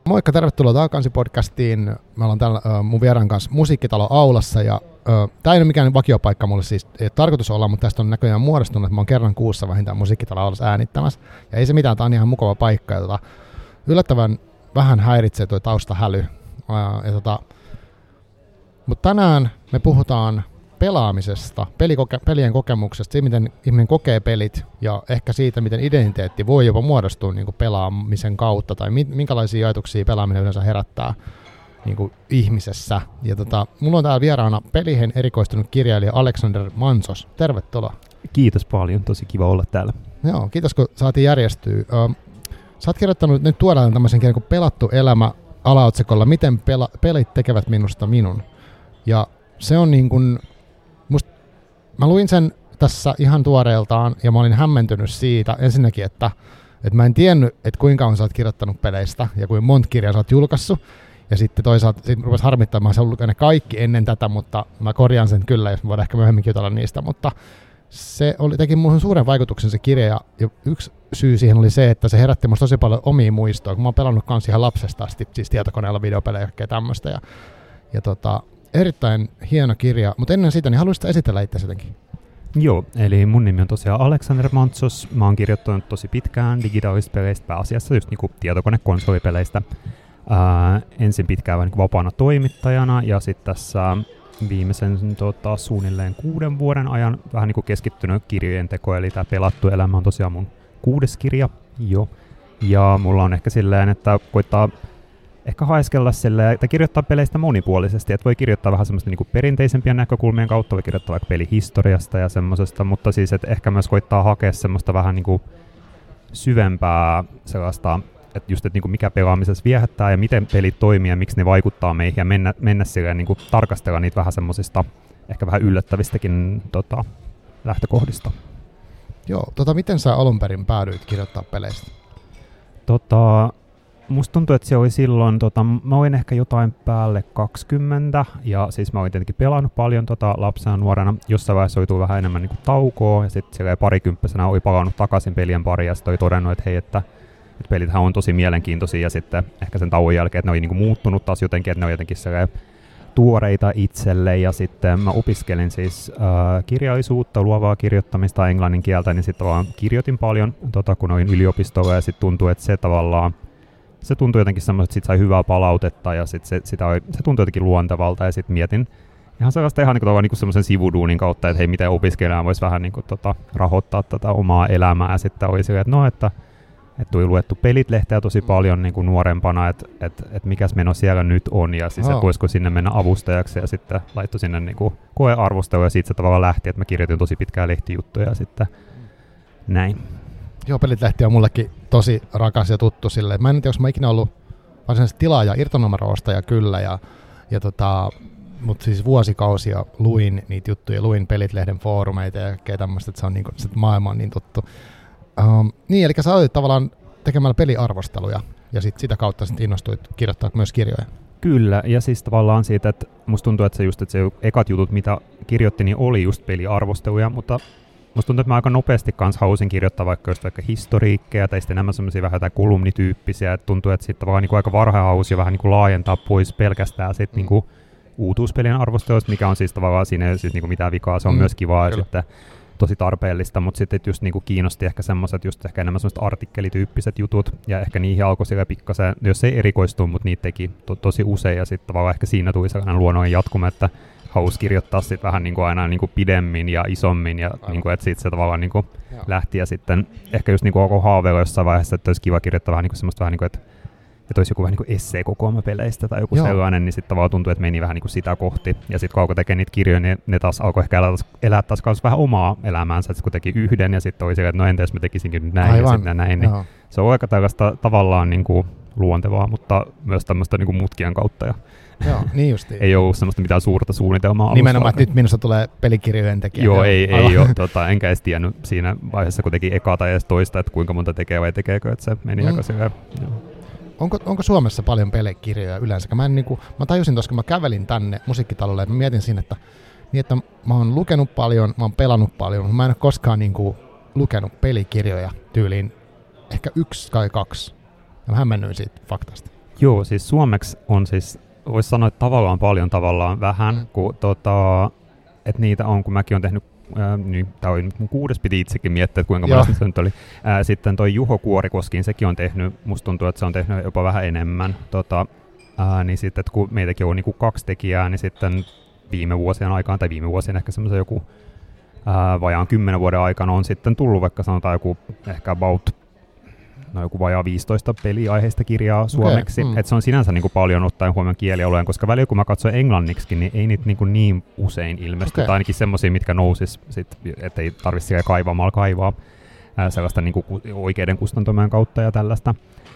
Moikka, tervetuloa Taakansi-podcastiin. Me ollaan täällä mun vieraan kanssa Musiikkitalo Aulassa ja tää ei ole mikään vakiopaikka mulle, siis ei tarkoitus olla, mutta tästä on näköjään muodostunut, että mä oon kerran kuussa vähintään Musiikkitalo Aulassa äänittämässä. Ja ei se mitään, tää on ihan mukava paikka ja yllättävän vähän häiritsee tuo taustahäly. Mutta tänään me puhutaan pelaamisesta, pelien kokemuksesta, siitä miten ihminen kokee pelit ja ehkä siitä, miten identiteetti voi jopa muodostua niin kuin pelaamisen kautta tai minkälaisia ajatuksia pelaaminen yleensä herättää niin kuin ihmisessä. Ja mulla on täällä vieraana peliin erikoistunut kirjailija Alexander Mantsos. Tervetuloa. Kiitos paljon, tosi kiva olla täällä. Joo, kiitos kun saatiin järjestyä. Sä oot kirjoittanut nyt tuodaan tämmöisen kirjan kuin Pelattu elämä alaotsikolla, miten pelit tekevät minusta minun. Ja se on niin kuin mä luin sen tässä ihan tuoreeltaan ja mä olin hämmentynyt siitä ensinnäkin, että mä en tiennyt, että kuinka kauan sä oot kirjoittanut peleistä ja kuinka monta kirjaa sä oot julkaissut. Ja sitten toisaalta rupesi harmittamaan, että sä ollut ne kaikki ennen tätä, mutta mä korjaan sen kyllä, jos mä voidaan ehkä myöhemmin jutella niistä. Mutta se teki mulle suuren vaikutuksen se kirja ja yksi syy siihen oli se, että se herätti musta tosi paljon omia muistoja, kun mä oon pelannut kans ihan lapsesta asti, siis tietokoneella videopelejä ja kaikkea tämmöistä. Ja erittäin hieno kirja, mutta ennen sitä, niin haluaisit esitellä itse jotenkin? Joo, eli mun nimi on tosiaan Alexander Mantsos. Mä oon kirjoittanut tosi pitkään digitaalisista peleistä pääasiassa, just niinku tietokone-konsolipeleistä. Ensin pitkään niin vapaana toimittajana ja sitten tässä viimeisen suunnilleen 6 vuoden ajan vähän niin keskittynyt kirjojen tekoon, eli tämä Pelattu elämä on tosiaan mun 6. kirja jo. Ja mulla on ehkä silleen, että koittaa ehkä haiskella silleen, että kirjoittaa peleistä monipuolisesti, että voi kirjoittaa vähän semmoista niinku perinteisempien näkökulmien kautta, voi kirjoittaa vaikka pelihistoriasta ja semmoisesta, mutta siis että ehkä myös koittaa hakea semmoista vähän niinku syvempää sellaista, että just, että niinku mikä pelaamisessa viehättää ja miten pelit toimii ja miksi ne vaikuttaa meihin ja mennä silleen niinku tarkastella niitä vähän semmoisista ehkä vähän yllättävistäkin lähtökohdista. Joo, miten sä alun perin päädyit kirjoittaa peleistä? Musta tuntuu, että se oli silloin, mä olin ehkä jotain päälle 20, ja siis mä olin tietenkin pelannut paljon lapsena nuorena. Jossain vaiheessa oli tullut vähän enemmän niin kuin taukoa, ja sitten siellä parikymppisenä oli palannut takaisin pelien pariin, ja sitten oli todennut, että hei, että pelithän on tosi mielenkiintoisia, ja sitten ehkä sen tauon jälkeen, että ne oli niin kuin muuttunut taas jotenkin, että ne oli jotenkin tuoreita itselle, ja sitten mä opiskelin siis kirjallisuutta, luovaa kirjoittamista, englannin kieltä, niin sitten vaan kirjoitin paljon, kun olin yliopistolla, ja sitten tuntui, että se tuntui jotenkin semmoista, että siitä sai hyvää palautetta ja sitten se tuntui jotenkin luontevalta ja sitten mietin ihan sellaista ihan niin semmoisen sivuduunin kautta, että hei, miten opiskelijana voisi vähän niin kuin, rahoittaa tätä omaa elämää ja sitten oli silleen, että tuli luettu Pelit-lehteä tosi paljon niin kuin nuorempana, että mikäs meno siellä nyt on ja siis että voisiko sinne mennä avustajaksi ja sitten laittoi sinne niin kuin koearvostelu ja siitä se tavallaan lähti, että mä kirjoitin tosi pitkää lehtijuttuja ja sitten näin. Joo, Pelit-lehti on mullekin tosi rakas ja tuttu silleen. Mä en tiedä, onko mä ikinä ollut varsinaisesti tilaaja, irtonumeroostaja kyllä, mutta siis vuosikausia luin niitä juttuja, luin Pelit-lehden foorumeita ja kaikkea tämmöistä, että se on niin kuin, se maailma on niin tuttu. Niin, eli sä aloitit tavallaan tekemällä peliarvosteluja ja sitä kautta sitten innostuit kirjoittaa myös kirjoja. Kyllä, ja siis tavallaan siitä, että musta tuntuu, että se ekat jutut, mitä kirjoitti, niin oli just peliarvosteluja, mutta musta tuntuu, että mä aika nopeasti kanssa halusin kirjoittaa vaikka historiikkeja tai sitten enemmän semmoisia vähän jotain kolumnityyppisiä, että tuntuu, että sitten vaan niinku aika varhain halusi vähän niinku laajentaa pois pelkästään sitten niinku uutuuspelien arvostelusta, mikä on siis tavallaan siinä ei siis niinku mitään vikaa, se on myös kivaa ja sitten tosi tarpeellista, mutta sitten just niinku kiinnosti ehkä semmoiset just ehkä enemmän semmoiset artikkelityyppiset jutut ja ehkä niihin alkoi siellä pikkasen, jos ei erikoistu, mutta niitä teki tosi usein ja sitten tavallaan ehkä siinä tuli sellainen luonnollinen jatkuma, että halusi kirjoittaa sitten vähän niinku aina niinku pidemmin ja isommin ja niinku, että sitten se tavallaan niinku lähti ja sitten ehkä just niinku alkoi haaveilla jossain vaiheessa, että olisi kiva kirjoittaa vähän niinku semmoista vähän niinku, että olisi joku vähän niinku esseekokoelma peleistä tai joku sellainen, niin sitten tavallaan tuntui, että meni vähän niinku sitä kohti. Ja sitten kun alkoi tekemään niitä kirjoja, niin ne taas alkoi ehkä elää taas vähän omaa elämäänsä, että kun teki yhden ja sitten oli silleen, että no entä jos mä tekisinkin nyt näin ja sitten näin, niin se on aika tällaista tavallaan niinku luontevaa, mutta myös tämmöistä niinku mutkien kautta. Joo, niin justiin. Ei ollut semmoista mitään suurta suunnitelmaa. Nimenomaan, että nyt minusta tulee pelikirjojen tekijä. Joo, ei ole. Enkä edes tiennyt siinä vaiheessa, kun teki ekaa tai edes toista, että kuinka monta tekee vai tekeekö, että se meni aika silleen. Onko Suomessa paljon pelikirjoja yleensä? Mä tajusin tuossa, kun mä kävelin tänne Musiikkitalolle, että mä mietin siinä, että mä oon lukenut paljon, mä oon pelannut paljon, mutta mä en ole koskaan lukenut pelikirjoja tyyliin ehkä 1 tai 2. Ja mä hämmennyin siitä faktasta. Joo, siis suomeksi on siis, voisi sanoa, että tavallaan paljon, tavallaan vähän, kun että niitä on, kun mäkin olen tehnyt, niin, tämä oli mun 6, piti itsekin miettiä, että kuinka monesti se nyt oli. Sitten toi Juho Kuorikoskiin, sekin on tehnyt, musta tuntuu, että se on tehnyt jopa vähän enemmän. Niin sitten, että kun meitäkin on niin kuin 2 tekijää, niin sitten viime vuosien aikaan, tai viime vuosien ehkä semmoisen joku vajaan 10 vuoden aikana on sitten tullut vaikka sanotaan joku ehkä joku vajaa 15 peliaiheista kirjaa suomeksi. Okay. Että se on sinänsä niin kuin paljon ottaen huomioon kielialueen, koska välillä kun mä katsoin englanniksi, niin ei niitä niin usein ilmesty. Tai ainakin semmoisia, mitkä nousis, ettei tarvitse kaivaa sellaista niin kuin oikeiden kustantamien kautta ja tällaista.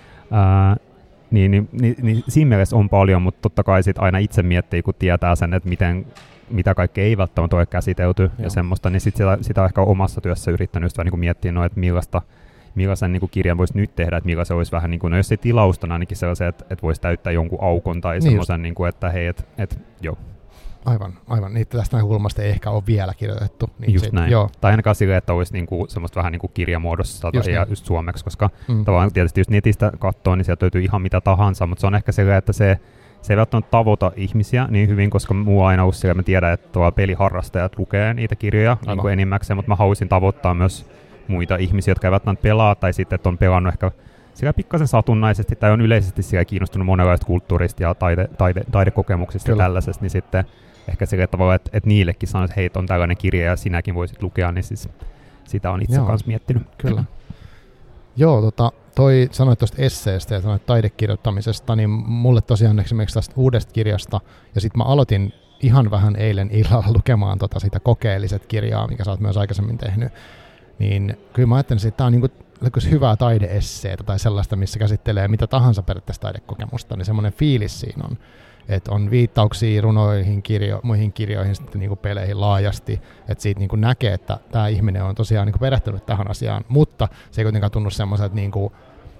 Niin siinä mielessä on paljon, mutta totta kai sit aina itse miettii, kun tietää sen, että mitä kaikkea ei välttämättä ole käsitelty ja semmoista, niin sitä on ehkä omassa työssä yrittänyt vähän niin kuin miettiä, että millaisen niin kuin kirjan voisi nyt tehdä, että millaisen olisi vähän, niin kuin, no jos ei tilausta, niin ainakin sellaisen, että voisi täyttää jonkun aukon tai semmoisen, niin kuin, että hei, joo. Aivan. Niitä tästä näkökulmasta ei ehkä ole vielä kirjoitettu. Niin just näin. Joo. Tai ainakaan sille, että olisi niinku semmoista vähän niinku kirjamuodossa ja just suomeksi, koska tavallaan tietysti jos netistä katsoo, niin sieltä löytyy ihan mitä tahansa, mutta se on ehkä sille, että se ei välttämättä tavoita ihmisiä niin hyvin, koska muu aina ollut sille, mä tiedän, että tuolla peliharrastajat lukee niitä kirjoja niin kuin enimmäkseen, mutta mä haluaisin tavoittaa myös muita ihmisiä, jotka eivät pelaa, tai sitten, että on pelannut ehkä sillä pikkasen satunnaisesti, tai on yleisesti siellä kiinnostunut monenlaista kulttuurista ja taidekokemuksista ja tällaisesta, niin sitten ehkä sillä tavalla, että niillekin sanoo, että hei, on tällainen kirja ja sinäkin voisit lukea, niin siis sitä on itse kanssa miettinyt. Kyllä. Joo, toi sanoit tuosta esseestä ja sanoit taidekirjoittamisesta, niin mulle tosiaan esimerkiksi tästä uudesta kirjasta, ja sitten mä aloitin ihan vähän eilen illalla lukemaan sitä kokeelliset kirjaa, mikä sä oot myös aikaisemmin tehnyt, niin kyllä mä ajattelin, että tämä on niinku hyvää taide-esseetä tai sellaista, missä käsittelee mitä tahansa periaatteessa taidekokemusta, niin semmoinen fiilis siinä on. Että on viittauksia runoihin, muihin kirjoihin, sitten niinku peleihin laajasti, että siitä niinku näkee, että tämä ihminen on tosiaan niinku perehtynyt tähän asiaan, mutta se ei kuitenkaan tunnu semmoiselta, niinku,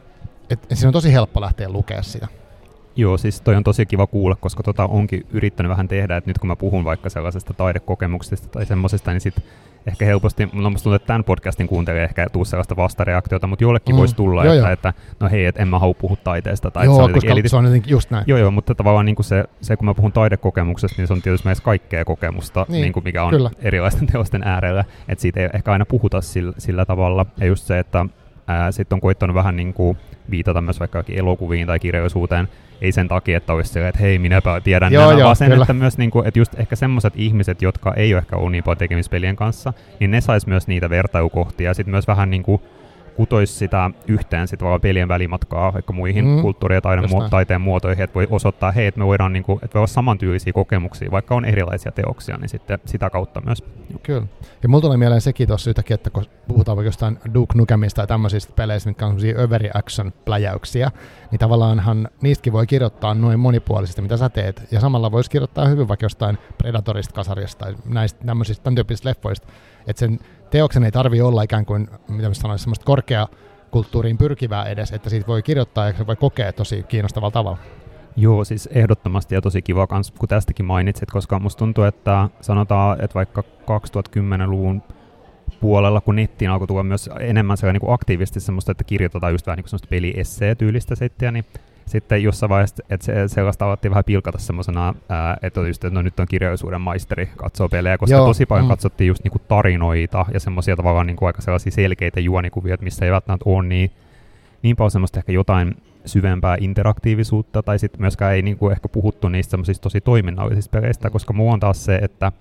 että siinä on tosi helppo lähteä lukemaan sitä. Joo, siis toi on tosi kiva kuulla, koska onkin yrittänyt vähän tehdä, että nyt kun mä puhun vaikka sellaisesta taidekokemuksesta tai semmoisesta, niin sitten ehkä helposti, musta tuntuu, että tämän podcastin kuuntelee ehkä tuu sellaista vastareaktiota, mutta jollekin voisi tulla, että no hei, että en mä halua puhua taiteesta. Tai joo, koska se on jotenkin just näin. Joo, mutta tavallaan niin se, kun mä puhun taidekokemuksesta, niin se on tietysti meissä kaikkea kokemusta, niin kuin mikä on kyllä erilaisten teosten äärellä, että siitä ei ehkä aina puhuta sillä tavalla. Ja just se, että sitten on koittanut vähän niin kuin viitata myös vaikka elokuviin tai kirjallisuuteen, ei sen takia, että olisi se, että hei, minäpä tiedän nämä, vaan sen, että myös niin kuin, että just ehkä semmoiset ihmiset, jotka ei ole ehkä ollut niin paljon tekemispelien kanssa, niin ne sais myös niitä vertailukohtia ja sitten myös vähän niin kuin kutoisi sitä yhteen sit vaan pelien välimatkaa vaikka muihin kulttuuri- ja taiteen muotoihin, että voi osoittaa, hei, että me voidaan niin kuin, että voi olla samantyylisiä kokemuksia, vaikka on erilaisia teoksia, niin sitten sitä kautta myös. Kyllä. Ja mulla tulee mieleen sekin tuossa yhtäkkiä, että kun puhutaan vaikka jostain Duke Nukemista tai tämmöisistä peleistä, mitkä on semmoisia overaction-pläjäyksiä, niin tavallaanhan niistäkin voi kirjoittaa noin monipuolisesti, mitä sä teet, ja samalla voisi kirjoittaa hyvin vaikka jostain Predatorista, Kasarista tai näistä tämmöisistä tämän tyyppisistä leffoista, että sen teoksen ei tarvitse olla ikään kuin, mitä mä sanoisin, semmoista korkeakulttuuriin pyrkivää edes, että siitä voi kirjoittaa ja voi kokea tosi kiinnostavalla tavalla. Joo, siis ehdottomasti ja tosi kiva kans, kun tästäkin mainitsit, koska musta tuntuu, että sanotaan, että vaikka 2010-luvun puolella, kun nettiin alkoi tulla myös enemmän niin kuin aktiivisesti semmoista, että kirjoitetaan just vähän niin kuin semmoista peli-essee-tyylistä settiä, niin sitten jossain vaiheessa, että sellaista alettiin vähän pilkata semmoisena, että just, että no nyt on kirjallisuuden maisteri katsoo pelejä, koska tosi paljon katsottiin just niinku tarinoita ja semmoisia tavallaan niinku aika sellaisia selkeitä juonikuvia, missä ei välttämättä ole niin paljon semmoista ehkä jotain syvempää interaktiivisuutta, tai sitten myöskään ei niinku ehkä puhuttu niistä semmoisista tosi toiminnallisista peleistä, koska mulla on taas se, että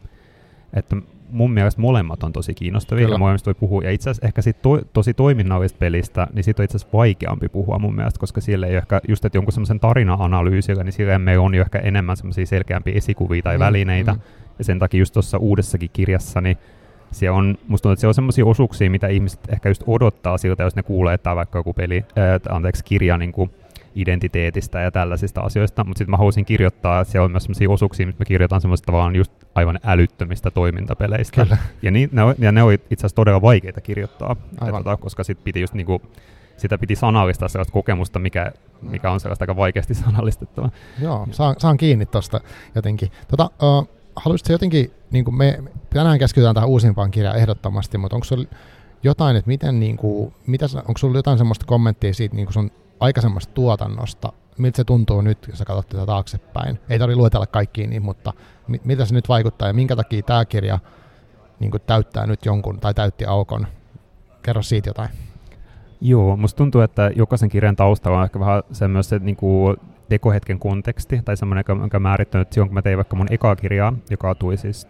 mun mielestä molemmat on tosi kiinnostavia, ja molemmista voi puhua, ja itse asiassa ehkä siitä tosi toiminnallisesta pelistä, niin siitä on itse asiassa vaikeampi puhua mun mielestä, koska siellä ei ehkä just, että jonkun semmoisen tarina-analyysillä, niin siellä meillä on jo ehkä enemmän semmoisia selkeämpiä esikuvia tai välineitä, ja sen takia just tuossa uudessakin kirjassa, niin siellä on, musta tuntuu, että siellä on semmoisia osuuksia, mitä ihmiset ehkä just odottaa siltä, jos ne kuulee, että vaikka joku kirja niin kuin identiteetistä ja tällaisista asioista, mutta sitten mä haluaisin kirjoittaa, että siellä on myös sellaisia osuuksia, mitä mä kirjoitan semmoista vaan just aivan älyttömistä toimintapeleistä. Kyllä. Ja ne on itse asiassa todella vaikeita kirjoittaa, koska sit piti just niinku, sitä piti sanallistaa sellaista kokemusta, mikä on sellaista aika vaikeasti sanallistettava. Joo, saan kiinni tuosta jotenkin. Haluaisitko jotenkin, niin kuin me tänään keskitytään tähän uusimpaan kirjaan ehdottomasti, mutta onko sulla jotain, että miten, niin kuin, onko sulla jotain semmoista kommenttia siitä niin kuin sun aikaisemmasta tuotannosta, miltä se tuntuu nyt, jos sä katsot tätä taaksepäin? Ei tarvitse luetella kaikkiin niin, mutta miltä se nyt vaikuttaa ja minkä takia tämä kirja niin kuin täyttää nyt jonkun tai täytti aukon? Kerro siitä jotain. Joo, musta tuntuu, että jokaisen kirjan taustalla on ehkä vähän semmoinen niin kuin tekohetken konteksti, tai semmoinen, joka määrittänyt silloin, kun mä tein vaikka mun ekaa kirjaa, joka tuli siis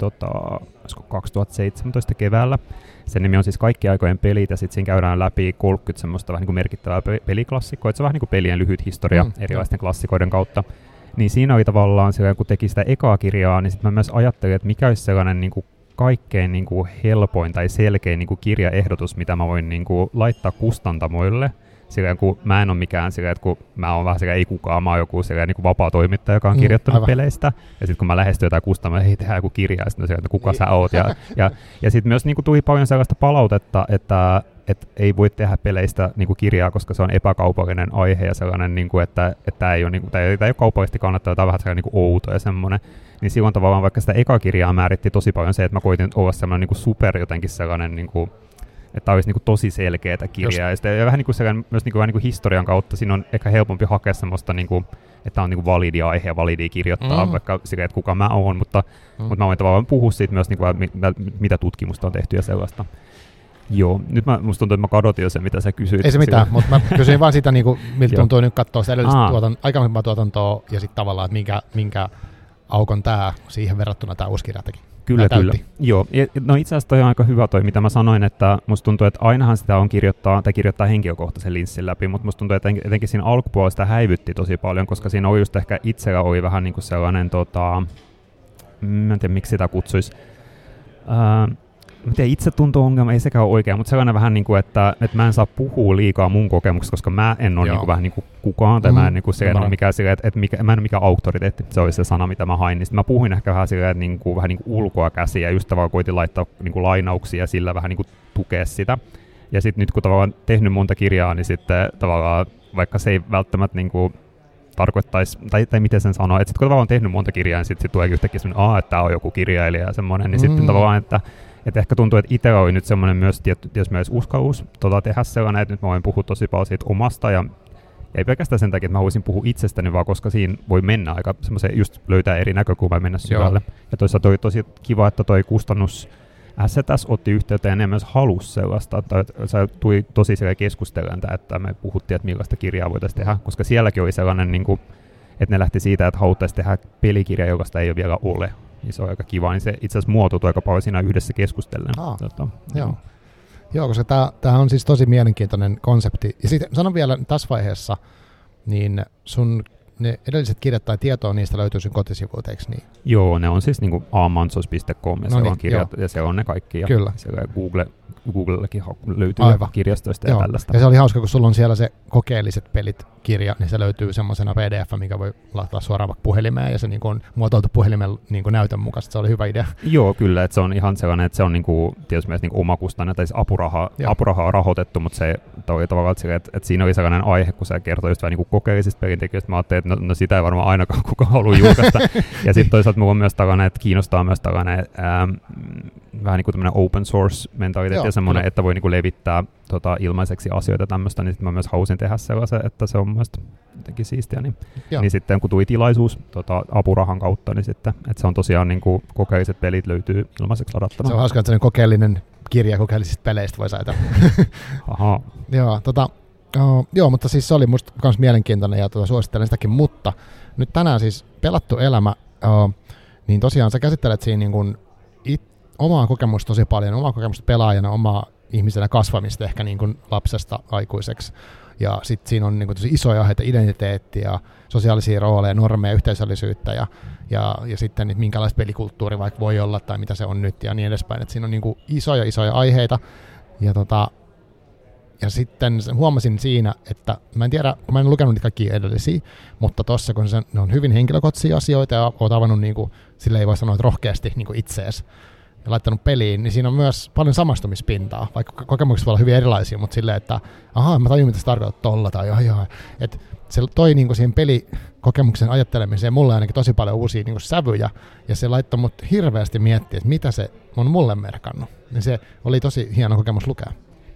2017 keväällä. Sen nimi on siis Kaikki aikojen pelit, ja sitten siinä käydään läpi 30 semmoista vähän niin kuin merkittävää peliklassikkoa, että se on vähän niin kuin pelien lyhyt historia erilaisten klassikoiden kautta. Niin siinä oli tavallaan, kun teki sitä ekaa kirjaa, niin sitten mä myös ajattelin, että mikä olisi sellainen niin kuin kaikkein niin kuin helpoin tai selkein niin kuin kirjaehdotus, mitä mä voin niin kuin laittaa kustantamoille. Silleen, kun mä en ole mikään silleen, että kun mä oon vähän silleen, ei kukaan, mä oon joku silleen, niin kuin vapaa toimittaja, joka on kirjoittanut peleistä. Ja sitten kun mä lähestyn jotain kustantamoille, hei, tehdään joku kirja, ja sitten silleen, että kuka sä oot. Ja sitten myös niin kuin tuli paljon sellaista palautetta, että ei voi tehdä peleistä niin kuin kirjaa, koska se on epäkaupallinen aihe ja sellainen, niin kuin, että tämä ei ole, niin kuin, tämä ei ole kaupallisesti kannattavaa, tämä on vähän sellainen niin kuin outo ja semmoinen. Niin silloin tavallaan vaikka sitä eka kirjaa määritti tosi paljon se, että mä koitin olla sellainen niin kuin super jotenkin sellainen, niin kuin, että olisi niin kuin tosi selkeätä kirjaa. Ja sitten vähän niin kuin sellainen, myös niin kuin, vähän niin kuin historian kautta siinä on ehkä helpompi hakea semmoista, niin kuin, että on niin kuin validi aihe ja validi kirjoittaa, vaikka sillä, että kuka mä oon, mutta mä voin tavallaan puhua siitä myös, niin kuin, mitä tutkimusta on tehty ja sellaista. Joo, nyt musta tuntuu, että mä kadotin jo sen, mitä sä kysyit. Ei se mitään, mutta mä kysyin vaan sitä, niin kuin, miltä tuntuu nyt katsoa sitä edellistä aikaisempaa tuotantoa ja sitten tavallaan, että minkä aukon tämä siihen verrattuna tämä uusi kirja teki. Kyllä. Joo, no itse asiassa toi on aika hyvä toi, mitä mä sanoin, että musta tuntuu, että ainahan sitä on kirjoittaa henkilökohtaisen linssin läpi, mutta musta tuntuu, että etenkin siinä alkupuolella sitä häivytti tosi paljon, koska siinä oli just ehkä itsellä oli vähän niin kuin sellainen, mä en tiedä miksi sitä kutsuisi, itse tuntuu ongelma, ei sekään ole oikein, mutta sellainen vähän niin kuin, että mä en saa puhua liikaa mun kokemuksesta, koska mä en ole niin kuin vähän niin kuin kukaan, tai mä en, niin kuin se, ole mikään sille, mä en ole mikään auktoriteetti, se oli se sana, mitä mä hain, niin mä puhuin ehkä vähän silleen, että niin kuin, vähän niin kuin ulkoa käsiä, ja just tavallaan koitin laittaa niin kuin lainauksia ja sillä vähän niin kuin tukea sitä. Ja sitten nyt kun tavallaan tehnyt monta kirjaa, niin sitten tavallaan, vaikka se ei välttämättä niin kuin tarkoittaisi, tai miten sen sanoo, että sitten kun tavallaan on tehnyt monta kirjaa, niin sitten tulee yhtäkkiä semmoinen, että tämä on joku kirjailija ja semmoinen, niin sitten tavallaan, että ehkä tuntuu, että itsellä oli nyt semmoinen myös tietysti myös uskallus tehdä sellainen, että nyt mä voin puhua tosi paljon siitä omasta, ja ei pelkästään sen takia, että mä voisin puhua itsestäni, vaan koska siinä voi mennä aika semmoiseen, just löytää eri näkökulmaa ja mennä syvälle. Ja toisaalta toi tosi kiva, että toi kustannus STS otti yhteyttä ja ne myös halusi sellaista, että se tuli tosi keskustelemaan, että me puhuttiin, että millaista kirjaa voitaisiin tehdä, koska sielläkin oli sellainen, niin kuin, että ne lähti siitä, että haluttaisiin tehdä pelikirja, joka sitä ei ole vielä ole. Niin se on aika kiva, niin se itse asiassa muotoutui aika paljon siinä yhdessä keskustellen. Joo, koska tämähän on siis tosi mielenkiintoinen konsepti. Ja sitten sanon vielä tässä vaiheessa, niin ne edelliset kirjat tai tietoa niistä löytyy sun kotisivuilta, eikö niin? Joo, ne on siis niin amansos.com ja siellä on kirjat ja siellä on ne kaikki. Ja kyllä. Siellä Googlellakin löytyy kirjastoista ja tällaista. Ja se oli hauska, kun sulla on siellä se kokeelliset pelit -kirja, niin se löytyy semmoisena PDF, mikä voi laittaa suoraan vaikka puhelimeen, ja se niin on muotoiltu puhelimen niin näytön mukaisesti. Se oli hyvä idea. Joo, kyllä, että se on ihan sellainen, että se on tietysti myös omakustanne, tai apurahaa on rahoitettu, mutta se oli tavallaan, että siinä oli sellainen aihe, kun se kertoi just vähän niin kokeellisista pelintekijöistä. Mä ajattelin, että no sitä ei varmaan ainakaan kukaan halua julkaista. Ja sitten toisaalta mulla on myös tällainen, että kiinnostaa myös tällainen vähän niin kuin tämmöinen open source mentaliteetti ja semmoinen, että voi niin kuin levittää ilmaiseksi asioita tämmöistä, niin sitten mä myös halusin tehdä sellaisen, että se on mun mielestä jotenkin siistiä. Niin sitten kun tuli tilaisuus apurahan kautta, niin sitten, että se on tosiaan niin kuin kokeelliset pelit löytyy ilmaiseksi ladattuna. Se on hauska, että se on kokeellinen kirja kokeellisista peleistä voi saada. Ahaa. Joo, mutta siis se oli musta myös mielenkiintoinen ja suosittelen sitäkin, mutta nyt tänään siis Pelattu elämä, niin tosiaan sä käsittelet siinä niin kuin omaa kokemusta tosi paljon, omaa kokemusta pelaajana, omaa ihmisenä kasvamista ehkä niin kuin lapsesta aikuiseksi. Ja sitten siinä on niin kuin tosi isoja aiheita, identiteettiä, sosiaalisia rooleja, normeja, yhteisöllisyyttä ja sitten, että minkälaista pelikulttuuri vaikka voi olla tai mitä se on nyt ja niin edespäin. Että siinä on niin kuin isoja aiheita. Ja sitten huomasin siinä, että mä en tiedä, kun mä en lukenut niitä kaikkia edellisiä, mutta tuossa kun ne on hyvin henkilökohtaisia asioita ja oot avannut, niin kuin, sille ei voi sanoa, että rohkeasti niin kuin itseesi ja laittanut peliin, niin siinä on myös paljon samastumispintaa, vaikka kokemukset voi olla hyvin erilaisia, mutta silleen, että mä tajun, mitä se tarkoittaa tolla tai että se toi niin kuin siihen pelikokemuksen ajattelemiseen mulle ainakin tosi paljon uusia niin kuin sävyjä, ja se laittoi mut hirveästi miettiä, että mitä se on mulle merkannut. Niin se oli tosi hieno kokemus lukea.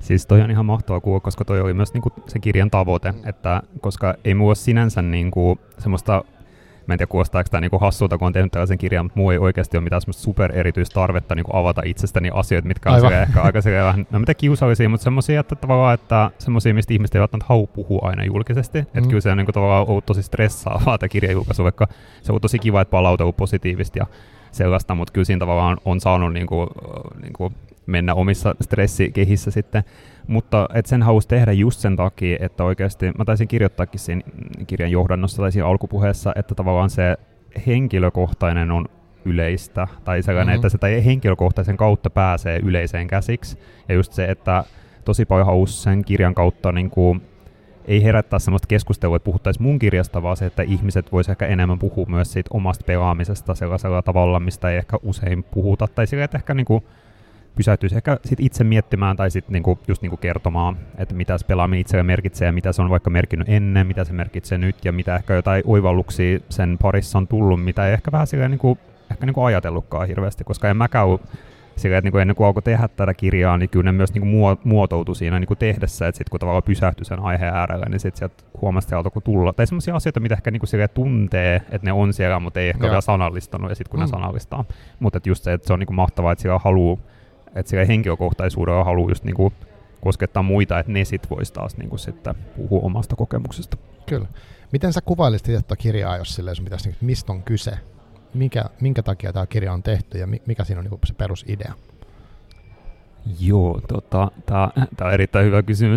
Siis toi on ihan mahtava kuva, koska toi oli myös niinku se kirjan tavoite, että koska ei mulla ole sinänsä niinku semmoista, mä en tiedä kuulostaako tämä niinku hassulta, kun on tehnyt tällaisen kirjan, mutta mulla ei oikeasti ole mitään semmoista supererityistarvetta niinku avata itsestäni asioita, mitkä on ehkä aika vähän, no mitä kiusallisia, mutta semmoisia, että tavallaan, että semmoisia, mistä ihmiset ei välttämättä halua puhua aina julkisesti, että kyllä se on niinku tavallaan ollut tosi stressaavaa tämä kirjajulkaisu, vaikka se on tosi kiva, että palaute on positiivista ja sellaista, mutta kyllä siinä tavallaan on saanut niinku mennä omissa stressikehissä sitten, mutta et sen halusi tehdä just sen takia, että oikeasti, mä taisin kirjoittaakin siinä kirjan johdannossa tai siinä alkupuheessa, että tavallaan se henkilökohtainen on yleistä, tai sellainen, että se tai henkilökohtaisen kautta pääsee yleiseen käsiksi, ja just se, että tosi paljon halusi sen kirjan kautta niin kuin, ei herättää sellaista keskustelua, että puhuttaisiin mun kirjasta, vaan se, että ihmiset vois ehkä enemmän puhua myös siitä omasta pelaamisesta sellaisella tavalla, mistä ei ehkä usein puhuta, tai sillä, että ehkä niinku pysäytyisi ehkä sit itse miettimään tai sit niinku, just niinku kertomaan, että mitä se pelaaminen itselle merkitsee ja mitä se on vaikka merkinnyt ennen, mitä se merkitsee nyt ja mitä ehkä jotain oivalluksia sen parissa on tullut, mitä ei ehkä vähän silleen niinku, ajatellutkaan hirveästi, koska en mäkään ole silleen, että niinku ennen kuin alkoi tehdä tätä kirjaa, niin kyllä ne myös niinku muotoutui siinä niinku tehdessä, että sitten kun tavallaan pysähtyi sen aiheen äärellä, niin sitten sieltä huomasi, että alkoi tulla. Tai sellaisia asioita, mitä ehkä niinku tuntee, että ne on siellä, mutta ei ehkä vielä sanallistanut, ja sitten kun ne sanallistaa. Mutta just se, että se on niinku mahtavaa, että sillä haluaa, että sillä henkilökohtaisuudella haluaa just niinku koskettaa muita, että ne sitten voisi taas niinku sitten puhua omasta kokemuksesta. Kyllä. Miten sä kuvailisit tätä kirjaa, jos silleen, pitäisi, mistä on kyse? Minkä takia tämä kirja on tehty ja mikä siinä on niinku se perusidea? Joo, tämä on erittäin hyvä kysymys.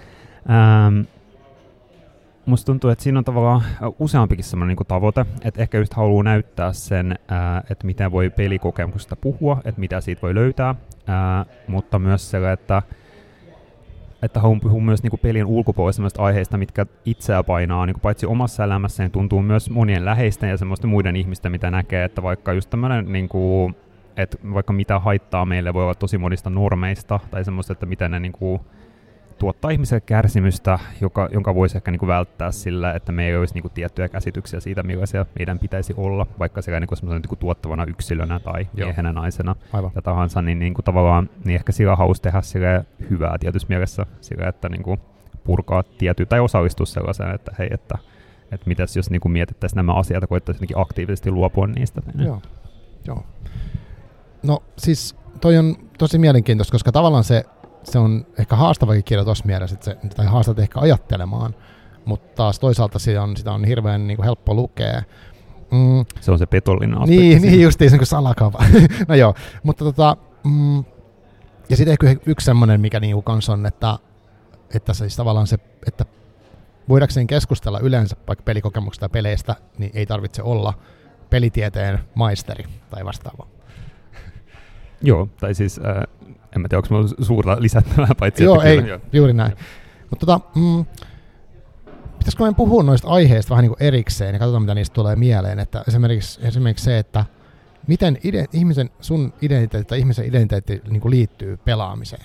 Musta tuntuu, että siinä on tavallaan useampikin sellainen niinku tavoite, että ehkä just haluaa näyttää sen, että miten voi pelikokemuksesta puhua, että mitä siitä voi löytää, mutta myös se, että haluan puhua myös niinku pelin ulkopuolisemmista aiheista, mitkä itseä painaa niinku paitsi omassa elämässä, niin tuntuu myös monien läheisten ja semmoisten muiden ihmisten, mitä näkee, että vaikka just tämmöinen, niinku, että vaikka mitä haittaa meille voi olla tosi monista normeista, tai semmoista, että miten ne niinku tuottaa ihmiselle kärsimystä, jonka voisi ehkä niinku välttää sillä, että meillä ei olisi niinku tiettyjä käsityksiä siitä, millaisia meidän pitäisi olla, vaikka sekä niinku niinku tuottavana yksilönä tai miehenä, naisena ja tahansa, niin niinku tavallaan niin ehkä sillä halusi tehdä sillä hyvää tietyssä mielessä, sillä, että niinku purkaa tiettyä tai osallistua sellaiseen, että hei, että mitäs jos niinku mietittäisiin nämä asiat ja koettaisiin aktiivisesti luopua niistä. Joo. No siis toi on tosi mielenkiintoista, koska tavallaan se on ehkä haastavakin kirja tuossa mielessä, tai haastat ehkä ajattelemaan, mutta taas toisaalta sitä on hirveän niin kuin helppo lukea. Se on se petollinen aspekti. Niin justiin se kuin salakaava. No joo, mutta ja sitten ehkä yksi semmoinen, mikä niinku kans on, että siis tavallaan se, että voidakseen keskustella yleensä vaikka pelikokemuksista ja peleistä, niin ei tarvitse olla pelitieteen maisteri tai vastaava. Joo, tai siis en mä tiedä, onko minulla suurta lisättävää, paitsi joo, että ei, kyllä, juuri näin. Mutta pitäisikö meidän puhua noista aiheista vähän niin kuin erikseen ja katsotaan, mitä niistä tulee mieleen. Että esimerkiksi se, että miten sun identiteetti tai ihmisen identiteetti niin kuin liittyy pelaamiseen?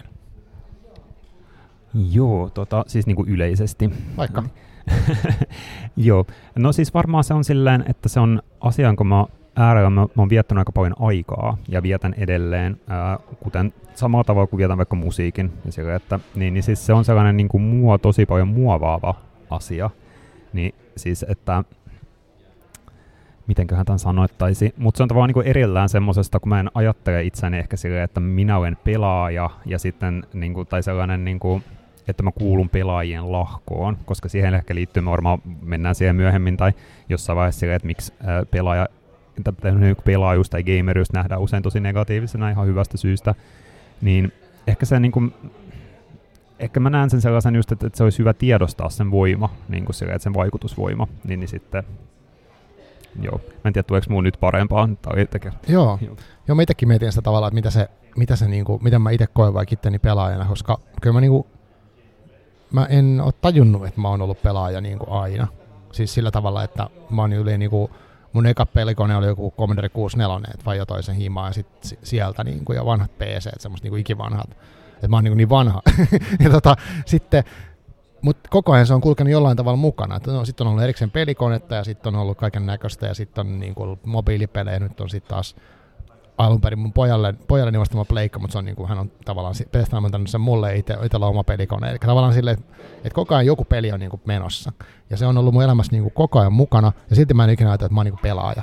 Joo, siis niin kuin yleisesti. Vaikka? Joo, no siis varmaan se on silleen, että se on asia, kun mä oon viettänyt aika paljon aikaa ja vietän edelleen, kuten samalla tavalla kuin vietän vaikka musiikin. Ja että, niin siis se on sellainen niin kuin mua tosi paljon muovaava asia. Niin siis, että mitenköhän tämän sanoittaisi, mutta se on tavallaan niin kuin erillään semmosesta, kun mä en ajattele itseäni ehkä silleen, että minä olen pelaaja ja sitten, niin kuin, tai sellainen, niin kuin, että mä kuulun pelaajien lahkoon, koska siihen ehkä liittyy, me varmaan mennään siihen myöhemmin tai jossain vaiheessa silleen, että miksi pelaajuus tai gamerius nähdään usein tosi negatiivisena ihan hyvästä syystä, niin ehkä se niin kuin, ehkä mä näen sen sellaisen just, että se olisi hyvä tiedostaa sen voima, niin kuin silleen, että sen vaikutusvoima, niin sitten joo, mä en tiedä, tuleeko muu nyt parempaa. Joo, mä itsekin mietin sitä tavalla, että miten mä itse koen vaikka itteni pelaajana, koska kyllä mä en ole tajunnut, että mä oon ollut pelaaja niin kuin aina. Siis sillä tavalla, että mä oon yli niin kuin, mun eka pelikone oli joku Commodore 64, että vai jotain sen himaa ja sit sieltä niin kuin, ja vanhat PC, semmoista niin kuin ikivanhat. Että mä oon niin vanha. Ja sitten mutta koko ajan se on kulkenut jollain tavalla mukana. Sitten on ollut erikseen pelikonetta ja sitten on ollut kaiken näköistä ja sitten on niin kuin mobiilipelejä. Nyt on sitten taas alun perin mun pojalleni ostama pleikka, mutta se on hän on tavallaan pelkästään antanut sen mulle itsellä oma pelikone. Eli tavallaan silleen, että koko ajan joku peli on menossa. Ja se on ollut mun elämässä koko ajan mukana, ja silti mä en ikinä ajatella, että mä oon pelaaja.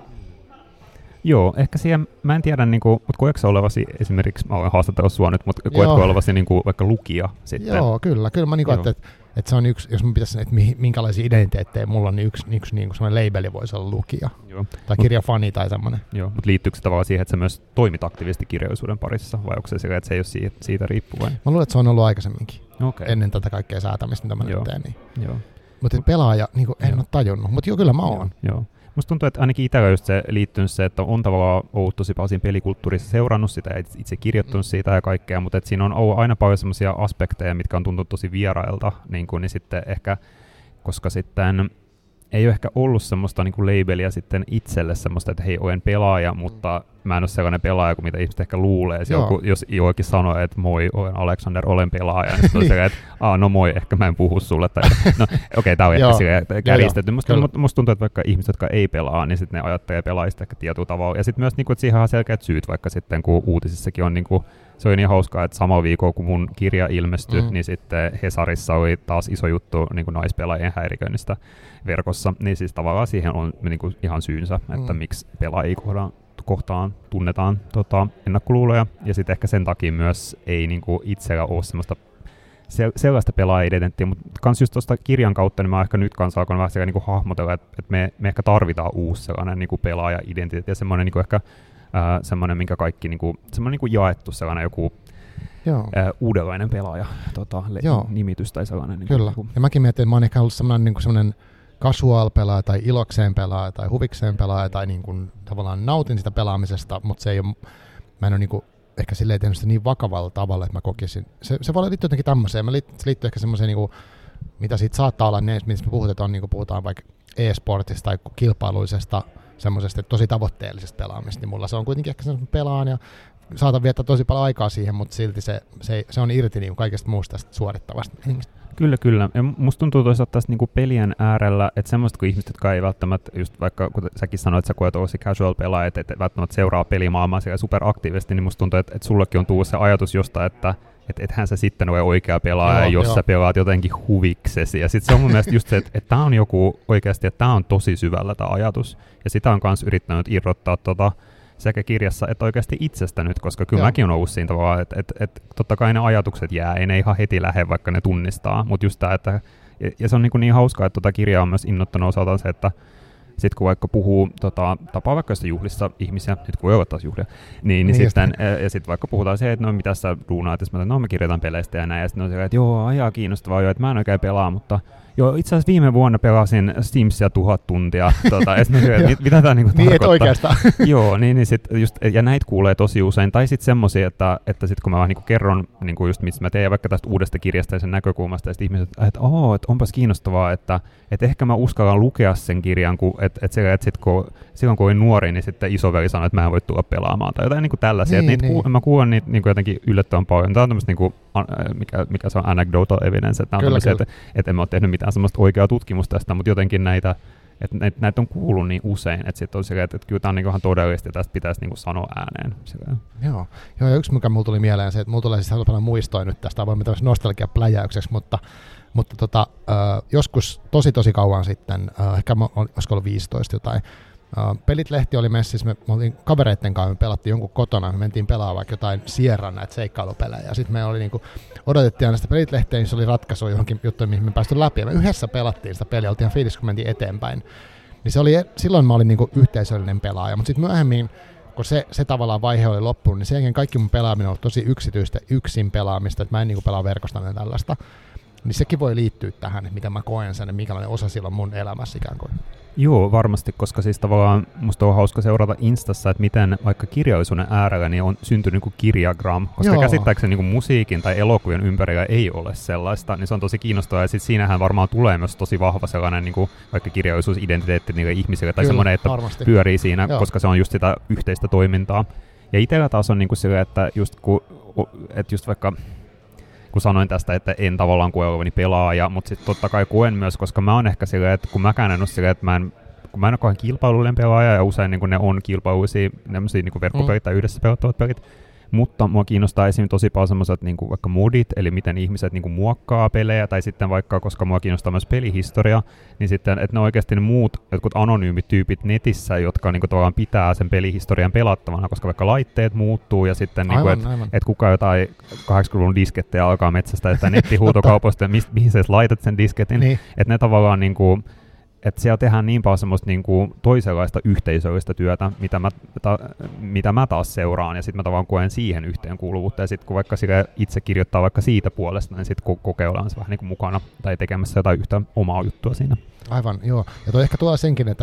Joo, ehkä siihen, mä en tiedä, mutta koetko olevasi esimerkiksi, mä olen haastatellut sua nyt, mutta koetko olevasi vaikka lukija sitten? Joo, kyllä mä ajattelin, että se on yksi, jos mä pitäisin, että minkälaisia identiteettejä mulla on, niin yksi semmoinen labeli voisi olla lukija. Joo. Tai kirjafani tai semmoinen. Joo, mutta liittyykö se tavallaan siihen, että sä myös toimit aktiivisesti kirjallisuuden parissa, vai onko se sillä, että se ei ole siitä riippuvainen? Mä luulen, että se on ollut aikaisemminkin, ennen tätä kaikkea säätämistä, mitä mä nyt teen. Niin. Mutta pelaaja, en ole tajunnut, mutta kyllä mä oon. Joo. Musta tuntuu, että ainakin itsellä just se liittynyt se, että on tavallaan ollut tosi paljon siinä pelikulttuurissa seurannut sitä ja itse kirjoittanut siitä ja kaikkea, mutta siinä on ollut aina paljon semmoisia aspekteja, mitkä on tuntunut tosi vierailta, niin sitten ehkä, koska sitten ei ole ehkä ollut semmoista labelia sitten itselle semmoista, että hei, olen pelaaja, mutta mä en ole sellainen pelaaja kuin mitä ihmiset ehkä luulee. Jos jokin sanoo, että moi, olen Alexander, olen pelaaja, niin sitten on se, että no moi, ehkä mä en puhu sulle. Tai, no okei, tää on ehkä silleen kärjistetty. Musta tuntuu, että vaikka ihmiset, jotka ei pelaa, niin sitten ne ajattelee pelaajista ehkä tietyllä tavalla. Ja sitten myös, että siihen on selkeät syyt, vaikka sitten kun uutisissakin on se oli niin hauskaa, että sama viikolla kun mun kirja ilmestyi, niin sitten Hesarissa oli taas iso juttu naispelaajien häiriköinnistä verkossa, niin siis tavallaan siihen on ihan syynsä, että miksi pelaajia kohtaan tunnetaan ennakkoluuloja, ja sitten ehkä sen takia myös ei itsellä ole semmoista sellaista pelaaja-identiteettiä, mutta kans just tuosta kirjan kautta, niin mä ehkä nyt kanssa alkan vähän hahmotella, että me ehkä tarvitaan uusi sellainen pelaaja-identiteetti, ja semmoinen ehkä semmoinen, minkä kaikki semmoinen jaettu sellainen joku uudenlainen pelaaja nimitys tai sellainen. Kyllä, ja mäkin mietin, että mä oon ehkä ollut semmoinen casual-pelaaja tai ilokseen pelaaja tai huvikseen pelaaja tai tavallaan nautin sitä pelaamisesta, mutta se ei ole, mä en ole ehkä silleen tehnyt sitä niin vakavalla tavalla, että mä kokisin. Se voi liittyä jotenkin tämmöiseen. Se liittyy ehkä semmoiseen, mitä siitä saattaa olla, mistä me puhutaan, puhutaan vaikka e-sportista tai kilpailuisesta semmoisesta tosi tavoitteellisesta pelaamista, niin mulla se on kuitenkin ehkä semmoinen pelaan ja saatan viettää tosi paljon aikaa siihen, mutta silti se on irti kaikesta muusta suorittavasta. Kyllä. Ja musta tuntuu toisaalta tästä pelien äärellä, että semmoista kuin ihmiset, jotka ei välttämättä, just vaikka kun säkin sanoit, että sä koet olisi casual pelaaja, että välttämättä seuraa pelimaailmaa siellä superaktiivisesti, niin musta tuntuu, että sullekin on tullut se ajatus jostain, että ethän sä sitten ole oikea pelaaja, jos sä pelaat jotenkin huviksesi. Ja sitten se on mun mielestä just se, että tää on joku oikeasti, että tää on tosi syvällä tää ajatus. Ja sitä on kans yrittänyt irrottaa sekä kirjassa että oikeasti itsestä nyt, koska kyllä mäkin on ollut siinä tavalla, että totta kai ne ajatukset jää, ei ne ihan heti lähde, vaikka ne tunnistaa, mutta just tämä, että ja se on niin hauskaa, että kirjaa on myös innoittanut osaltaan se, että sitten kun vaikka puhuu, tapaa vaikka juhlissa ihmisiä, nyt kun ei ole taas juhlia, niin sitten, ja sitten vaikka puhutaan se, että no mitä sä duunaat, ja mä kirjoitan peleistä ja näin, ja sitten on se, että joo, ajaa kiinnostavaa jo, että mä en oikein pelaa, mutta joo, itse asiassa viime vuonna pelasin Simsia 1000 tuntia, ja sitten mitä tää tarkoittaa? Niin et oikeastaan. Joo, niin sit just, ja näitä kuulee tosi usein, tai sitten semmosia, että sit kun mä vaan kerron just mistä mä teen, vaikka tästä uudesta kirjasta ja sen näkökulmasta, ja sitten ihmiset, että onpas kiinnostavaa, että ehkä mä uskallan lukea sen kirjan, että silloin kun olin nuori, niin sitten isoveli sanoi, että mä en voi tulla pelaamaan, tai jotain tällaisia, että mä kuulen niitä jotenkin yllättävän paljon. Tämä on tämmöistä, mikä se on anecdotal evidence, että en mä ole tehnyt mitään semmoista oikeaa tutkimusta tästä, mutta jotenkin näitä on kuullut niin usein, että sitten on se, että kyllä tämä on ihan todellista ja tästä pitäisi sanoa ääneen. Joo, ja yksi mikä mulla tuli mieleen se, että mulla tulee siis paljon muistoa nyt tästä, voimme tämmöisen nostalgiapläjäykseksi, mutta joskus tosi kauan sitten, ehkä olisiko ollut 15 jotain, Pelit-lehti oli messissä, me oltiin kavereitten kanssa, me pelattiin jonkun kotona, me mentiin pelaamaan vaikka jotain Sierran näitä seikkailupelejä, ja sitten me oli odotettiin aina sitä Pelit-lehteä, niin se oli ratkaisu johonkin juttuun, mihin me päästy läpi, ja me yhdessä pelattiin sitä peliä, oltiin ihan fiilis, kun mentiin eteenpäin. Niin silloin mä olin yhteisöllinen pelaaja, mutta sitten myöhemmin, kun se tavallaan vaihe oli loppunut, niin sen jälkeen kaikki mun pelaaminen on tosi yksityistä yksin pelaamista, että mä en pelaa verkosta ja tällaista. Niin sekin voi liittyä tähän, että miten mä koen sen ja minkälainen osa sillä on mun elämässä ikään kuin. Joo, varmasti, koska siis tavallaan musta on hauska seurata Instassa, että miten vaikka kirjallisuuden äärellä niin on syntynyt kirjagram, koska käsittääkseni musiikin tai elokuvien ympärillä ei ole sellaista, niin se on tosi kiinnostavaa, ja sitten siinähän varmaan tulee myös tosi vahva sellainen vaikka kirjallisuusidentiteetti ihmisille, tai semmoinen, että varmasti pyörii siinä, koska se on just sitä yhteistä toimintaa. Ja itsellä taas on sillä, että just vaikka kun sanoin tästä, että en tavallaan koe olevani pelaaja, mutta sitten totta kai koen myös, koska mä oon ehkä silleen, että kun mäkään en ole silleen, että mä en kun mä en ole kauhean kilpailullinen pelaaja, ja usein niin ne on kilpailuisia niin verkkopelit tai yhdessä pelattavat pelit, mutta mua kiinnostaa esimerkiksi tosi paljon semmoiset niin vaikka modit, eli miten ihmiset niin muokkaa pelejä, tai sitten vaikka, koska mua kiinnostaa myös pelihistoria, niin sitten, että ne oikeasti ne muut, jotkut anonyymit tyypit netissä, jotka niin kuin, tavallaan pitää sen pelihistorian pelattavana, koska vaikka laitteet muuttuu, ja sitten, aivan, niin että kuka jotain 80-luvun diskettejä alkaa metsästä, että nettihuutokaupoista, mihin sä laitat sen disketin, niin. Että ne tavallaan niin kuin, että siellä tehdään niin paljon semmoista niinku toisenlaista yhteisöllistä työtä, mitä mä taas seuraan, ja sitten mä tavallaan koen siihen yhteenkuuluvuutta, ja sitten kun vaikka itse kirjoittaa vaikka siitä puolesta, niin sitten kokeillaan se vähän niinku mukana tai tekemässä jotain yhtä omaa juttua siinä. Aivan, joo. Ja toi ehkä tuo senkin, että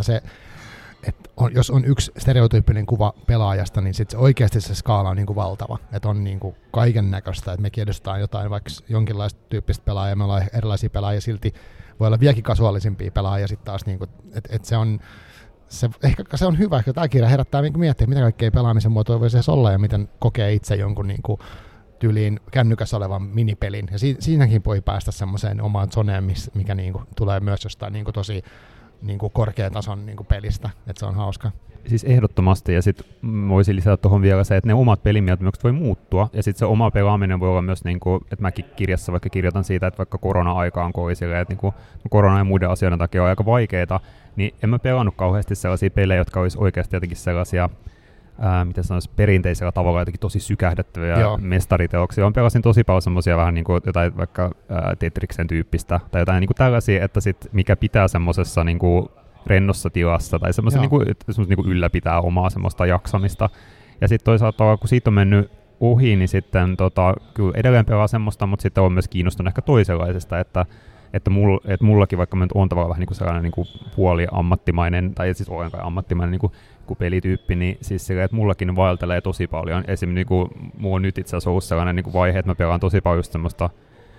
jos on yksi stereotyyppinen kuva pelaajasta, niin sitten oikeasti se skaala on niinku valtava. Että on niinku kaiken näköistä, että me edustaan jotain vaikka jonkinlaista tyyppistä pelaajaa, me ollaan erilaisia pelaajia silti, voi olla vieläkin kasuaalisimpia pelaajia sitten taas, niinku, että ehkä se on hyvä, että tämä kirja herättää niinku miettiä, mitä kaikkea pelaamisen muotoja voisi edes olla ja miten kokee itse jonkun niinku tyyliin kännykässä olevan minipelin. Ja siinäkin voi päästä semmoiseen omaan zoneen, mikä niinku tulee myös jostain niinku tosi niinku korkean tason niinku pelistä, että se on hauska. Siis ehdottomasti, ja sitten voisin lisätä tuohon vielä se, että ne omat pelimieltymykset voi muuttua, ja sitten se oma pelaaminen voi olla myös, niinku, että mäkin kirjassa vaikka kirjoitan siitä, että vaikka korona-aikaan kun oli silleen, että niinku, korona ja muiden asioiden takia on aika vaikeita, niin en mä pelannut kauheasti sellaisia pelejä, jotka olisi oikeasti jotenkin sellaisia, miten sanoisi, perinteisellä tavalla jotenkin tosi sykähdettäviä mestariteoksia. Mä pelasin tosi paljon semmoisia vähän niin kuin jotain vaikka Tetriksen tyyppistä, tai jotain niin kuin tällaisia, että sit mikä pitää semmoisessa niin kuin rennossa tilassa, tai semmoisen niin kuin ylläpitää omaa semmoista jaksamista. Ja sitten toisaalta, kun siitä on mennyt ohi, niin sitten kyllä edelleen pelaa semmoista, mutta sitten on myös kiinnostunut ehkä toisenlaisesta, että mullakin, vaikka mä nyt on tavallaan vähän niin kuin sellainen niin kuin puoli-ammattimainen, tai siis ollenkaan ammattimainen niin kuin pelityyppi, niin siis sillä, että mullakin vaeltelee tosi paljon. Esimerkiksi niin kuin, mulla on nyt itse asiassa ollut sellainen niin kuin vaihe, että mä pelaan tosi paljon just semmoista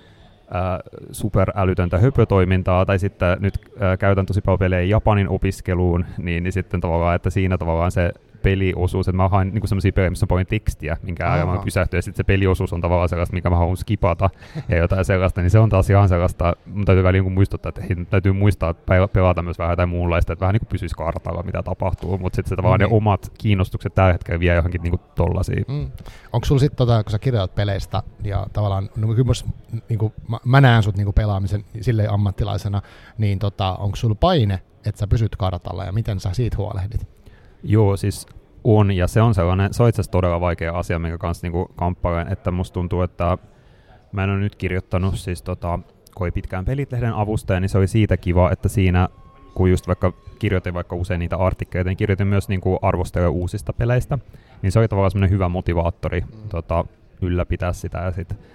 superälytöntä höpötoimintaa, tai sitten nyt käytän tosi paljon pelejä Japanin opiskeluun, niin sitten tavallaan, että siinä tavallaan se peliosuus, että mä haen niin sellaisia pelejä, missä on paljon tekstiä, minkä äärellä mä pysähtyy, ja sitten se peliosuus on tavallaan sellaista, mikä mä haluan skipata, ja jotain sellaista, niin se on taas ihan sellaista, mun täytyy väliin niin muistuttaa, että täytyy muistaa pelata myös vähän jotain muunlaista, että vähän niin kuin pysyisi kartalla, mitä tapahtuu, mutta sitten se tavallaan ne omat kiinnostukset tällä hetkellä vie johonkin niin tollaisia. Onko sulla sitten, kun sä kirjoitat peleistä, ja tavallaan, niin kuin, mä näen sut niin pelaamisen silleen ammattilaisena, niin onko sulla paine, että sä pysyt kartalla, ja miten sä siitä huolehdit? Joo, siis on, ja se on sellainen, se on itse asiassa todella vaikea asia, minkä kanssa niinku kamppailen, että musta tuntuu, että mä en ole nyt kirjoittanut siis kun oli pitkään Pelilehden avustaja, niin se oli siitä kiva, että siinä, kun just vaikka kirjoitin vaikka usein niitä artikkeleita, niin kirjoitin myös niinku arvosteluja uusista peleistä, niin se oli tavallaan semmoinen hyvä motivaattori ylläpitää sitä,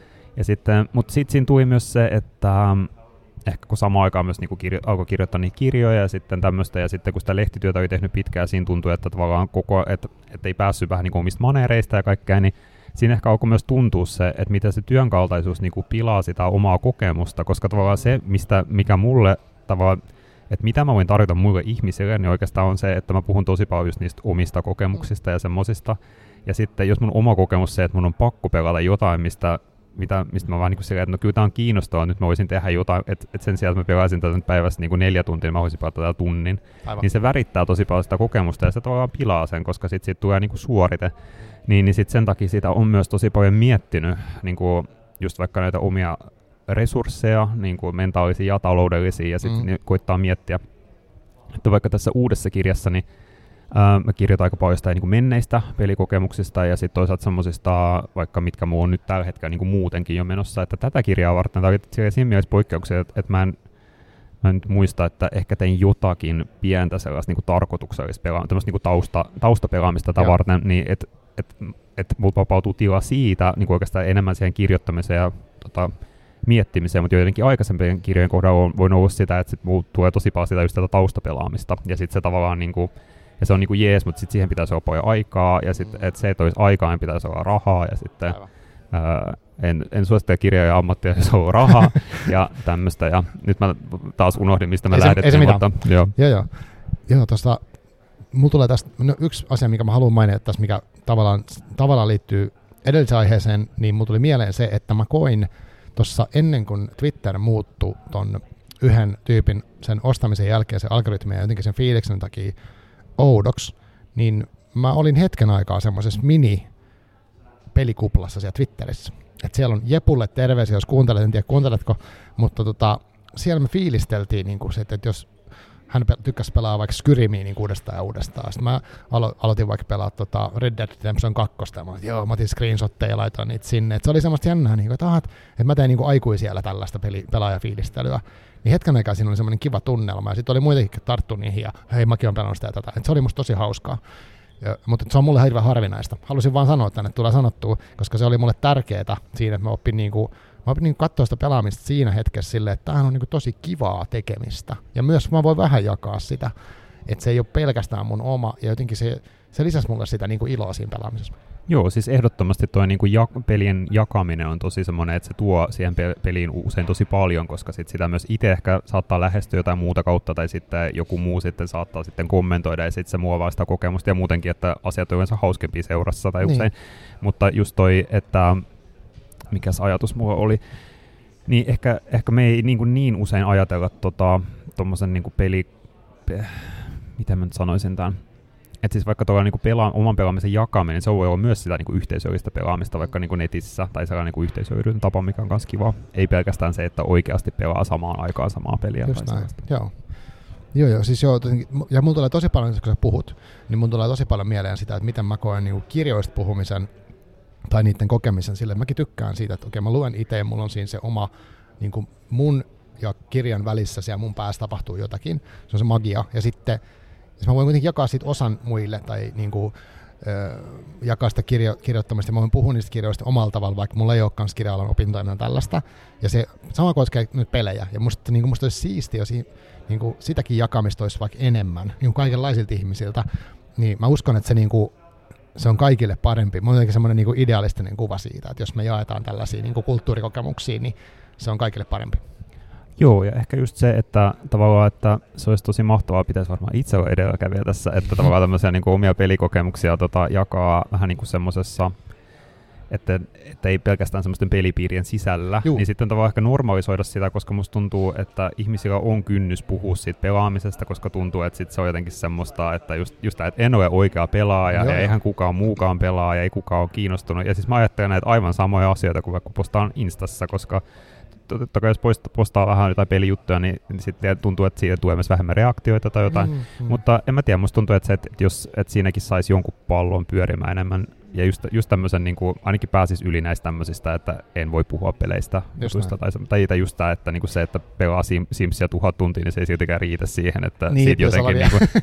mutta sitten siinä tuli myös se, että ehkä kun samaan aikaan myös niinku alkoi kirjoittaa niitä kirjoja ja sitten tämmöistä, ja sitten kun sitä lehtityötä oli tehnyt pitkään, siinä tuntui, että tavallaan että ei päässyt vähän niinku omista maneereista ja kaikkea, niin siinä ehkä alkoi myös tuntua se, että miten se työn kaltaisuus niinku pilaa sitä omaa kokemusta, koska tavallaan se, mikä mulle tavallaan, että mitä mä voin tarjota muille ihmisille, niin oikeastaan on se, että mä puhun tosi paljon just niistä omista kokemuksista ja semmosista, ja sitten jos mun oma kokemus se, että mun on pakko pelata jotain, mistä mä vaan niin silleen, että no kyllä tää on kiinnostavaa, nyt mä voisin tehdä jotain, että sen sijaan, että mä pelaisin tätä päivässä niin 4 tuntia, niin mä voisin pelata tätä tunnin. Aivan. Niin se värittää tosi paljon sitä kokemusta, ja se tavallaan pilaa sen, koska sit siitä tulee niin kuin suorite. Niin sit sen takia sitä on myös tosi paljon miettinyt, niin kuin just vaikka näitä omia resursseja, niin kuin mentaalisia ja taloudellisia, ja sitten niin koittaa miettiä, että vaikka tässä uudessa kirjassa, niin mä kirjoitan aika paljon sitä niin kuin menneistä pelikokemuksista ja sitten toisaalta semmoisista, vaikka mitkä mulla on nyt tällä hetkellä niin kuin muutenkin jo menossa, että tätä kirjaa varten tämä oli siinä mielessä poikkeuksia, että mä en nyt muista, että ehkä tein jotakin pientä sellaista niin kuin tarkoituksellista tämmöistä niin kuin taustapelaamista tätä varten, niin että mulla vapautuu tila siitä niin kuin oikeastaan enemmän siihen kirjoittamiseen ja miettimiseen, mutta joidenkin aikaisempien kirjojen kohdalla voin olla sitä, että sit mulla tulee tosi paljon sitä just tätä taustapelaamista, ja sitten se tavallaan niinku, ja se on niinku jees, mutta sitten siihen pitäisi olla paljon aikaa, ja sitten että se, että olisi aikaa, niin pitäisi olla rahaa, ja sitten en suosittele kirjoja ammattia, jos on rahaa, ja tämmöistä, ja nyt mä taas unohdin, mistä me lähdettiin, mutta joo, tuosta, mulla tulee tästä, yksi asia, mikä mä haluan mainita tässä, mikä tavallaan liittyy edelliseen aiheeseen, niin mulla tuli mieleen se, että mä koin tuossa ennen kuin Twitter muuttui ton yhden tyypin sen ostamisen jälkeen se algoritmi ja jotenkin sen fiiliksen takia oudoksi, niin mä olin hetken aikaa semmoisessa mini-pelikuplassa siellä Twitterissä. Et siellä on Jepulle terveisiä, jos kuuntelet, en tiedä kuunteletko, mutta siellä me fiilisteltiin, niin kuin se, että jos hän tykkäsi pelaa vaikka Skyrimiä niin uudestaan ja uudestaan. Sitten mä aloitin vaikka pelaa Red Dead Redemption 2, ja mä otin screenshotteja ja laitoin niitä sinne. Et se oli semmoista jännää, niin että mä tein niin aikuisiellä tällaista pelaajafiilistelyä. Niin hetken aikaa siinä oli semmoinen kiva tunnelma, ja sitten oli muitakin tarttu niihin, ja hei, mäkin olen pelannut sitä ja tätä. Et se oli musta tosi hauskaa. Mutta se on mulle hirveän harvinaista. Halusin vaan sanoa, että tänne tulee sanottua, koska se oli mulle tärkeää siinä, että mä opin katsoa sitä pelaamista siinä hetkessä silleen, että tämähän on tosi kivaa tekemistä. Ja myös mä voin vähän jakaa sitä, että se ei ole pelkästään mun oma, ja jotenkin se lisäsi mulle sitä iloa siinä pelaamisessa. Joo, siis ehdottomasti tuo pelien jakaminen on tosi semmoinen, että se tuo siihen peliin usein tosi paljon, koska sitä myös itse ehkä saattaa lähestyä jotain muuta kautta, tai sitten joku muu sitten saattaa sitten kommentoida, ja sitten se muovaa sitä kokemusta, ja muutenkin, että asiat on yleensä hauskempia seurassa tai usein. Mutta just toi, että mikäs ajatus mulla oli, niin ehkä me ei niin usein ajatella tommosen miten mä nyt sanoisin tämän, että siis vaikka tuolla oman pelaamisen jakaminen, se voi olla myös sitä yhteisöllistä pelaamista vaikka netissä, tai sellainen yhteisöllinen tapa, mikä on myös kiva. Ei pelkästään se, että oikeasti pelaa samaan aikaan samaa peliä. Just näin, joo, siis ja mulla tulee tosi paljon, kun sä puhut, niin mulla tulee tosi paljon mieleen sitä, että miten mä koen kirjoista puhumisen, tai niiden kokemisen sille. Mäkin tykkään siitä, että okei, mä luen itse ja mulla on siinä se oma mun ja kirjan välissä siellä mun päässä tapahtuu jotakin. Se on se magia. Ja sitten jos mä voin kuitenkin jakaa siitä osan muille tai jakaa sitä kirjoittamista ja mä voin puhua niistä kirjoista omalla tavalla, vaikka mulla ei ole kans kirja-alan opintoja tällaista. Ja se sama koskee nyt pelejä. Ja musta olisi siistiä, jos sitäkin jakamista olisi vaikka enemmän kaikenlaisilta ihmisiltä. Niin mä uskon, että se on kaikille parempi. Mulla on jotenkin semmoinen idealistinen kuva siitä, että jos me jaetaan tällaisia kulttuurikokemuksia, niin se on kaikille parempi. Joo, ja ehkä just se, että tavallaan, että se olisi tosi mahtavaa, pitäisi varmaan itse olla edelläkävijä tässä, että tavallaan tämmöisiä omia pelikokemuksia jakaa vähän semmoisessa, että ei pelkästään semmoisten pelipiirien sisällä, niin sitten tavallaan ehkä normalisoida sitä, koska musta tuntuu, että ihmisillä on kynnys puhua siitä pelaamisesta, koska tuntuu, että sit se on jotenkin semmoista, että just että en ole oikea pelaaja, ja eihän kukaan muukaan pelaa, ja ei kukaan ole kiinnostunut. Ja siis mä ajattelen näitä aivan samoja asioita kuin vaikka postaan Instassa, koska totta kai jos postaa vähän jotain pelijuttuja, niin sitten tuntuu, että siitä tulee myös vähemmän reaktioita tai jotain. Mutta en mä tiedä, musta tuntuu, että siinäkin saisi jonkun pallon pyörimään enemmän. Ja just tämmöisen, ainakin pääsisi yli näistä tämmöisistä, että en voi puhua peleistä. Tai just tämä, että se, että pelaa Simsia 1000 tuntia, niin se ei siltikään riitä siihen, että siitä jotenkin...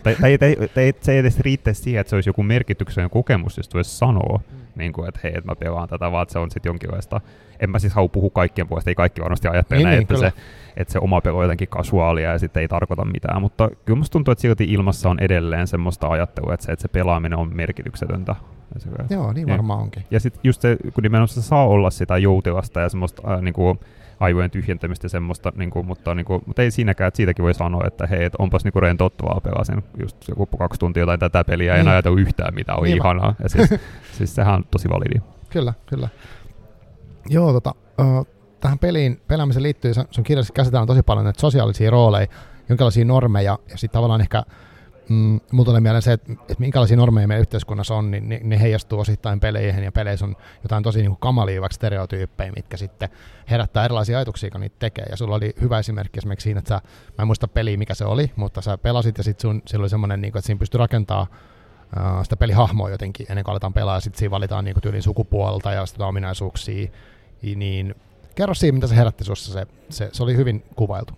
se ei edes riittäisi siihen, että se olisi joku merkityksellinen kokemus, jos voisi sanoa, että hei, että mä pelaan tätä, vaan se on sitten jonkinlaista... En mä siis halua puhua kaikkien puolesta, ei kaikki varmasti ajattele näin, että se oma pelo on jotenkin kasuaalia ja sitten ei tarkoita mitään, mutta kyllä musta tuntuu, että silti ilmassa on edelleen semmoista ajattelua, että se pelaaminen on merkityksetöntä. Joo, niin varmaan onkin. Ja sitten just se, kun nimenomaan se saa olla sitä joutilasta ja semmoista aivojen tyhjentämistä ja semmoista, mutta ei siinäkään, että siitäkin voi sanoa, että hei, et onpas rentouttavaa pelasin just joku 2 tuntia tai tätä peliä, en ajatellut yhtään mitään, on ihanaa. Ja siis sehän on tosi validi. Kyllä. Joo, tähän pelaamiseen liittyy, sun kirjassa käsitellään tosi paljon näitä sosiaalisia rooleja, jonkinlaisia normeja, ja sitten tavallaan ehkä mulla tulee mieleen se, että minkälaisia normeja meidän yhteiskunnassa on, niin ne heijastuu osittain peleihin, ja peleissä on jotain tosi kamalia vaikka stereotyyppejä, mitkä sitten herättää erilaisia ajatuksia, kun niitä tekee. Ja sulla oli hyvä esimerkki esimerkiksi siinä, että mä en muista peliä, mikä se oli, mutta sä pelasit, ja sitten sillä oli semmoinen, että siinä pystyi rakentamaan sitä pelihahmoa jotenkin, ennen kuin aletaan pelaa, ja sitten siinä valitaan tyylin sukupuolta ja sitä ominaisuuksia. Niin kerro siinä, mitä se herätti sussa, se oli hyvin kuvailtu.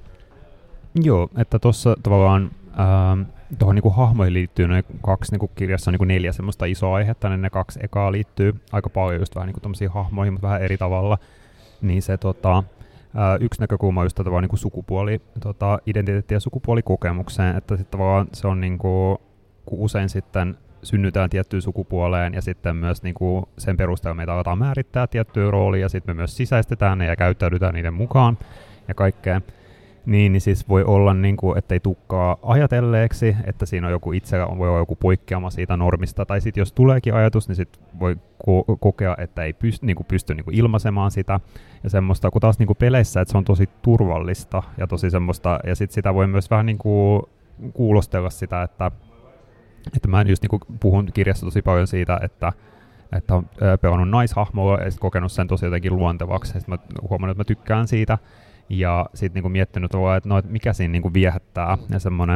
Joo, että tuossa tavallaan tuohon hahmoihin liittyy noin 2 kirjassa on 4 semmoista isoa aihetta, niin ne 2 ekaa liittyy aika paljon just vähän tommosiin hahmoihin, mutta vähän eri tavalla. Niin se yksi näkökulma on just tavallaan sukupuoli, identiteetti- ja sukupuolikokemukseen, että sitten tavallaan se on kun usein sitten synnytään tiettyyn sukupuoleen ja sitten myös sen perusteella meitä aletaan määrittää tiettyä roolia ja sitten me myös sisäistetään ne ja käyttäydytään niiden mukaan ja kaikkea. niin siis voi olla, niin kuin, ettei tukkaa ajatelleeksi, että siinä on joku itsellä voi olla joku poikkeama siitä normista, tai sitten jos tuleekin ajatus, niin sitten voi kokea, että ei pysty niin kuin ilmaisemaan sitä, ja semmoista, kun taas niin kuin peleissä, että se on tosi turvallista, ja tosi semmoista, ja sitten sitä voi myös vähän niin kuin kuulostella sitä, että mä just niin kuin puhun kirjassa tosi paljon siitä, että on pelannut naishahmoa ja kokenut sen tosi jotenkin luontevaksi. Sitten mä huomannut, että mä tykkään siitä. Ja sitten niinku miettinyt, että mikä siinä niinku viehättää ja semmoinen.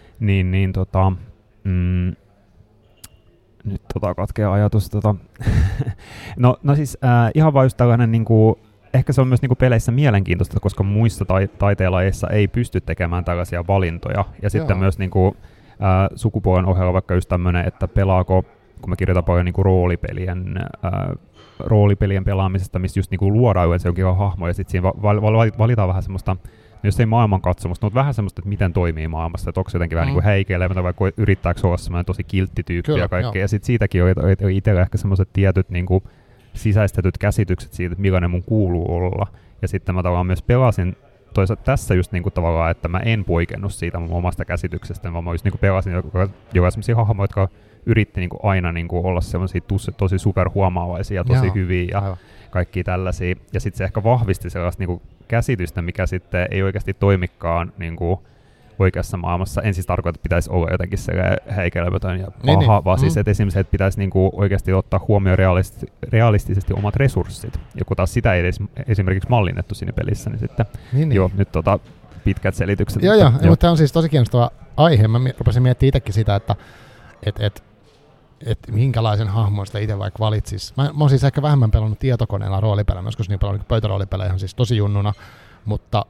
Nyt katkeaa ajatus. no siis ihan vaan just tällainen, niinku, ehkä se on myös niinku peleissä mielenkiintoista, koska muissa taiteenlajeissa ei pysty tekemään tällaisia valintoja. Ja sitten myös niinku, sukupuolen ohella vaikka just tämmöinen, että pelaako, kun mä kirjoitan paljon niinku roolipelien pelaamisesta, missä just niinku luodaan yleensä jonkin hahmo, ja sitten siinä valitaan vähän semmoista, jos ei maailmankatsomusta, mutta vähän semmoista, että miten toimii maailmassa, että onko se jotenkin vähän niinku häikeilemättä, vai yrittääkö olla semmoinen tosi kiltti tyyppi ja kaikkea, ja sitten siitäkin oli itsellä ehkä semmoiset tietyt niinku sisäistetyt käsitykset siitä, että millainen mun kuuluu olla, ja sitten mä tavallaan myös pelasin toisaalta tässä just niinku tavallaan, että mä en poikennut siitä mun omasta käsityksestä, vaan mä just niinku pelasin joka semmoisia hahmoja, jotka yritti niinku aina niinku olla semmoisia tosi superhuomaavaisia, tosi hyviä ja kaikkia tällaisia. Ja sitten se ehkä vahvisti sellaista niinku käsitystä, mikä sitten ei oikeasti toimikaan niinku oikeassa maailmassa. En siis tarkoita, että pitäisi olla jotenkin häikeilemätön ja paha, vaan siis että esimerkiksi että pitäisi niinku oikeasti ottaa huomioon realistisesti omat resurssit. Ja kun taas sitä ei edes esimerkiksi mallinnettu siinä pelissä, niin sitten joo, nyt pitkät selitykset. Joo, mutta tämä on siis tosi kiinnostava aihe. Mä rupesin miettimään itsekin sitä, että minkälaisen hahmon sitä itse vaikka valitsis. Mä oon siis ehkä vähemmän pelannut tietokoneella roolipelejä, joskus niin pelannut pöytäroolipelejä ihan siis tosi junnuna, mutta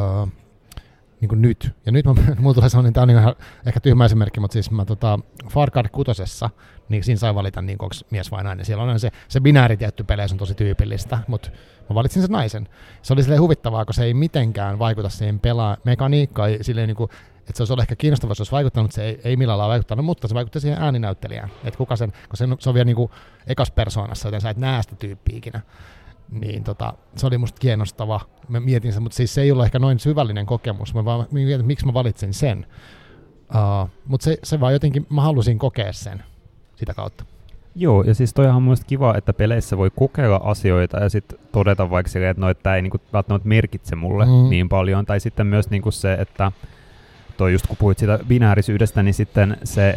niin kuin nyt. Ja nyt mulla tulee sellainen, tämä on ihan ehkä tyhmä esimerkki, mutta siis mä Far Cry 6:ssa, niin siinä sai valita niin onko mies vai nainen. Siellä on se binääri tietty peleissä on tosi tyypillistä, mutta mä valitsin sen naisen. Se oli silleen huvittavaa, kun se ei mitenkään vaikuta siihen mekaniikkaan, silleen niin kuin, että se olisi ollut ehkä kiinnostavaa, jos olisi vaikuttanut, se ei millään lailla vaikuttanut, mutta se vaikutti siihen ääninäyttelijään. Että kuka sen, kun se on vielä niin kuin ekas persoonassa, joten sä et näe sitä tyyppiä ikinä. Niin se oli musta kiinnostava. Mä mietin sen, mutta siis se ei ollut ehkä noin syvällinen kokemus. Mä mietin, miksi mä valitsin sen. Mutta se vaan jotenkin, mä halusin kokea sen sitä kautta. Joo, ja siis toihan on mun mielestä kiva, että peleissä voi kokeilla asioita ja sitten todeta vaikka silleen, että tämä ei niinku välttämättä merkitse mulle niin paljon. Tai sitten myös niinku se, että toi just kun puhuit siitä binäärisyydestä, niin sitten se,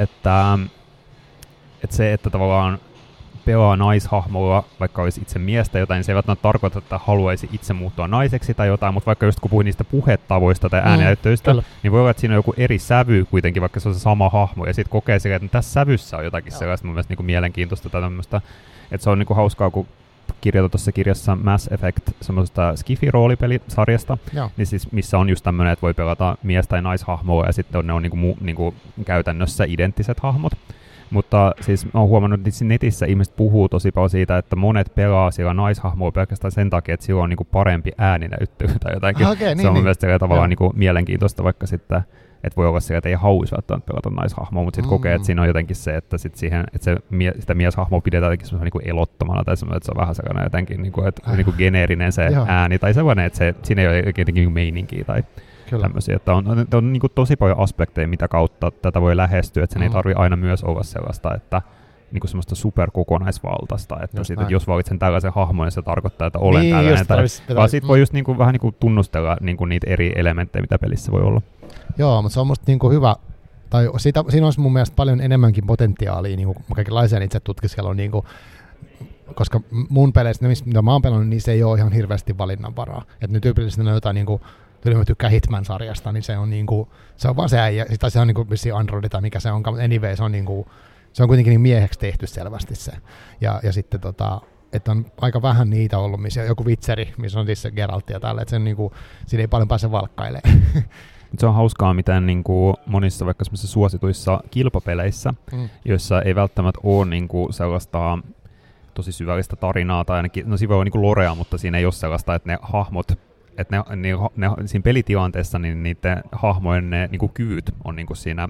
että tavallaan pelaa naishahmolla, vaikka olisi itse miestä jotain, niin se ei välttämättä tarkoita, että haluaisi itse muuttua naiseksi tai jotain, mutta vaikka just kun puhuin niistä puhetavoista tai ääninäyttöistä, niin voi olla, että siinä on joku eri sävy kuitenkin, vaikka se on se sama hahmo, ja sitten kokee silleen, että tässä sävyssä on jotakin sellaista mun mielestä niin kuin mielenkiintoista tai tämmöistä, että se on niin kuin hauskaa, kun kirjoitan tuossa kirjassa Mass Effect semmoisesta Skifi-roolipelisarjasta, niin siis missä on just tämmöinen, että voi pelata mies- tai naishahmoa, ja sitten ne on niinku käytännössä identtiset hahmot. Mutta siis mä oon huomannut, että netissä ihmiset puhuu tosi paljon siitä, että monet pelaa sillä naishahmoa pelkästään sen takia, että sillä on niinku parempi ääninäyttö tai jotakin. Se on mun mielestä tavallaan niinku mielenkiintoista, vaikka sitten, että voi olla sillä, että ei haluaisi välttämättä pelata naishahmoa, mutta sitten kokee, että siinä on jotenkin se, että sitä mieshahmoa pidetään jotenkin semmoinen niinku elottomana tai semmoinen, että se on vähän sellainen jotenkin niinku, niinku geneerinen se ääni tai sellainen, että siinä ei ole jotenkin meininkiä tai tämmöisiä, että on niin kuin tosi paljon aspekteja, mitä kautta tätä voi lähestyä, että sen ei tarvitse aina myös olla sellaista, että niin kuin semmoista superkokonaisvaltaista, että sit, jos valitsen tällaisen hahmon, niin se tarkoittaa, että olen tällainen, vaan sitten voi just niin kuin, vähän niin kuin tunnustella niin kuin niitä eri elementtejä, mitä pelissä voi olla. Joo, mutta se on musta niin kuin hyvä, tai siinä olisi mun mielestä paljon enemmänkin potentiaalia, niin kuin kaikenlaisia itse tutkiskelua, niin kuin, koska mun peleissä, mitä mä oon pelannut, niin se ei ole ihan hirveästi valinnanvaraa. Että nyt tyypillisesti ne on jotain niin kuin mä tykkään Hitman-sarjasta, niin se on niinku, se on vaan se äijä, tai se on niinku Android tai mikä se onkaan, mutta anyway, se on niinku, se on kuitenkin niin mieheksi tehty selvästi se. Ja sitten että on aika vähän niitä ollut, missä joku Witcheri, missä on siis se Geralt ja tälle, että sen niinku, siinä ei paljon pääse valkkailemaan. Se on hauskaa, miten niinku monissa vaikka semmoisissa suosituissa kilpapeleissä, joissa ei välttämättä ole niinku sellaista tosi syvällistä tarinaa, tai ainakin, no siinä voi olla niinku lorea, mutta siinä ei ole sellaista, että ne hahmot, että ne siinä pelitilanteessa niin niiden hahmojen ne niinku kyvyt on niinku siinä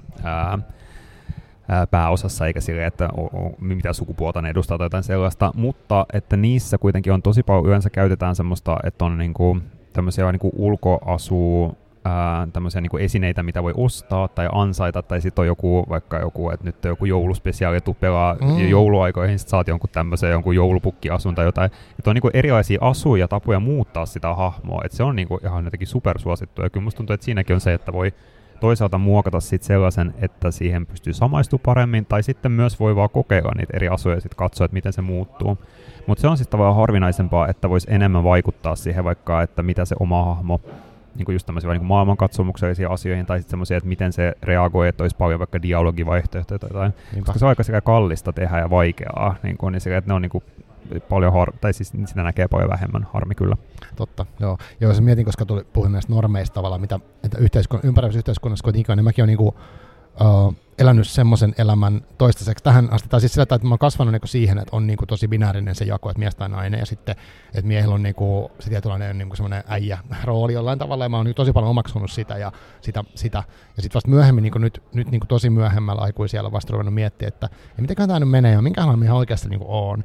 pääosassa, eikä sille, että mitä sukupuolta ne edustaa tai jotain sellaista, mutta että niissä kuitenkin on tosi paljon yleensä käytetään semmoista, että on niinku tämmöisiä niinku ulkoasu tämmöisiä niin kuin esineitä, mitä voi ostaa tai ansaita, tai sitten on joku, vaikka joku, että nyt on joku jouluspesiaali, että pelaa jouluaikoihin, sitten saat jonkun joulupukkiasun tai jotain. Että on niin kuin erilaisia asuja, tapoja muuttaa sitä hahmoa, että se on niin kuin ihan jotenkin supersuosittu, ja kyllä musta tuntuu, että siinäkin on se, että voi toisaalta muokata sit sellaisen, että siihen pystyy samaistumaan paremmin, tai sitten myös voi vaan kokeilla niitä eri asuja ja sitten katsoa, että miten se muuttuu. Mutta se on sitten tavallaan harvinaisempaa, että voisi enemmän vaikuttaa siihen vaikka, että mitä se oma hahmo, niin kuin just tämmöisiä niin maailmankatsomuksellisia asioihin, tai sitten semmoisia, että miten se reagoi, että olisi paljon vaikka dialogivaihtoehtoja tai jotain. Koska se on aika sekä kallista tehdä ja vaikeaa, niin että ne on niin kuin paljon tai siis sitä näkee paljon vähemmän, harmi kyllä. Totta, joo se mietin, koska puhuin näistä normeista tavallaan, mitä ympäröivässä yhteiskunnassa kuitenkin on, niin mäkin olen niinku, elänyt semmoisen elämän toistaiseksi tähän asti, tai siis sillä tavalla, että mä oon kasvanut niinku siihen, että on niinku tosi binäärinen se jako, että mies tai nainen, ja sitten, että miehellä on niinku, se tietynlainen niinku semmoinen äijä-rooli jollain tavalla, ja mä oon niinku tosi paljon omaksunut sitä, ja sitten vasta myöhemmin, niinku nyt niinku tosi myöhemmällä aikuisiellä vasta ruvennut miettiä, että mitenköhän tämä nyt menee, ja minkälainen minä oikeasti niinku oon,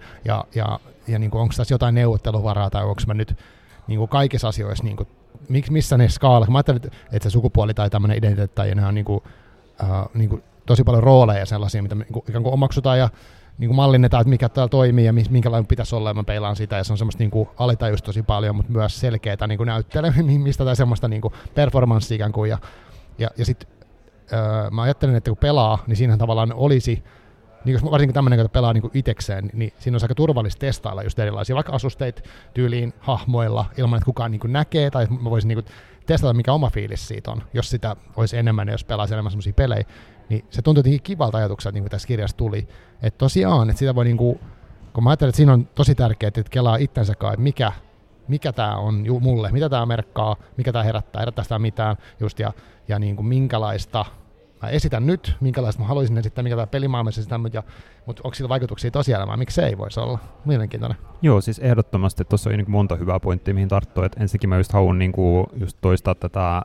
ja niinku, onko tässä jotain neuvotteluvaraa, tai onko mä nyt niinku kaikissa asioissa, niinku, missä ne skaalat, mä ajattelin, että se sukupuoli tai tämmöinen identiteetti, tai ne on niinku tosi paljon rooleja sellaisia, mitä me ikään kuin omaksutaan ja niin kuin mallinnetaan, että mikä täällä toimii ja minkälainen pitäisi olla, ja mä peilaan sitä, ja se on semmoista niin kuin alitajuista tosi paljon, mutta myös selkeää niin kuin näyttelemistä tai semmoista niin kuin performanssia ikään kuin, ja sitten mä ajattelen, että kun pelaa, niin siinähän tavallaan olisi, niin varsinkin tämmöinen, joka pelaa niin kuin itsekseen, niin siinä on aika turvallista testailla just erilaisia, vaikka asusteita tyyliin hahmoilla, ilman että kukaan niin kuin näkee, tai mä voisin niin kuin testata, mikä oma fiilis siitä on, jos sitä olisi enemmän, jos pelaisi enemmän semmoisia pelejä, niin se tuntuu jotenkin kivalta ajatukselta, niin kuin tässä kirjassa tuli. Että tosiaan, että sitä voi niin kuin, kun mä ajattelen, että siinä on tosi tärkeää, että kelaa itsensäkaan, että mikä tämä on mulle, mitä tämä merkkaa, mikä tämä herättää sitä mitään, just ja niin kuin minkälaista mä esitän nyt, minkälaista mä haluaisin esittää, mikä tämä pelimaailmassa esitän, mutta onko sillä vaikutuksia tosielämään, miksi se ei voisi olla? Mielenkiintoinen. Joo, siis ehdottomasti, tuossa on niin monta hyvää pointtia, mihin tarttuu, että ensinnäkin mä just haluan niin kuin just toistaa tätä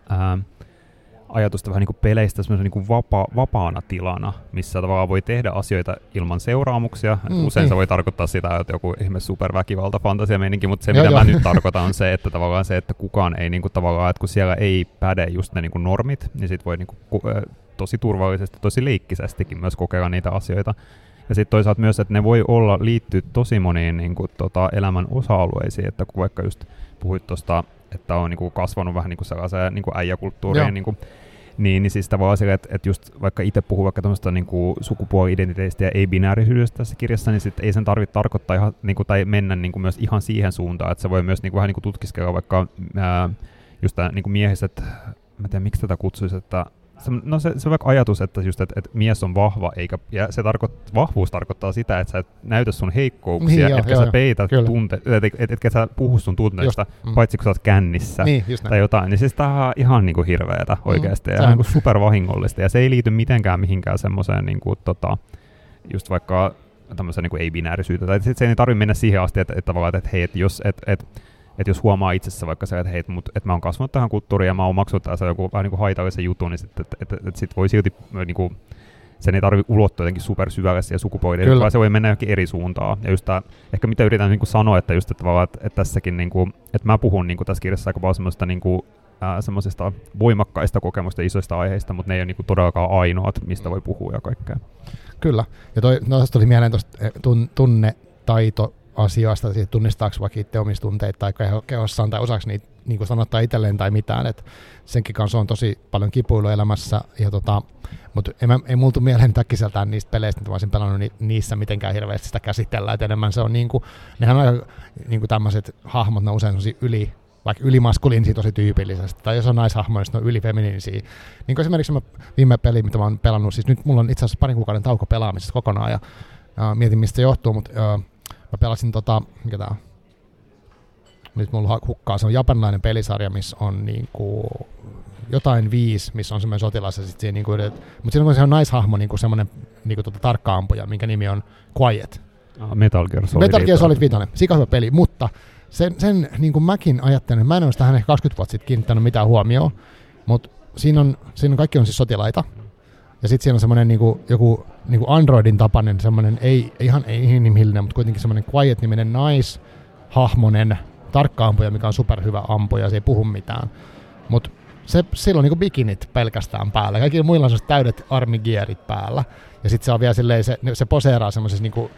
ajatusta vähän niin kuin peleistä semmoisen niin kuin vapaana tilana, missä tavallaan voi tehdä asioita ilman seuraamuksia. Usein se voi tarkoittaa sitä, että joku ihme superväkivalta fantasiameininki, mutta se mitä mä nyt tarkoitan on se, että tavallaan se, että kukaan ei niin kuin tavallaan, että kun siellä ei päde just ne niin kuin normit, niin sit voi niin kuin tosi turvallisesti, tosi leikkisestikin myös kokeilla niitä asioita. Ja sitten toisaalta myös, että ne voi liittyä tosi moniin niin kuin, elämän osa-alueisiin, että kun vaikka just puhuit tuosta, että on niin kuin kasvanut vähän niin kuin sellaiseen niin kuin äijäkulttuuriin, niin siis tavallaan se, että just vaikka itse puhuu vaikka tämmöistä niin kuin sukupuoli-identiteetistä ja ei-binäärisyydestä tässä kirjassa, niin sitten ei sen tarvitse tarkoittaa ihan, niin kuin, tai mennä niin kuin myös ihan siihen suuntaan, että se voi myös niin kuin, vähän niin kuin tutkiskella vaikka just tämä niin kuin miehiset, mä en tiedä miksi tätä kutsuisi, että no se on vaikka ajatus, että just, että mies on vahva, ja se vahvuus tarkoittaa sitä, että sä et näytä sun heikkouksia, etkä sä peitä tunteita, etkä sä puhu sun tunteista, paitsi kun sä oot kännissä tai jotain, niin siis tää on ihan niinku hirveetä oikeasti, ja niinku supervahingollista, ja se ei liity mitenkään mihinkään semmoseen niinku just vaikka tämmöiseen niinku ei-binäärisyyteen, tai se ei tarvitse mennä siihen asti, että tavallaan, että hei, että jos huomaa itsessä vaikka se, että hei, että mä oon kasvanut tähän kulttuuriin ja mä oon omaksunut tässä joku vähän niin kuin haitallisen jutun, niin että sit voi silti, niin kuin, sen ei tarvitse ulottua jotenkin supersyvälle siihen sukupuoliin, vaan se voi mennä johonkin eri suuntaan. Ja just tämä, ehkä mitä yritän niin kuin sanoa, että just että tässäkin, niin kuin, että mä puhun niin kuin tässä kirjassa aika paljon semmoista niin kuin, semmoisista voimakkaista kokemusta isoista aiheista, mutta ne ei ole niin kuin todellakaan ainoat, mistä voi puhua ja kaikkea. Kyllä. Ja tuosta tuli mieleen tuosta tunnetaito asioista, siitä tunnistaako vaikka itse omista tunteita tai kehossaan tai osaako niitä niin sanottaa itselleen tai mitään, että senkin kanssa on tosi paljon kipuilua elämässä, mutta ei mulla tule mieleen äkkiseltään niistä peleistä, että mä olisin pelannut niissä mitenkään hirveästi sitä käsitellään, että enemmän se on niinku, nehän on aika niinku tämmöiset hahmot, ne on usein vaikka ylimaskuliinisia tosi tyypillisesti, tai jos on naishahmoja, niin ne on ylifeminiinisiä. Niin kuin esimerkiksi viime peli, mitä mä oon pelannut, siis nyt mulla on itse asiassa parin kuukauden tauko pelaamisesta kokonaan, ja mietin mistä se johtuu, mutta mä pelasin mikä tää on? Nyt mulla hukkaa, se on japanilainen pelisarja, missä on niinku jotain 5, missä on semmoinen sotilas, ja sit siinä niinku mutta siinä on se naishahmo niinku semmoinen niinku tarkka-ampuja, minkä nimi on Quiet. Metal Gear Solid 5, sikahyvä peli, mutta sen niinku mäkin ajattelen, mä en ole tähän ehkä 20 vuotta sitten kiinnittänyt mitään huomioon, mutta siinä on kaikki on siis sotilaita, ja sitten siinä on semmoinen joku Androidin tapainen, semmoinen ei inhimillinen, mutta kuitenkin semmoinen Quiet-niminen naishahmonen tarkka-ampuja, mikä on superhyvä ampuja, se ei puhu mitään. Mutta silloin niinku bikinit pelkästään päällä. Kaikilla muilla on täydet armigierit päällä. Ja sitten se on vielä silleen, se poseeraa semmoisessa niinku,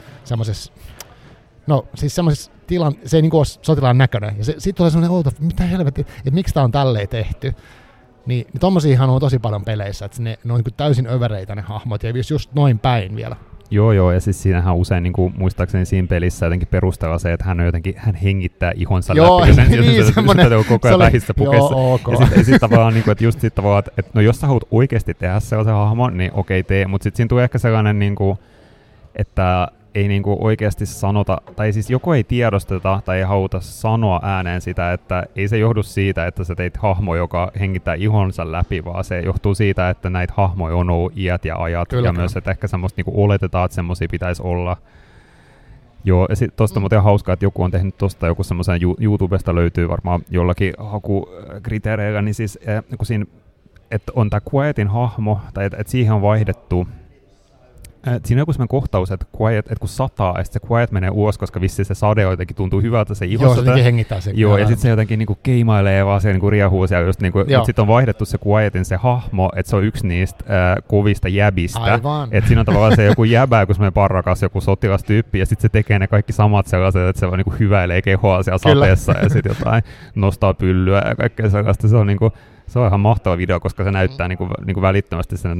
no siis semmoisessa se ei niinku ole sotilaan näköinen. Ja sitten tulee semmoinen outo, mitä helvetti, että miksi tää on tälleen tehty. Niin tommosiahan on tosi paljon peleissä, että ne on niinku täysin övereitä ne hahmot, ja just noin päin vielä. Joo, ja siis siinähän usein niin kuin, muistaakseni siinä pelissä jotenkin perustella se, että hän hengittää ihonsa läpi, ja se on koko ajan vähissä pukessa. Ja sitten tavallaan, niin kuin, että just sit tavallaan, että no jos sä haluat oikeasti tehdä sellaisen hahmon, niin okei tee, mutta sitten siinä tulee ehkä sellainen, niin kuin, että ei niin kuin oikeasti sanota, tai siis joko ei tiedosteta tai ei haluta sanoa ääneen sitä, että ei se johdu siitä, että sä teit hahmo, joka hengittää ihonsa läpi, vaan se johtuu siitä, että näitä hahmoja on ollut iät ja ajat, kyllä, ja myös, että ehkä semmoista niin kuin oletetaan, että semmoisia pitäisi olla. Joo, ja sitten tosta muuten hauskaa, että joku on tehnyt tosta, joku semmoisen YouTubesta löytyy varmaan jollakin hakukriteereillä, niin siis kun siinä, että on tämä Quietin hahmo, tai että siihen on vaihdettu. Siinä on joku sellainen kohtaus, että kun sataa, ja sitten se Quiet menee ulos, koska vissiin se sade jotenkin tuntuu hyvältä se ihossa. Joo, se jotenkin hengittää sen. Joo, ja sitten se jotenkin niinku keimailee vaan se niinku riehuu siellä just niinku, mutta sitten on vaihdettu se Quietin se hahmo, että se on yksi niistä kovista jäbistä. Että siinä on tavallaan se joku jäbä, kun semmoinen parrakas, joku sotilastyyppi, ja sitten se tekee ne kaikki samat sellaiset, että se vaan niinku hyväilee kehoa siellä sateessa, ja sitten jotain nostaa pyllyä ja kaikkea sellaista. Se on ihan mahtava video, koska se näyttää niinku välittömästi sen,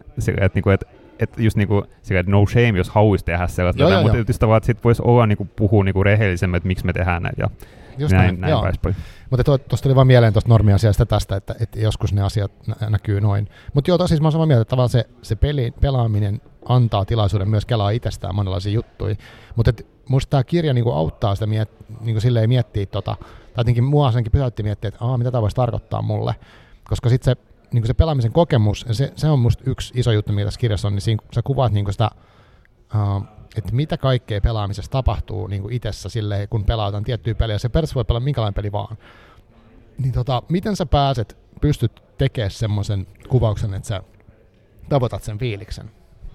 että just niinku sillä, että no shame, jos haluaisi tehdä sellaista, mutta tietysti vaan, että sit voisi olla niinku puhua niinku rehellisemmin, että miksi me tehdään näitä, ja näin päin. Mutta tuosta tuli vaan mieleen tuosta normiasiasta tästä, että joskus ne asiat näkyy noin. Mutta joo, tosiaan mä oon samaa mieltä, että tavallaan se pelaaminen antaa tilaisuuden myös kelaa itsestään monenlaisia juttuja. Mutta musta tämä kirja niinku auttaa sitä niinku silleen miettiä, tai jotenkin mua senkin pysäytti miettiä, että mitä tämä voisi tarkoittaa mulle. Koska sitten niin se pelaamisen kokemus, se on musta yksi iso juttu, mitä tässä kirjassa on, niin siinä sä kuvaat niin sitä, että mitä kaikkea pelaamisessa tapahtuu niin itsessä silleen, kun pelataan tiettyjä pelejä. Se periaatteessa voi pelata minkälainen peli vaan. Niin miten sä pystyt tekemään semmoisen kuvauksen, että sä tavoitat sen fiiliksen?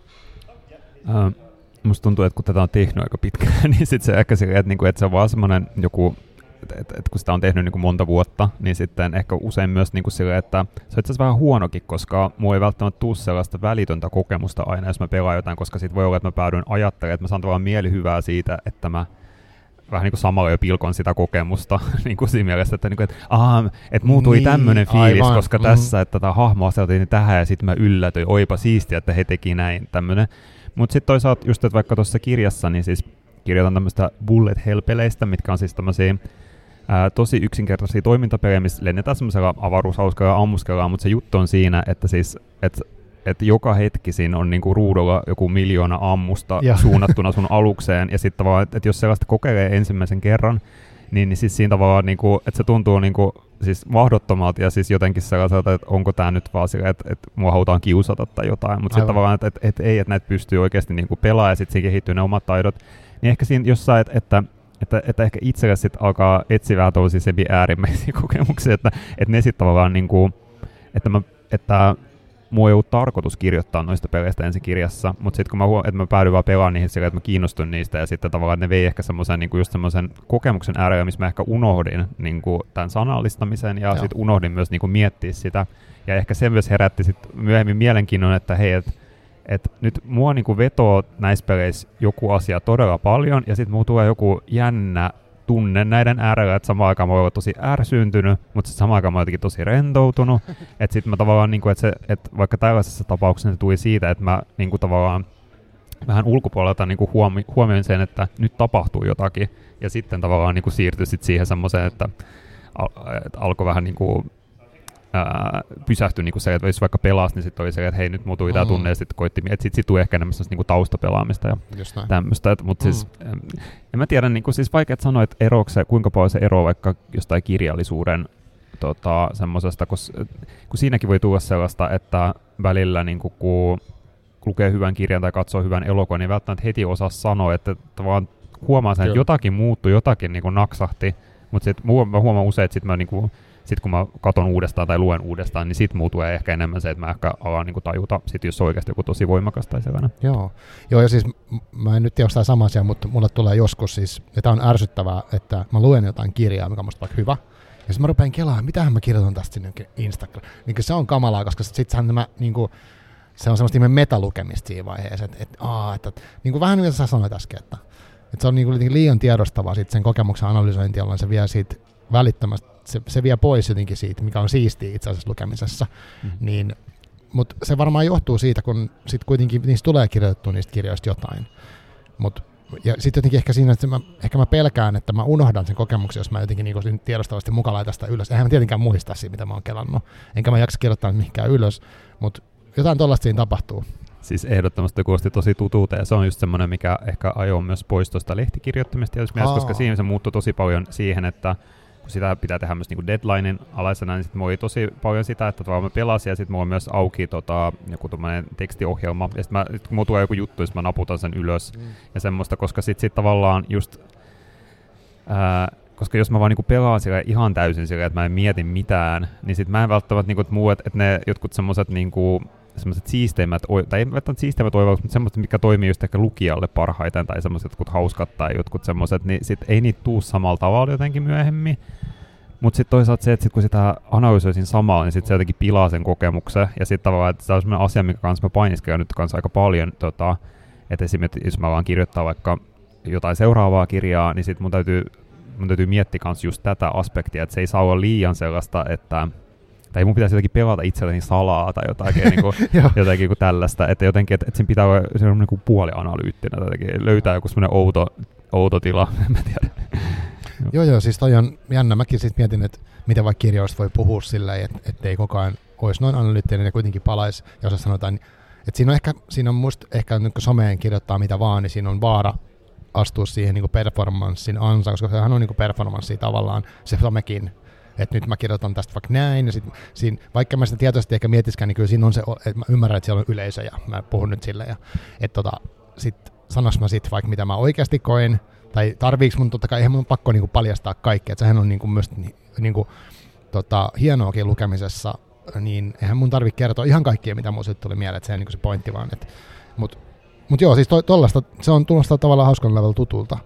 Musta tuntuu, että kun tätä on tehnyt aika pitkään, niin sitten se ehkä se, että se on vaan semmoinen joku, että kun sitä on tehnyt niin kuin monta vuotta, niin sitten ehkä usein myös niin kuin sille, että se on itse asiassa vähän huonokin, koska mulla ei välttämättä tule sellaista välitöntä kokemusta aina, jos mä pelaan jotain, koska sitten voi olla, että mä päädyin ajattelemaan, että mä saan tavallaan mielihyvää siitä, että mä vähän niin kuin samalla jo pilkon sitä kokemusta niin kuin siinä mielessä, että muu tuli tämmöinen fiilis, aivan, koska tässä, että tätä hahmoa aseteltiin tähän ja sitten mä yllätyin, oipa siistiä, että he teki näin tämmöinen. Mutta sitten toisaalta just, että vaikka tuossa kirjassa, niin siis kirjoitan tämmöistä bullet hell-peleistä, mitkä on siis tämmöisiä tosi yksinkertaisia toimintapelejä, missä lennetään semmoisella avaruushauskalla ja ammuskellaan, mutta se juttu on siinä, että siis, että joka hetki siinä on niinku ruudulla joku 1,000,000 ammusta suunnattuna sun alukseen, ja sitten tavallaan, että jos sellaista kokeilee ensimmäisen kerran, niin siis siinä tavallaan, niinku, että se tuntuu niinku, siis mahdottomalta, ja siis jotenkin sellaiselta, että onko tämä nyt vaan sillä, että mua halutaan kiusata tai jotain, mutta sitten tavallaan, että näitä pystyy oikeasti niinku pelaamaan, ja sitten siinä kehittyy ne omat taidot, niin ehkä siinä jossain, että ehkä itselle sitten alkaa etsiä vähän tosi äärimmäisiä kokemuksia, että ne sitten tavallaan niinku, että mua ei ollut tarkoitus kirjoittaa noista peleistä ensin kirjassa, mutta sitten kun mä päädyin vaan pelaamaan niihin sillä, että mä kiinnostun niistä, ja sitten tavallaan ne vei ehkä semmoisen niinku just semmoisen kokemuksen äärellä, missä mä ehkä unohdin niinku tämän sanallistamisen, ja sitten unohdin myös niinku miettiä sitä, ja ehkä se myös herätti sitten myöhemmin mielenkiinnon, että hei, että nyt mua niinku vetoo näissä peleissä joku asia todella paljon, ja sitten mulla tulee joku jännä tunne näiden äärellä, että samaan aikaan mä oon tosi ärsyntynyt, mutta samaan aikaan mä oon jotenkin tosi rentoutunut. Että sitten mä tavallaan, niinku, että vaikka tällaisessa tapauksessa se tuli siitä, että mä niinku, tavallaan vähän ulkopuolelta niinku, huomioin sen, että nyt tapahtuu jotakin, ja sitten tavallaan niinku, siirtyi sit siihen semmoiseen, että alkoi vähän niinku, pysähtyi niinku se, että jos vaikka pelasi, niin sitten oli se, että hei, nyt mulla tuli tää tunne, ja sitten koitti, että sitten tuli ehkä enemmän niinku taustapelaamista ja tämmöistä. Mutta siis, en mä tiedä, niinku, siis vaikea sanoa, että kuinka paljon se eroaa vaikka jostain kirjallisuuden semmoisesta, kun siinäkin voi tulla sellaista, että välillä niinku, kun lukee hyvän kirjan tai katsoo hyvän elokuvan, niin välttämättä heti osaa sanoa, että vaan huomaa sen, että jotakin muuttui, jotakin niinku naksahti, mutta sitten mä huomaan usein, että sitten kun mä katon uudestaan tai luen uudestaan, niin sit muu tulee ehkä enemmän se, että mä ehkä alan niinku tajuta, sit jos on oikeasti joku tosi voimakas tai sellainen. Joo, ja siis mä en nyt tiedä, onko tämä sama asia, mutta mulle tulee joskus siis, että on ärsyttävää, että mä luen jotain kirjaa, mikä on musta vaikka hyvä, Ja sitten mä rupean kelaamaan, mitähän mä kirjoitan tästä sinne Instagram. Niin se on kamalaa, koska sitten niinku, se on semmoista metalukemista siinä vaiheessa, että niin kuin vähän niin kuin sä sanoit äsken, että se on niin kuin liian tiedostavaa sit sen kokemuksen analysointi, jolloin se vie siitä välittömästi, se vie pois jotenkin siitä, mikä on siistiä itse asiassa lukemisessa. Niin, mutta se varmaan johtuu siitä, kun sit kuitenkin niistä tulee kirjoitettua niistä kirjoista jotain. Ja sitten jotenkin ehkä siinä, että mä pelkään, että mä unohdan sen kokemuksen, jos mä jotenkin niin tiedostavasti mukaan laitan sitä ylös. Eihän mä tietenkään muista siitä, mitä mä oon kelannut. Enkä mä jaksa kirjoittaa mihinkään ylös, mutta jotain tollaista siinä tapahtuu. Siis ehdottomasti kuulosti tosi tutulta, ja se on just semmoinen, mikä ehkä ajoi myös pois tuosta lehtikirjoittamista tietysti mielessä, koska siinä se muuttui tosi paljon siihen, että kun sitä pitää tehdä myös niinku deadlinein alaisena, niin sitten mulla oli tosi paljon sitä, että mä pelasin, ja sitten mulla on myös auki joku tommoinen tekstiohjelma, ja sitten kun mulla tulee joku juttu, niin mä naputan sen ylös, ja semmoista, koska sitten tavallaan just, koska jos mä vaan niinku pelaan sille ihan täysin sille, että mä en mieti mitään, niin sitten mä en välttämättä, niinku, että ne jotkut semmoiset niinku, semmoiset siisteimmät, tai ei välttämättä siisteimmät oivallukset, mutta semmoiset, mikä toimii just ehkä lukijalle parhaiten, tai semmoiset jotkut hauskat tai jotkut semmoiset, niin sit ei niitä tuu samalla tavalla jotenkin myöhemmin. Mutta sitten toisaalta se, että sit kun sitä analysoisin samalla, niin sitten se jotenkin pilaa sen kokemuksen, ja sitten tavallaan, että se on semmoinen asia, mikä kanssa mä painiskelen nyt kanssa aika paljon, että esimerkiksi jos mä vaan kirjoittaa vaikka jotain seuraavaa kirjaa, niin sitten mun täytyy miettiä kanssa just tätä aspektia, että se ei saa olla liian sellaista, että tai mun pitäisi jotenkin pelata itselleni salaa tai jotakin tällaista, että jotenkin, että siinä pitää olla niin kuin puolianalyyttinen, löytää joku semmoinen outo tila, en mä tiedä. Joo, siis toi on jännä. Mäkin siis mietin, että miten vaikka kirjoista voi puhua silleen, että ei koko ajan olisi noin analyyttinen ja kuitenkin palaisi, jos sanotaan, että siinä on musta ehkä nyt kun someen kirjoittaa mitä vaan, niin siinä on vaara astua siihen niin kuin performanssin ansaan, koska sehän on niin kuin performanssia tavallaan se somekin. Että nyt mä kirjoitan tästä vaikka näin, ja siinä, vaikka mä sitä tietoisesti ehkä mietiskään, niin kyllä siinä on se, että mä ymmärrän, että siellä on yleisö, ja mä puhun nyt silleen, että sit sanois mä sit vaikka mitä mä oikeasti koen, tai tarviiks mun, totta kai eihän mun pakko niinku paljastaa kaikkea, että sehän on niinku myös niinku, hienoakin lukemisessa, niin eihän mun tarvitse kertoa ihan kaikkea, mitä mun tuli mieleen, että se on niinku se pointti vaan, mut joo, siis tollaista, se on tulosta tavallaan hauskan level tutulta.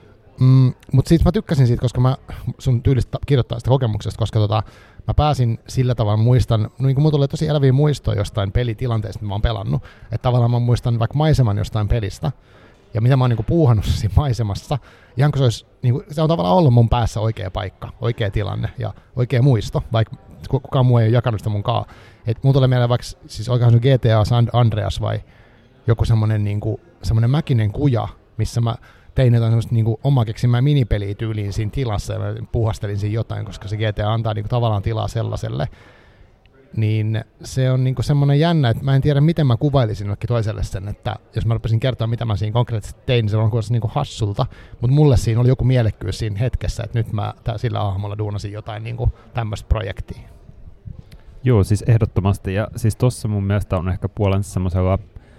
Mutta siis mä tykkäsin siitä, koska sun tyylistä kirjoittaa sitä kokemuksesta, koska mä pääsin sillä tavalla muistan, niin kuin mulla tulee tosi eläviä muistoja jostain pelitilanteesta, mitä mä oon pelannut, että tavallaan mä muistan vaikka maiseman jostain pelistä, ja mitä mä oon niinku puuhannut siinä maisemassa, ihan kun se olisi, niinku, se on tavallaan ollut mun päässä oikea paikka, oikea tilanne ja oikea muisto, vaikka kukaan muu ei ole jakanut sitä munkaan. Että mulla tulee mieleen vaikka, siis oikein GTA San Andreas vai joku semmonen mäkinen kuja, missä mä tein jotain semmoista niinku oma keksimää minipeliä tyyliin siinä tilassa ja mä puhastelin siinä jotain, koska se GTA antaa niinku tavallaan tilaa sellaiselle. Niin se on niinku semmoinen jännä, että mä en tiedä miten mä kuvailisin jollekin toiselle sen, että jos mä rupesin kertoa mitä mä siinä konkreettisesti tein, niin se on kuulosti niinku hassulta, mutta mulle siinä oli joku mielekkyys siinä hetkessä, että nyt mä sillä aamulla duunasin jotain niinku tämmöistä projektia. Joo, siis ehdottomasti, ja siis tossa mun mielestä on ehkä puolensa semmoisella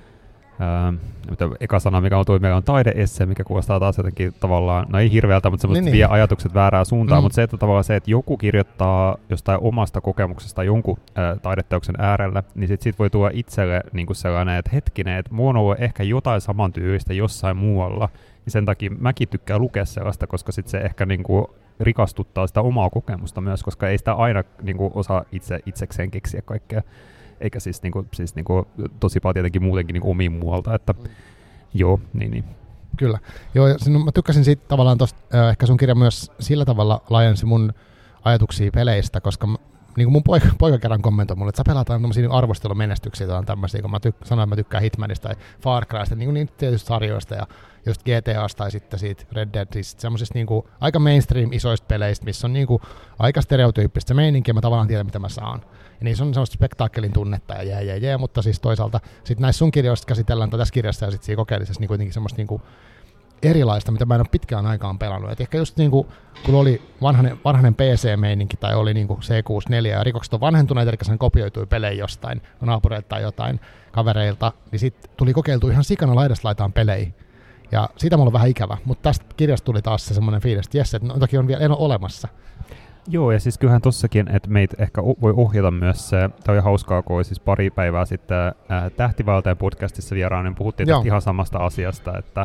eka sana, mikä on meillä on taide-esse, mikä kuulostaa taas jotenkin tavallaan, no ei hirveältä, mutta semmoista vie ajatukset väärään suuntaan, mutta se, että tavallaan se, että joku kirjoittaa jostain omasta kokemuksesta jonkun taideteoksen äärellä, niin sit voi tuoda itselle niin kuin sellainen, että hetkinen, että mulla on ollut ehkä jotain samantyylistä jossain muualla, niin sen takia mäkin tykkään lukea sellaista, koska sit se ehkä niin kuin rikastuttaa sitä omaa kokemusta myös, koska ei sitä aina niin kuin osaa itsekseen keksiä kaikkea. Eikä siis tosi paljon tietenkin muutenkin niinku omiin muualta, että joo, niin. Kyllä. Joo, mä tykkäsin siitä tavallaan tosta, ehkä sun kirja myös sillä tavalla laajensi mun ajatuksia peleistä, koska niin kuin mun poika kerran kommentoi mulle, että sä pelataan tämmöisiä arvostelumenestyksiä tai tämmöisiä, kun mä sanoin, että mä tykkään Hitmanista tai Far Crysta, niin tietysti sarjoista ja just GTAsta tai sitten siitä Red Deadista, semmoisista niin kuin aika mainstream isoista peleistä, missä on niin kuin aika stereotyyppistä se meininki ja mä tavallaan tiedän, mitä mä saan. Ja niissä on semmoista spektaakkelin tunnetta ja mutta siis toisaalta sitten näissä sun kirjoista käsitellään tässä kirjassa ja sitten siinä kokeellisessa niin kuitenkin semmoista niin kuin erilaista, mitä mä en ole pitkään aikaan pelannut. Et ehkä just niinku, kun oli vanhainen PC-meininki tai oli niinku C64 ja rikokset on vanhentuneet, eli sen kopioitui pelejä jostain naapureilta tai jotain kavereilta, niin sitten tuli kokeiltua ihan sikana laidasta laitaan pelejä. Ja siitä mulla on vähän ikävä, mutta tästä kirjasta tuli taas se semmoinen fiilis, että jes, että toki on vielä olemassa. Joo, ja siis kyllähän tossakin, että meitä ehkä voi ohjata myös se, tämä oli hauskaa, kun oli siis pari päivää sitten Tähtivaltajan podcastissa vieraan, niin puhuttiin tästä ihan samasta asiasta, että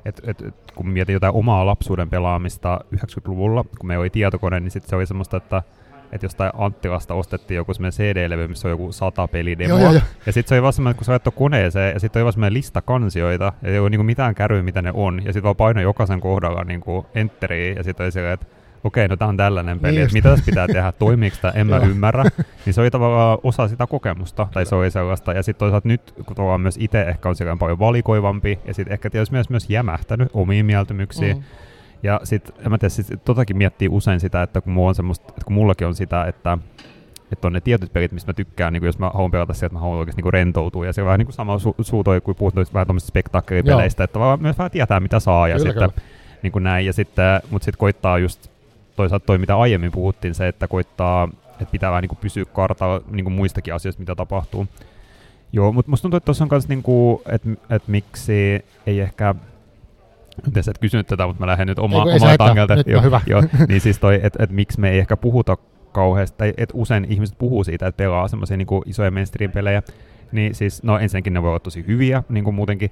kun mietin jotain omaa lapsuuden pelaamista 90-luvulla, kun me oli tietokone, niin sitten se oli semmoista, että jostain Anttilasta ostettiin joku semmoinen CD-levy, missä on joku 100 pelidemoa. Ja sitten se oli vaan semmoinen, kun sä laittoi koneeseen, ja sitten oli vaan semmoinen lista kansioita, ja ei ole niinku mitään käryä, mitä ne on. Ja sitten vaan painoi jokaisen kohdalla niinku enteriin, ja sitten oli silleen, että okei, no tää on tällainen peli, että mitä tässä pitää tehdä, toimiiko tämä, en mä ymmärrä. Niin se oli tavallaan osa sitä kokemusta, tai se oli sellaista. Ja sitten toisaalta nyt, kun tavallaan myös itse ehkä on silleen paljon valikoivampi, ja sitten ehkä tietysti myös jämähtänyt omiin mieltymyksiin. Ja sitten, en mä tiedä, totakin miettii usein sitä, että kun mullakin on sitä, että on ne tietyt pelit, mistä mä tykkään, niin jos mä haluan pelata sieltä, että mä haluan oikeasti niin rentoutua. Ja se on vähän niin kuin sama suutoi, kun puhutaan vähän tuollaisista spektaakkelipeleistä, että vaan myös vähän tietää, mitä saa. Ja sitten, niin kuin näin. Ja sitten, mutta sitten koittaa just toisaalta toi, mitä aiemmin puhuttiin, se, että koittaa, että pitää vähän niin kuin pysyä kartalla niin kuin muistakin asioista, mitä tapahtuu. Joo, mutta musta tuntuu, että tuossa on myös, niin että miksi ei ehkä. Tässä et kysynyt tätä, mutta mä lähden nyt omaa tangelta. Joo, niin siis toi, että miksi me ei ehkä puhuta kauheasti, tai että usein ihmiset puhuu siitä, että pelaa semmoisia niin isoja mainstream-pelejä, niin siis, no ensinnäkin ne voi olla tosi hyviä, niin kuin muutenkin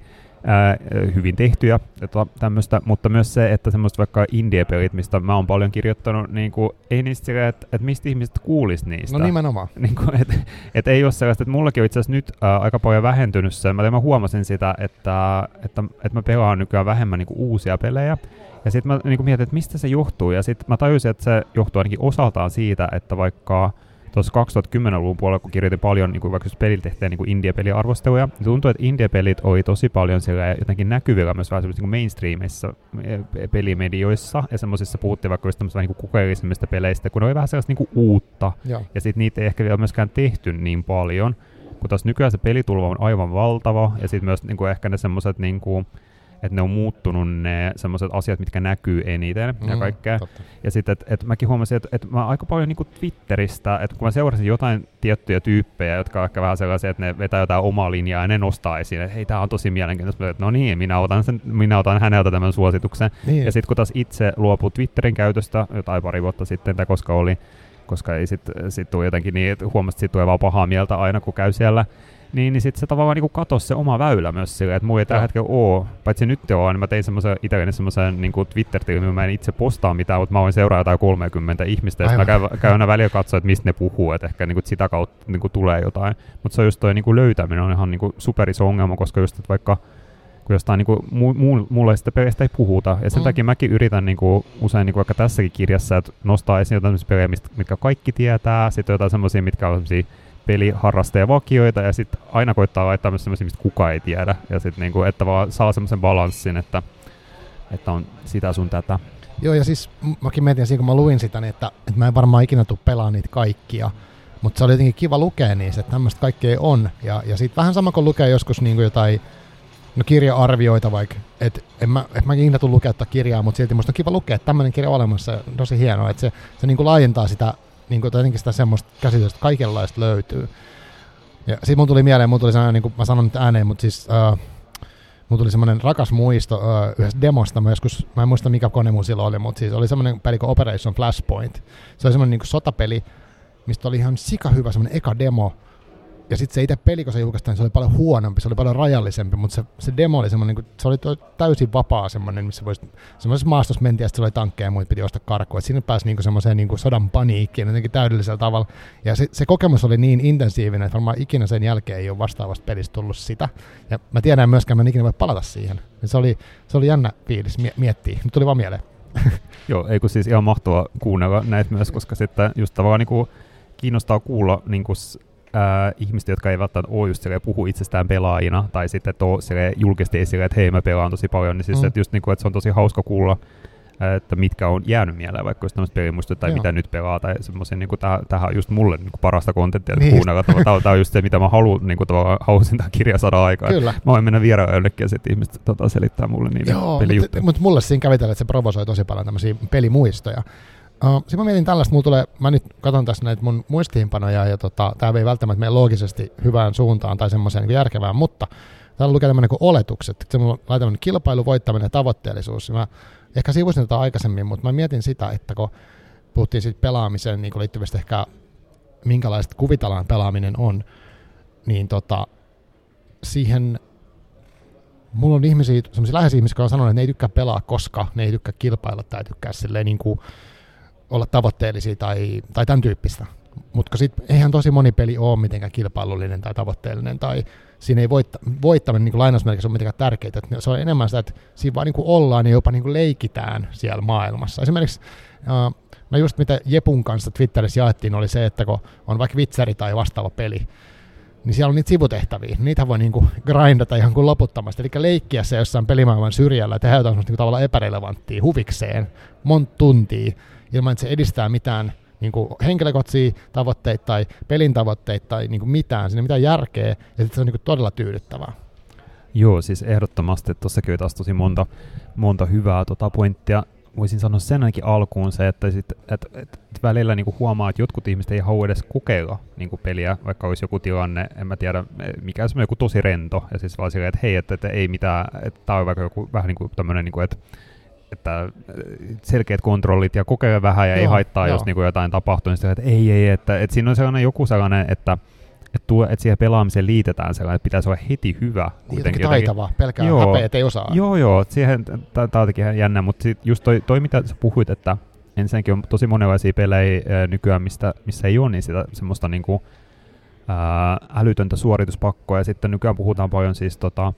hyvin tehtyjä, tämmöistä, mutta myös se, että semmoista vaikka indie-pelit, mistä mä oon paljon kirjoittanut, niin kuin, ei niistä sillä, että mistä ihmiset kuulis niistä. No nimenomaan. Niin kuin, että ei ole sellaista, että mullakin on itse asiassa nyt aika paljon vähentynyt se, mä huomasin sitä, että mä pelaan nykyään vähemmän niin kuin uusia pelejä, ja sitten mä niin kuin mietin, että mistä se johtuu, ja sitten mä tajusin, että se johtuu ainakin osaltaan siitä, että vaikka tuossa 2010-luvun puolella, kun kirjoitin paljon niin vaikka jos pelillä tehtiin niin indie-peliarvosteluja, niin tuntui, että indie-pelit oli tosi paljon jotenkin näkyvillä myös vähän niin mainstreamissa pelimedioissa, ja semmoisissa puhuttiin vaikka just tämmöistä niin kokeellisemmista peleistä, kun ne oli vähän sellaista niin uutta, ja sitten niitä ei ehkä vielä myöskään tehty niin paljon, kun taas nykyään se pelitulva on aivan valtava, ja sitten myös niin ehkä ne semmoiset niin että ne on muuttunut ne semmoiset asiat, mitkä näkyy eniten ja kaikkea. Totta. Ja sitten, että mäkin huomasin, että mä aika paljon niinku Twitteristä, että kun mä seurasin jotain tiettyjä tyyppejä, jotka on ehkä vähän sellaisia, että ne vetää jotain omaa linjaa ja ne nostaa esiin, että hei, tää on tosi mielenkiintoista, että no niin, minä otan häneltä tämän suosituksen. Niin. Ja sitten kun taas itse luopuu Twitterin käytöstä jotain pari vuotta sitten, tai koska ei sit tule jotenkin niin, että huomasin, että siitä tulee vaan pahaa mieltä aina, kun käy siellä, niin sitten se tavallaan niin katosi se oma väylä myös silleen, että mulla ei tällä hetkellä ole, paitsi nyt on, niin mä tein itselleni semmoisen niin Twitter-tilin, mä en itse postaa mitään, mutta mä voin seuraa jotain 30 ihmistä, ja mä käyn aina välillä katsoa, että mistä ne puhuu, että ehkä niin sitä kautta niin tulee jotain. Mutta se on just toi niin löytäminen on ihan niin superiso ongelma, koska just, että vaikka kun jostain niin muunlaisista peleistä ei puhuta, ja sen takia mäkin yritän niin usein niin vaikka tässäkin kirjassa, että nostaa esiin jotain pelejä, mitkä kaikki tietää, sitten jotain semmoisia, mitkä on semmoisia peliharrastajavakioita, ja sitten aina koittaa laittaa myös semmoisia, mistä kukaan ei tiedä, ja sitten niinku, että vaan saa semmoisen balanssin, että on sitä sun tätä. Joo, ja siis mäkin mietin siinä, kun mä luin sitä, niin että mä en varmaan ikinä tule pelaamaan niitä kaikkia, mutta se oli jotenkin kiva lukea niistä, että tämmöistä kaikkea on, ja sitten vähän sama kuin lukee joskus niinku jotain kirja-arvioita vaikka, että mä ikinä tule lukea kirjaa, mutta silti musta on kiva lukea, että tämmöinen kirja on olemassa, tosi hienoa, että se niinku laajentaa sitä niin kuin jotenkin sitä semmoista käsitystä, että kaikenlaista löytyy. Ja sitten mun tuli mieleen, sellainen, niin kuin mä sanon nyt ääneen, mutta siis mun tuli semmoinen rakas muisto yhdessä demosta, mä en muista mikä kone mun silloin oli, mutta siis oli semmoinen peli kuin Operation Flashpoint. Se oli semmoinen niin kuin sotapeli, mistä oli ihan sika hyvä semmoinen eka demo. Ja sitten se itse peli, kun se julkaistaan, se oli paljon huonompi, se oli paljon rajallisempi, mutta se demo oli semmoinen, niin se oli täysin vapaa semmoinen, missä semmoisessa maastossa mentiin, ja sitten se oli tankkeja ja muita piti ostaa karkuun. Siinä pääsi niin semmoiseen niin sodan paniikkiin jotenkin täydellisellä tavalla. Ja se kokemus oli niin intensiivinen, että varmaan ikinä sen jälkeen ei ole vastaavasta pelistä tullut sitä. Ja mä tiedän myöskään, että mä en ikinä voi palata siihen. Ja se oli jännä fiilis miettiä. Nyt tuli vaan mieleen. Joo, eikö siis ihan mahtavaa kuunnella näitä myös, koska sitten just tavallaan niin kiinnostaa kuulla niin ihmiset, jotka ei välttämättä ole just puhu itsestään pelaajina, tai sitten julkisesti esille, että hei, mä pelaan tosi paljon, niin siis että just että se on tosi hauska kuulla, että mitkä on jäänyt mieleen, vaikka just tämmöistä pelimuistoja, tai mitä nyt pelaa, tai semmoisen, tämähän on just mulle parasta kontenttia, että kuunnella, tämä on just se, mitä mä halusin tämä kirja saada aikaan. Kyllä. Mä voin mennä vieraan jonnekin, ja sitten ihmiset selittää mulle niiden pelijuttuja. Mutta mulle siinä kävi tällä, että se provosoi tosi paljon tämmöisiä pelimuistoja. Sitten mä mietin tällaista, mä nyt katson tässä näitä mun muistiinpanoja, ja tää ei välttämättä mene loogisesti hyvään suuntaan tai semmoiseen niin järkevään, mutta täällä lukee tämmöinen kuin oletukset, että mulla on tämmöinen kilpailu, voittaminen ja tavoitteellisuus. Mä ehkä sivusin tätä aikaisemmin, mutta mä mietin sitä, että kun puhuttiin siitä pelaamiseen niin liittyvistä ehkä minkälaista kuvitellaan pelaaminen on, niin siihen mulla on sellaisia läheisiä ihmisiä, jotka on sanonut, että ne ei tykkää pelaa, koska ne ei tykkää kilpailla tai tykkää silleen niin kuin olla tavoitteellisia tai tämän tyyppistä. Mutta sitten eihän tosi moni peli ole mitenkään kilpailullinen tai tavoitteellinen, tai siinä ei voittaminen niin lainausmerkissä ole mitenkään tärkeää. Se on enemmän sitä, että siinä vaan niin kuin ollaan ja jopa niin kuin leikitään siellä maailmassa. Esimerkiksi no just mitä Jepun kanssa Twitterissä jaettiin, oli se, että kun on vaikka Witcheri tai vastaava peli, niin siellä on niitä sivutehtäviä. Niitä voi niinku grindata ihan kuin loputtomasti. Eli leikkiä se jossain pelimaailman syrjällä ja tehdä jotain niinku tavallaan epärelevanttia huvikseen monta tuntia, ilman että se edistää mitään niinku henkilökohtaisia tavoitteita tai pelin tavoitteita tai niinku mitään. Siinä ei mitään järkeä, ja sitten se on niinku todella tyydyttävää. Joo, siis ehdottomasti, että tuossakin oli taas tosi monta hyvää pointtia. Voisin sanoa sen ainakin alkuun se, että välillä niinku huomaa, että jotkut ihmiset ei halua edes kokeilla niinku peliä, vaikka olisi joku tilanne, en mä tiedä, mikä on joku tosi rento, ja siis vaan silleen, että hei, että ei mitään, että tämä on vaikka joku vähän niin kuin tämmöinen, niinku, että selkeät kontrollit ja kokeilla vähän ja ei haittaa, jos niinku jotain tapahtuu, niin sitten, että ei, että siinä on sellainen joku sellainen, että siihen pelaamiseen liitetään sellainen, että pitäisi olla heti hyvä. Jotenkin taitava, pelkää häpeä, et ei osaa. Joo, tämä on jotenkin ihan jännä, mutta just toi mitä sä puhuit, että ensinnäkin on tosi monenlaisia pelejä nykyään, missä ei ole niin sitä semmoista niinku, älytöntä suorituspakkoa, ja sitten nykyään puhutaan paljon siis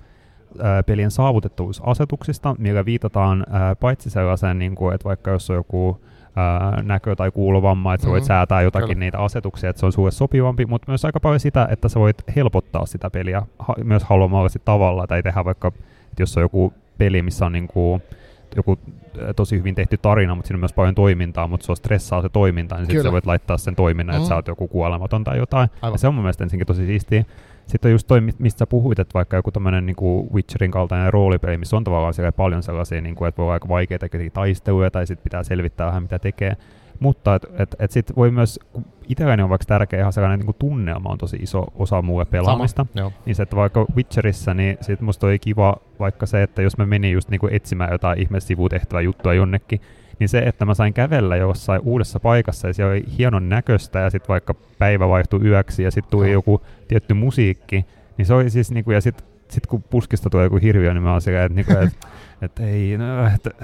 pelien saavutettavuusasetuksista, millä viitataan paitsi sellaiseen, niinku, että vaikka jos on joku näkö- tai kuulovamma, että sä voit säätää jotakin niitä asetuksia, että se on sulle sopivampi, mutta myös aika paljon sitä, että sä voit helpottaa sitä peliä myös haluamallasi tavalla, tai tehdä vaikka, että jos on joku peli, missä on niinku joku tosi hyvin tehty tarina, mutta siinä on myös paljon toimintaa, mutta sua stressaa se toiminta, niin sitten sä voit laittaa sen toiminnan, että sä oot joku kuolematon tai jotain. Ja se on mun mielestä ensinnäkin tosi siistiä. Sitten on just toi, mistä sä puhuit, että vaikka joku tämmöinen niinku Witcherin kaltainen roolipeli, missä on tavallaan paljon sellaisia, niinku, että voi olla aika vaikeita taisteluja tai sitten pitää selvittää vähän mitä tekee. Mutta et sitten voi myös, kun itselläni on vaikka tärkeä ihan sellainen niin tunnelma on tosi iso osa mulle pelaamista, niin se, että vaikka Witcherissä, niin sitten musta oli kiva vaikka se, että jos mä menin just niin etsimään jotain ihme sivutehtävää juttua jonnekin, niin se, että mä sain kävellä jossain uudessa paikassa ja se oli hienon näköistä ja sitten vaikka päivä vaihtui yöksi ja sitten tuli joku tietty musiikki, niin se oli siis niinku, ja sitten kun puskista tulee joku hirviö, niin mä oon sekä, että niinku, et ei, no,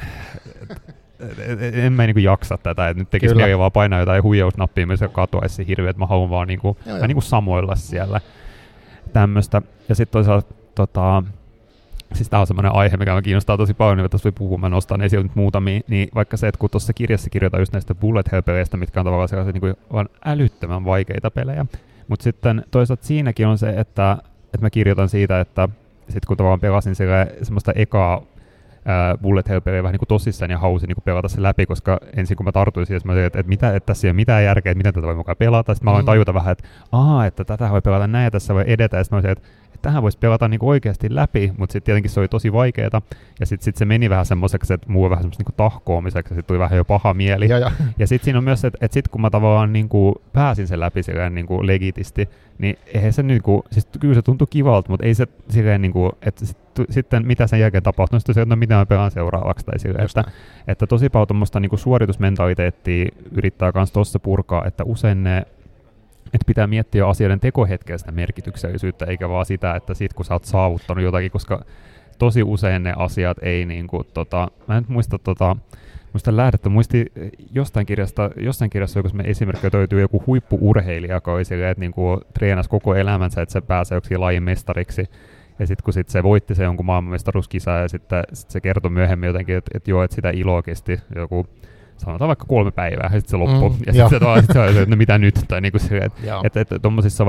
en mä niinku jaksa tätä, että nyt tekisi mieli vaan painaa jotain huijausnappia, missä katoaisi se hirviö, että mä haluan vaan niinku, niinku samoilla siellä tämmöistä. Ja sitten toisaalta siis tämä on semmoinen aihe, mikä mä kiinnostaa tosi paljon, niin tässä voi puhua, mä nostan esille nyt muutamia, niin vaikka se, että kun tuossa kirjassa kirjoitan just näistä bullet hell-peleistä, mitkä on tavallaan sellaisia niin kuin vaan älyttömän vaikeita pelejä, mutta sitten toisaalta siinäkin on se, että mä kirjoitan siitä, että sitten kun tavallaan pelasin semmoista ekaa bullet hell-peliä vähän niin kuin tosissaan ja halusin niin kuin pelata se läpi, koska ensin kun mä tartuin siihen, mä sanoin, että tässä ei ole mitään järkeä, että miten tätä voi mukaan pelata, sitten mä aloin tajuta vähän, että tätä voi pelata näin ja tässä voi edetä, ja sitten mä olisin, että tähän voisi pelata niinku oikeasti läpi, mutta sitten tietenkin se oli tosi vaikeeta, ja sitten se meni vähän semmoiseksi, että muu on vähän semmoista niinku tahkoamiseksi, ja sitten tuli vähän jo paha mieli. Ja sitten siinä on myös, että sitten kun mä tavallaan niinku pääsin sen läpi silleen niinku legitisti, niin eihän se niinku, siis kyllä se tuntui kivalta, mutta ei se silleen niinku, että sitten mitä sen jälkeen tapahtui, sitten se, että no mitä mä pelaan seuraavaksi, tai silleen, että tosi paljon tuommoista niinku suoritusmentaliteettia yrittää kans tossa purkaa, että usein ne että pitää miettiä asioiden tekohetkeistä merkityksellisyyttä, eikä vaan sitä, että sit kun sä oot saavuttanut jotakin, koska tosi usein ne asiat ei niinku, mä en muista lähdettä, muisti jossain kirjassa joku esimerkki, että löytyy joku huippu-urheilija, joka oli silleen, että niinku treenasi koko elämänsä, että se pääsee joksikin lajin mestariksi, ja sitten kun se voitti se jonkun maailmanmestaruuskisa, ja sitten se kertoi myöhemmin jotenkin, että joo, että sitä iloa kesti joku sanotaan vaikka 3 päivää, ja sitten se loppui. Ja sitten se oli että no mitä nyt, tai niinku se, että tommosissa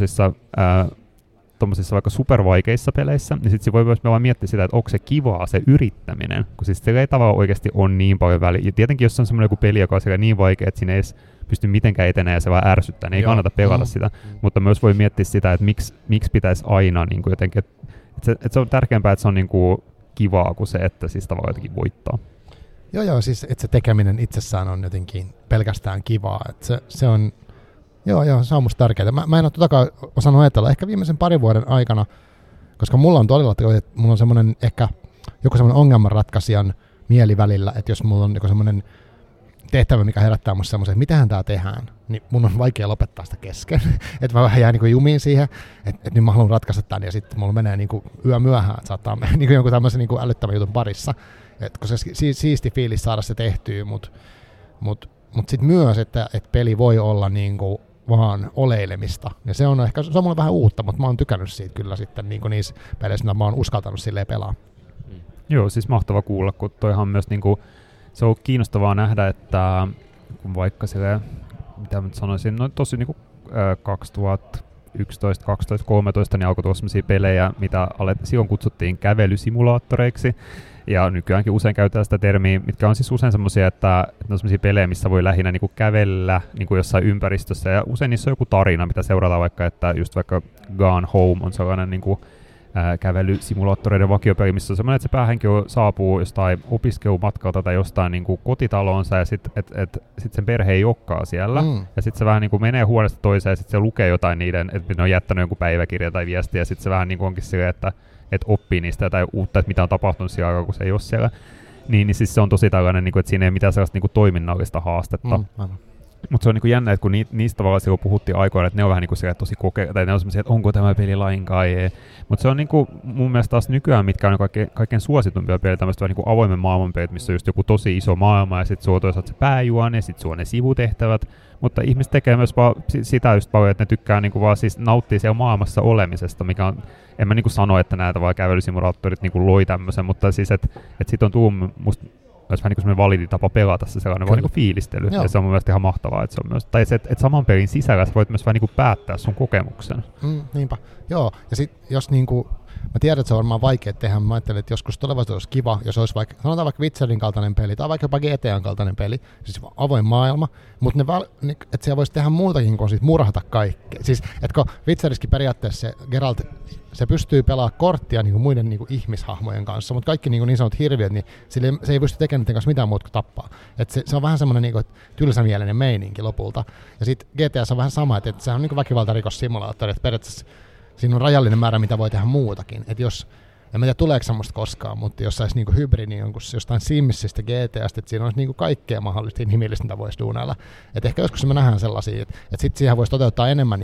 vaikka supervaikeissa peleissä, niin sitten voi myös vaan miettiä sitä, että onko se kivaa se yrittäminen, kun siis se ei tavallaan oikeasti on niin paljon väliä. Ja tietenkin jos on semmoinen joku peli, joka on niin vaikea, että siinä ei edes pysty mitenkään etenemään ja se vaan ärsyttää, niin ei kannata pelata sitä. Mutta myös voi miettiä sitä, että miksi pitäisi aina niin kuin jotenkin, että se on tärkeämpää, että se on niin kuin kivaa kuin se, että siis tavallaan jotenkin voittaa. Joo, siis että se tekeminen itsessään on jotenkin pelkästään kivaa. Että se on, se on musta tärkeää. Mä en ole totakaan osannut ajatella ehkä viimeisen 2 vuoden aikana, koska mulla on todella, että mulla on semmoinen ehkä joku semmoinen ongelmanratkaisijan mieli välillä, että jos mulla on joku semmoinen tehtävä, mikä herättää musta semmoisen, että mitähän tää tehdään, niin mun on vaikea lopettaa sitä kesken. Että mä vähän jään niin jumiin siihen, että nyt mä haluan ratkaista tämän, ja sitten mulla menee niin yö myöhään, että saattaa mennä niin jonkun tämmöisen niin älyttömän jutun parissa. Et kun se siisti fiilis saada se tehtyä, mutta sitten myös, että peli voi olla niin kuin vaan oleilemista. Ja se on mulle vähän uutta, mutta mä oon tykännyt siitä kyllä sitten niin niissä peleissä, mitä mä oon uskaltanut silleen pelaa. Joo, siis mahtava kuulla, kun toihan myös niinku, se on kiinnostavaa nähdä, että kun vaikka silleen, mitä mä nyt sanoisin, no tosi niinku 2011, 12, 13 niin alkoi tuossa sellaisia pelejä, mitä silloin kutsuttiin kävelysimulaattoreiksi. Ja nykyäänkin usein käytetään sitä termiä, mitkä on siis usein semmoisia, että on semmoisia pelejä, missä voi lähinnä niinku kävellä niinku jossain ympäristössä. Ja usein niissä on joku tarina, mitä seurataan vaikka, että just vaikka Gone Home on sellainen niinku, kävelysimulaattoreiden vakiopeli, missä on semmoinen, että se päähenkilö saapuu jostain opiskelumatkalta tai jostain niinku kotitaloonsa ja sitten sit sen perhe ei olekaan siellä. Ja sitten se vähän niinku menee huoneesta toiseen ja sitten se lukee jotain niiden, että ne on jättänyt jonkun päiväkirja tai viestiä ja sitten se vähän niinku onkin silleen, että oppii niistä jotain uutta, että mitä on tapahtunut siellä aikaa, kun se ei ole siellä. Niin siis se on tosi tällainen, että siinä ei ole mitään sellaista toiminnallista haastetta. Mutta se on jännä, että kun niistä tavallaan silloin puhuttiin aikoina, että ne on vähän tosi tai ne on semmoisia, että onko tämä peli lainkaan. Mutta se on mun mielestä taas nykyään, mitkä on kaikkein suositumpia pelejä, tämmöistä vähän avoimen maailman pelit, missä on just joku tosi iso maailma, ja sitten sulla on toisaalta se pääjuone, ja sitten sulla on ne sivutehtävät. Mutta ihmiset tekee myös sitä just paljon, että ne tykkää vaan siis nauttia siellä maailmassa olemisesta, mikä on, en mä sano, että näitä vaan kävelysimulaattorit loi tämmöisen, mutta siis, että siitä on tullut musta myös vähän semmoinen validi tapa pelata se sellainen vaan fiilistely. Joo. Ja se on mun mielestä ihan mahtavaa, että se on myös, tai se, että saman pelin sisällä sä voit myös vähän päättää sun kokemuksen. Niinpä, joo. Ja sit jos mä tiedän, että se on varmaan vaikea tehdä, mä ajattelen, että joskus tulevaisuudessa olisi kiva, jos olisi vaikka, sanotaan vaikka Witcherin kaltainen peli, tai vaikka jopa GTAn kaltainen peli, siis avoin maailma, mutta että siellä voisi tehdä muutakin kuin siis murhata kaikkea. Siis, että kun Witcherissäkin periaatteessa se Geralt, se pystyy pelaamaan korttia muiden ihmishahmojen kanssa, mutta kaikki niin sanotut hirviöt, niin se ei pysty tekemään niiden kanssa mitään muuta kuin tappaa. Että se on vähän semmoinen tylsämielinen meininki lopulta. Ja sitten GTAssa on vähän sama, että se on väkivaltarikossimulaattori, että periaatteessa siinä on rajallinen määrä, mitä voi tehdä muutakin. Et jos, en tiedä tuleeko semmoista koskaan, mutta jos saisi hybridi jostain Simsistä, GTAsta, että siinä olisi kaikkea mahdollista inhimillistä, mitä voisi duunailla. Et ehkä joskus me nähdään sellaisia, että sitten siihen voisi toteuttaa enemmän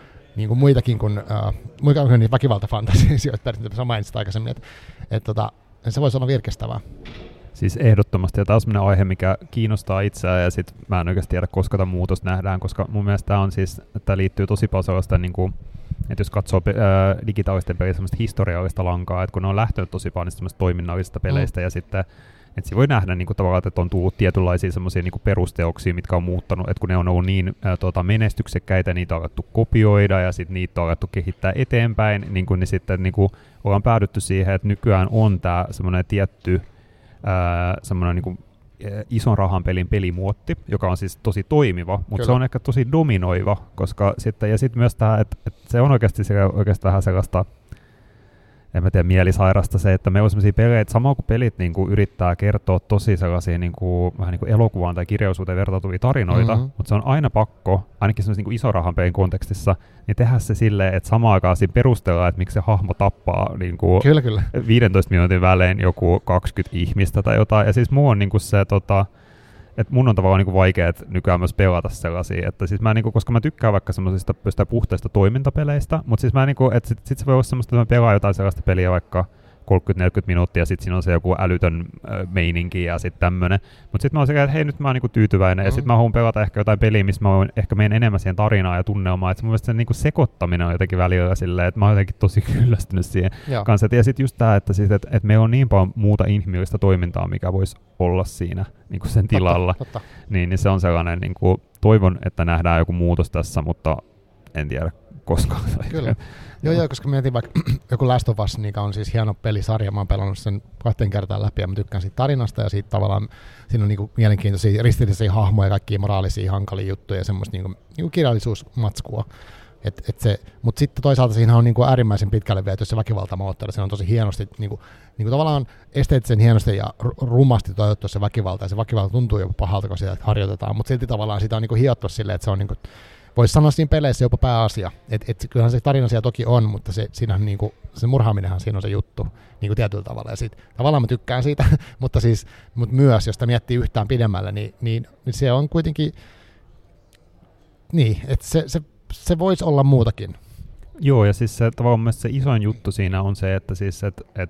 muitakin kuin niitä väkivaltafantasioita, periaatteessa sä mainitsit aikaisemmin, että se voisi olla virkistävää. Siis ehdottomasti, ja tämä on sellainen aihe, mikä kiinnostaa itseään, ja sitten mä en oikeasti tiedä, koska tämä muutos nähdään, koska mun mielestä tämä on siis, tämä liittyy tosi paljon sellaista, että jos katsoo digitaalisten pelien semmoista historiallista lankaa, että kun ne on lähtenyt tosi paljon semmoista toiminnallisista peleistä, ja sitten että voi nähdä tavallaan, että on tullut tietynlaisia semmoisia perusteoksia, mitkä on muuttanut, että kun ne on ollut niin menestyksekkäitä, niitä on alettu kopioida, ja sitten niitä on alettu kehittää eteenpäin, niin sitten ollaan päädytty siihen, että nykyään on tämä semmoinen tietty semmoinen ison rahan pelin pelimuotti, joka on siis tosi toimiva, mutta kyllä, se on ehkä tosi dominoiva, koska sitten myös tämä, että se on oikeasti vähän sellaista, en mä tiedä, mielisairasta se, että meillä on sellaisia pelejä, että samoin kuin pelit yrittää kertoa tosi sellaisia vähän elokuvaan tai kirjallisuuteen vertautuvia tarinoita, mutta se on aina pakko, ainakin sellaisen ison rahan pelin kontekstissa, niin tehdä se silleen, että samaan aikaan siinä perustellaan, että miksi se hahmo tappaa kyllä. 15 minuutin välein joku 20 ihmistä tai jotain, ja siis muu on se, että mun on tavallaan vaikea nykyään myös pelata sellaisia, että siis mä koska mä tykkään vaikka semmoisista puhtaista toimintapeleistä, mutta siis mä että sit se voi olla semmoista, että mä pelaan jotain sellaista peliä vaikka 30-40 minuuttia, sitten siinä on se joku älytön meininki ja sitten tämmönen. Mutta sitten mä oon sekä, että hei, nyt mä oon tyytyväinen, ja sitten mä haluan pelata ehkä jotain peliä, missä mä voin ehkä menen enemmän siihen tarinaan ja tunnelmaan. Että mun mielestä se sekoittaminen on jotenkin välillä silleen, että mä oon jotenkin tosi kyllästynyt siihen kanssa. Ja sitten just tää, että meillä on niin paljon muuta inhimillistä toimintaa, mikä voisi olla siinä sen tilalla. Totta. Niin se on sellainen, toivon, että nähdään joku muutos tässä, mutta en tiedä koskaan. Kyllä. Joo, koska mietin vaikka joku Last of Us, mikä on siis hieno pelisarja, mä oon pelannut sen 2 kertaa läpi ja mä tykkään siitä tarinasta ja siitä tavallaan siinä on mielenkiintoisia ristiriitaisia hahmoja ja kaikkia moraalisia hankalia juttuja ja semmoista kirjallisuusmatskua. Mutta sitten toisaalta siinä on äärimmäisen pitkälle viety se väkivaltamoottori, se on tosi hienosti, tavallaan esteettisen hienosti ja rumasti toivottu se väkivalta ja se väkivalta tuntuu jopa pahalta, kun sitä harjoitetaan, mutta silti tavallaan sitä on hiottu silleen, että se on voisi sanoa siinä peleissä jopa pääasia. Kyllähän se tarina siellä toki on, mutta se murhaaminenhan siinä on se juttu. niin kuin tietyllä tavalla. Ja tavallaan mä tykkään siitä, mutta myös, jos sitä miettii yhtään pidemmälle, niin se on kuitenkin, niin, että se voisi olla muutakin. Joo, ja siis se, tavallaan myös se isoin juttu siinä on se, että siis,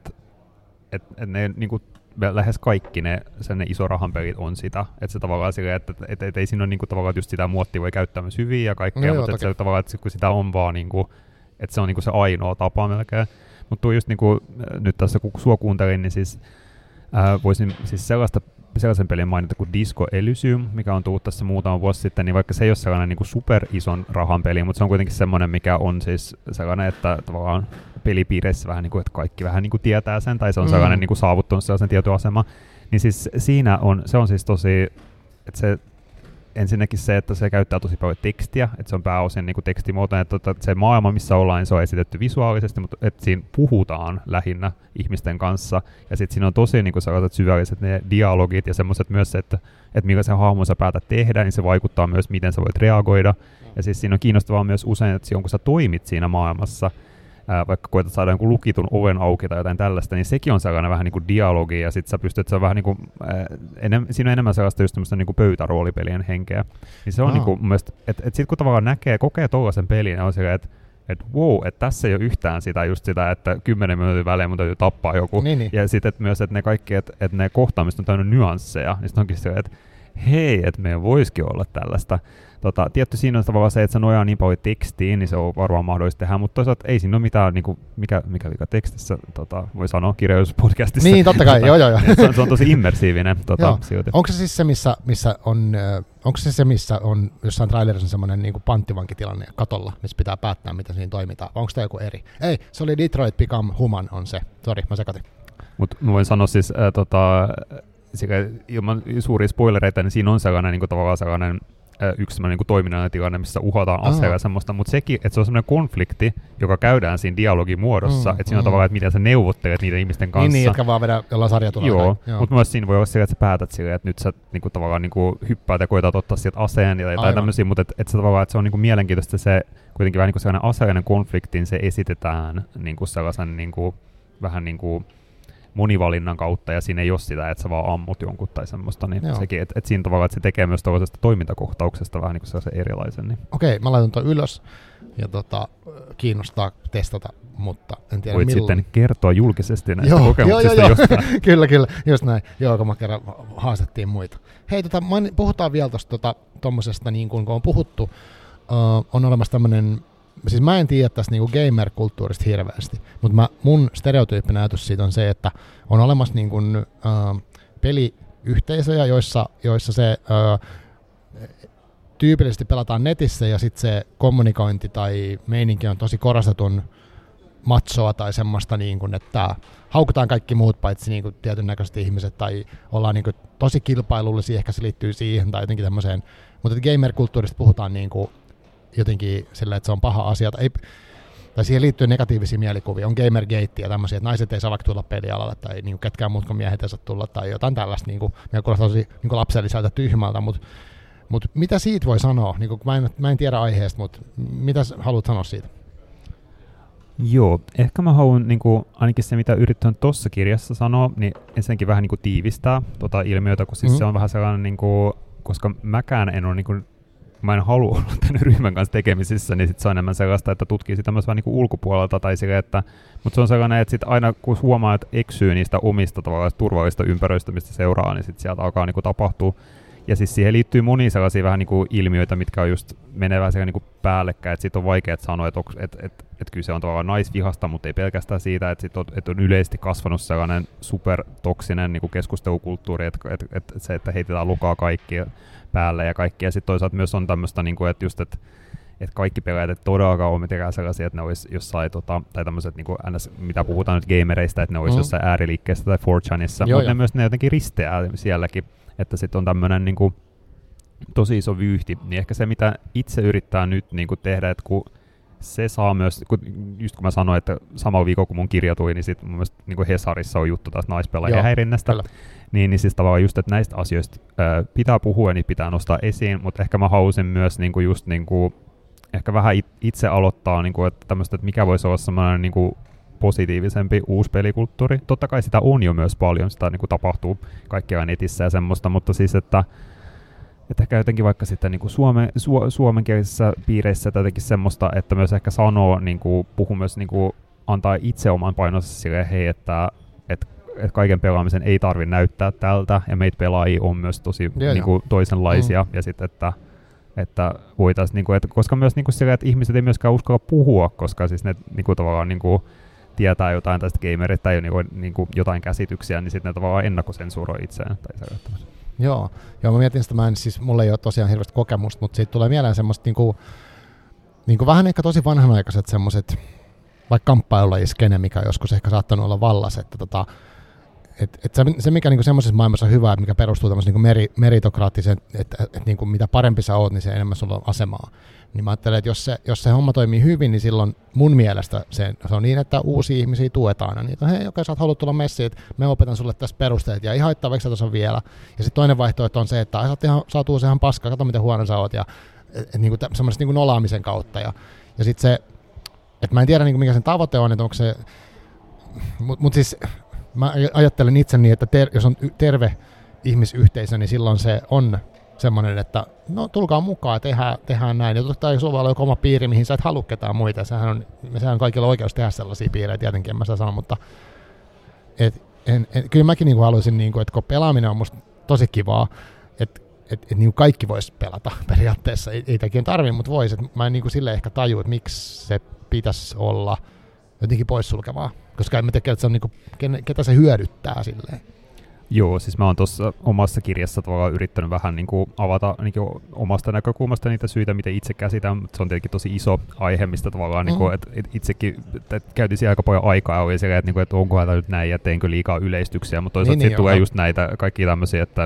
ne niinku lähes kaikki ne iso rahanpelit on sitä, että se tavallaan silleen, että ei siinä ole niinku tavallaan just sitä muottia voi käyttää myös hyviä ja kaikkea, mutta se tavallaan, että kun sitä on vaan niinku, että se on niinku se ainoa tapa melkein. Mutta tuo just niinku, nyt tässä kun sua kuuntelin, niin siis voisin siis sellaisen pelin mainita kuin Disco Elysium, mikä on tullut tässä muutama vuosi sitten, niin vaikka se ei ole sellainen niinku super ison rahan peli, mutta se on kuitenkin semmoinen, mikä on siis sellainen, että tavallaan pelipiirissä vähän niin kuin, että kaikki vähän niin kuin tietää sen, tai se on sellainen niin kuin saavuttanut sellaisen tietoasema, niin siis siinä se on siis tosi, että se ensinnäkin se, että se käyttää tosi paljon tekstiä, että se on pääosin niin kuin tekstimuotoinen, että se maailma, missä ollaan, niin se on esitetty visuaalisesti, mutta että siinä puhutaan lähinnä ihmisten kanssa, ja sitten siinä on tosi niin kuin sellaiset syvälliset ne dialogit ja semmoiset myös se, että millaisen hahmon sä päätät tehdä, niin se vaikuttaa myös, miten sä voit reagoida, ja siis siinä on kiinnostavaa myös usein, että silloin kun sä toimit siinä maailmassa, vaikka koetat saada jonkun lukitun oven auki tai jotain tällaista, niin sekin on sellainen vähän niin kuin dialogi, ja sitten sä pystyt, se on vähän niin kuin, siinä on enemmän sellaista just tämmöistä niin kuin pöytäroolipelien henkeä. Niin se on niin kuin mun mielestä, että sitten kun tavallaan kokee tollaisen pelin, niin on silleen, että wow, että tässä ei ole yhtään just sitä, että 10 minuutin välein mun täytyy tappaa joku. Niin. Ja sitten myös, että ne kaikki, että ne kohtaamiset on täynnä nyansseja, niin sitten onkin silleen, että hei, että meidän voisikin olla tällaista. Tietty siinä on tavallaan se, että se nojaa niin paljon tekstiin, niin se on varmaan mahdollista tehdä, mutta toisaalta ei siinä ole mitään, niin kuin, mikä tekstissä, voi sanoa kirjoituspodcastissa. Niin, totta kai, joo. Se on tosi immersiivinen. Onko se siis se, missä on jossain trailerissa semmoinen niin kuin panttivankitilanne katolla, missä pitää päättää, miten siinä toimitaan? Onko tämä joku eri? Ei, se oli Detroit Become Human on se. Sori, mä sekatin. Mutta mä voin sanoa siis, ilman suuria spoilereita, niin siinä on sellainen niin kuin tavallaan sellainen yksi semmoinen niin toiminnallinen tilanne, missä uhataan aseella ja semmoista, mutta sekin, että se on semmoinen konflikti, joka käydään siinä dialogin muodossa, että siinä on tavallaan, että miten sä neuvottelet niiden ihmisten kanssa. Niin, jotka vaan vedä jollain sarjatulolla. Joo, mutta myös siinä voi olla sillä, että sä päätät sillä, että nyt sä niinku, tavallaan niinku, hyppäät ja koetat ottaa sieltä aseen tai tämmöisiä, mutta että se on niinku, mielenkiintoista se kuitenkin vähän niin kuin sellainen aseellinen konflikti, niin se esitetään niinku, sellaisen niinku, vähän niin kuin monivalinnan kautta, ja siinä ei ole sitä, että sä vaan ammut jonkun tai semmoista, niin sekin, että siinä tavallaan, että se tekee myös tuollaisesta toimintakohtauksesta vähän niin kuin sellaisen erilaisen. Niin. Okei, mä laitan tuon ylös, ja kiinnostaa testata, mutta en tiedä voit milloin. Sitten kertoa julkisesti näistä kokemuksista jostain. Kyllä, just näin. Joo, kun mä kerran haastettiin muita. Hei, puhutaan vielä tuosta tommosesta, niin kuin on puhuttu, on olemassa tämmöinen. Siis mä en tiedä tästä niinku gamer-kulttuurista hirveästi, mutta mun stereotyyppinäytös siitä on se, että on olemassa niinku, peliyhteisöjä, joissa se tyypillisesti pelataan netissä ja sitten se kommunikointi tai meininki on tosi korostetun matsoa tai semmoista, niin kuin, että haukutaan kaikki muut paitsi niin kuin tietyn näköiset ihmiset tai ollaan niin kuin tosi kilpailullisia, ehkä se liittyy siihen tai jotenkin tämmöiseen, mutta gamer-kulttuurista puhutaan niin kuin jotenkin sillä, että se on paha asia, tai siihen liittyy negatiivisia mielikuvia, on Gamergate ja tämmöisiä, että naiset ei saa vaikka tulla pelialalle, tai niin kuin ketkään muut kuin miehet ei saa tulla, tai jotain tällaista, niin kuin, mikä kuulostaa tosi niin lapselliselta tyhmältä, mutta mitä siitä voi sanoa? Niin kuin, mä en tiedä aiheesta, mutta mitä haluat sanoa siitä? Joo, ehkä mä haluan niin kuin, ainakin se, mitä yritän tuossa kirjassa sanoa, niin ensinnäkin vähän niin kuin tiivistää ilmiötä, kun siis se on vähän sellainen, niin kuin, koska mäkään en ole niin kuin, mä en halua olla tämän ryhmän kanssa tekemisissä, niin sit se on enemmän sellaista, että tutkii sitä myös vähän niin kuin ulkopuolelta, tai sille, mutta se on sellainen, että sit aina kun huomaa, että eksyy niistä omista tavallaan turvallista ympäröistä, mistä seuraa, niin sit sieltä alkaa niin kuin tapahtua. Ja siis siihen liittyy monia sellaisia vähän niin kuin ilmiöitä, mitkä on just menevää niin kuin päällekkäin, että siitä on vaikea sanoa, että kyllä se on tavallaan naisvihasta, mutta ei pelkästään siitä, että on yleisesti kasvanut sellainen supertoksinen niin kuin keskustelukulttuuri, että se, että heitetään lukaa kaikki päälle ja kaikki. Ja sitten toisaalta myös on tämmöistä, niin kuin, että just, että kaikki pelaajat et todellakaan ole mitenkään sellaisia, että ne olisi jossain, tai tämmöiset, niin kuin NS, mitä puhutaan nyt gamereista, että ne olisi jossain ääriliikkeessä tai 4chanissa, mutta ne myös ne jotenkin risteää sielläkin. Että sitten on tämmöinen niin kuin tosi iso vyyhti, niin ehkä se, mitä itse yrittää nyt niin kuin tehdä, että kun se saa myös, just kun mä sanoin, että samalla viikolla kun mun kirja tuli, niin sitten mun mielestä niin kuin Hesarissa on juttu taas naispelaajien häirinnästä, niin siis tavallaan just, että näistä asioista pitää puhua ja niitä pitää nostaa esiin, mutta ehkä mä halusin myös niin kuin just niin kuin, ehkä vähän itse aloittaa, niin kuin, että tämmöistä, että mikä voisi olla semmoinen niin kuin positiivisempi uusi pelikulttuuri. Totta kai sitä on jo myös paljon, sitä niin kuin tapahtuu kaikkea netissä ja semmoista, mutta siis, että ehkä jotenkin vaikka sitten niin kuin suomenkielisissä piireissä jotenkin semmoista, että myös ehkä sanoo, niin kuin, puhuu myös niin kuin, antaa itse oman painonsa silleen, hei, että kaiken pelaamisen ei tarvitse näyttää tältä, ja meitä pelaajia on myös tosi niin kuin, toisenlaisia, ja sitten, että voitaisiin, niin kuin, että, koska myös niin kuin silleen, että ihmiset ei myöskään uskalla puhua, koska siis ne niin kuin, tavallaan niin kuin, tietää jotain tästä gamerit tai niin kuin, jotain käsityksiä, niin sitten ne tavallaan ennakkosensuroi itseään. Joo, mä mietin sitä, mulla ei ole tosiaan hirveästi kokemusta, mutta siitä tulee mieleen semmoista niinku vähän ehkä tosi vanhanaikaiset semmoiset, vaikka kamppailulajiskene, mikä on joskus ehkä saattanut olla vallassa, että se mikä niinku semmoisessa maailmassa on hyvä, mikä perustuu tämmöiseen niinku meritokraattiseen, että niinku mitä parempi sä oot, niin se enemmän sulla on asemaa. Niin mä ajattelen, että jos se homma toimii hyvin, niin silloin mun mielestä se on niin, että uusia ihmisiä tuetaan. Ja niitä on, hei, okei, sä oot halunnut tulla messiin, että me opetan sulle tästä perusteet, ja ihan haittaa, vaikka sä tuossa vielä. Ja sitten toinen vaihtoehto on se, että sä oot uusi ihan paskaa, kato miten huono sä oot, ja niinku semmoisen niinku nolaamisen kautta. Ja sitten se, että mä en tiedä, niinku, mikä sen tavoite on, että onko se, mutta siis mä ajattelen itse niin, että jos on terve ihmisyhteisö, niin silloin se on semmoinen, että no tulkaa mukaan, tehdään näin. Ja totta kai sulla voi olla joku oma piiri, mihin sä et halua ketään muita. Sehän on kaikilla oikeus tehdä sellaisia piirejä, tietenkin en mä sitä sano, mutta kyllä mäkin niinku haluaisin, niinku, että kun pelaaminen on musta tosi kivaa, että niinku kaikki vois pelata periaatteessa. Ei tämäkin tarvitse, mutta vois. Mä en niinku silleen ehkä taju, että miksi se pitäisi olla jotenkin poissulkevaa. Koska en mä tiedä, että se on niinku, ketä se hyödyttää silleen. Joo, siis mä oon tuossa omassa kirjassa tavallaan yrittänyt vähän niin kuin avata niin kuin omasta näkökulmasta niitä syitä, miten itse käsitän, mutta se on tietenkin tosi iso aihe, mistä tavallaan niin kuin, että itsekin käytin siihen aika paljon aikaa, oli siellä, että onkohan tämä nyt näin ja teinkö liikaa yleistyksiä, mutta toisaalta sitten tulee just näitä kaikkia tämmöisiä, että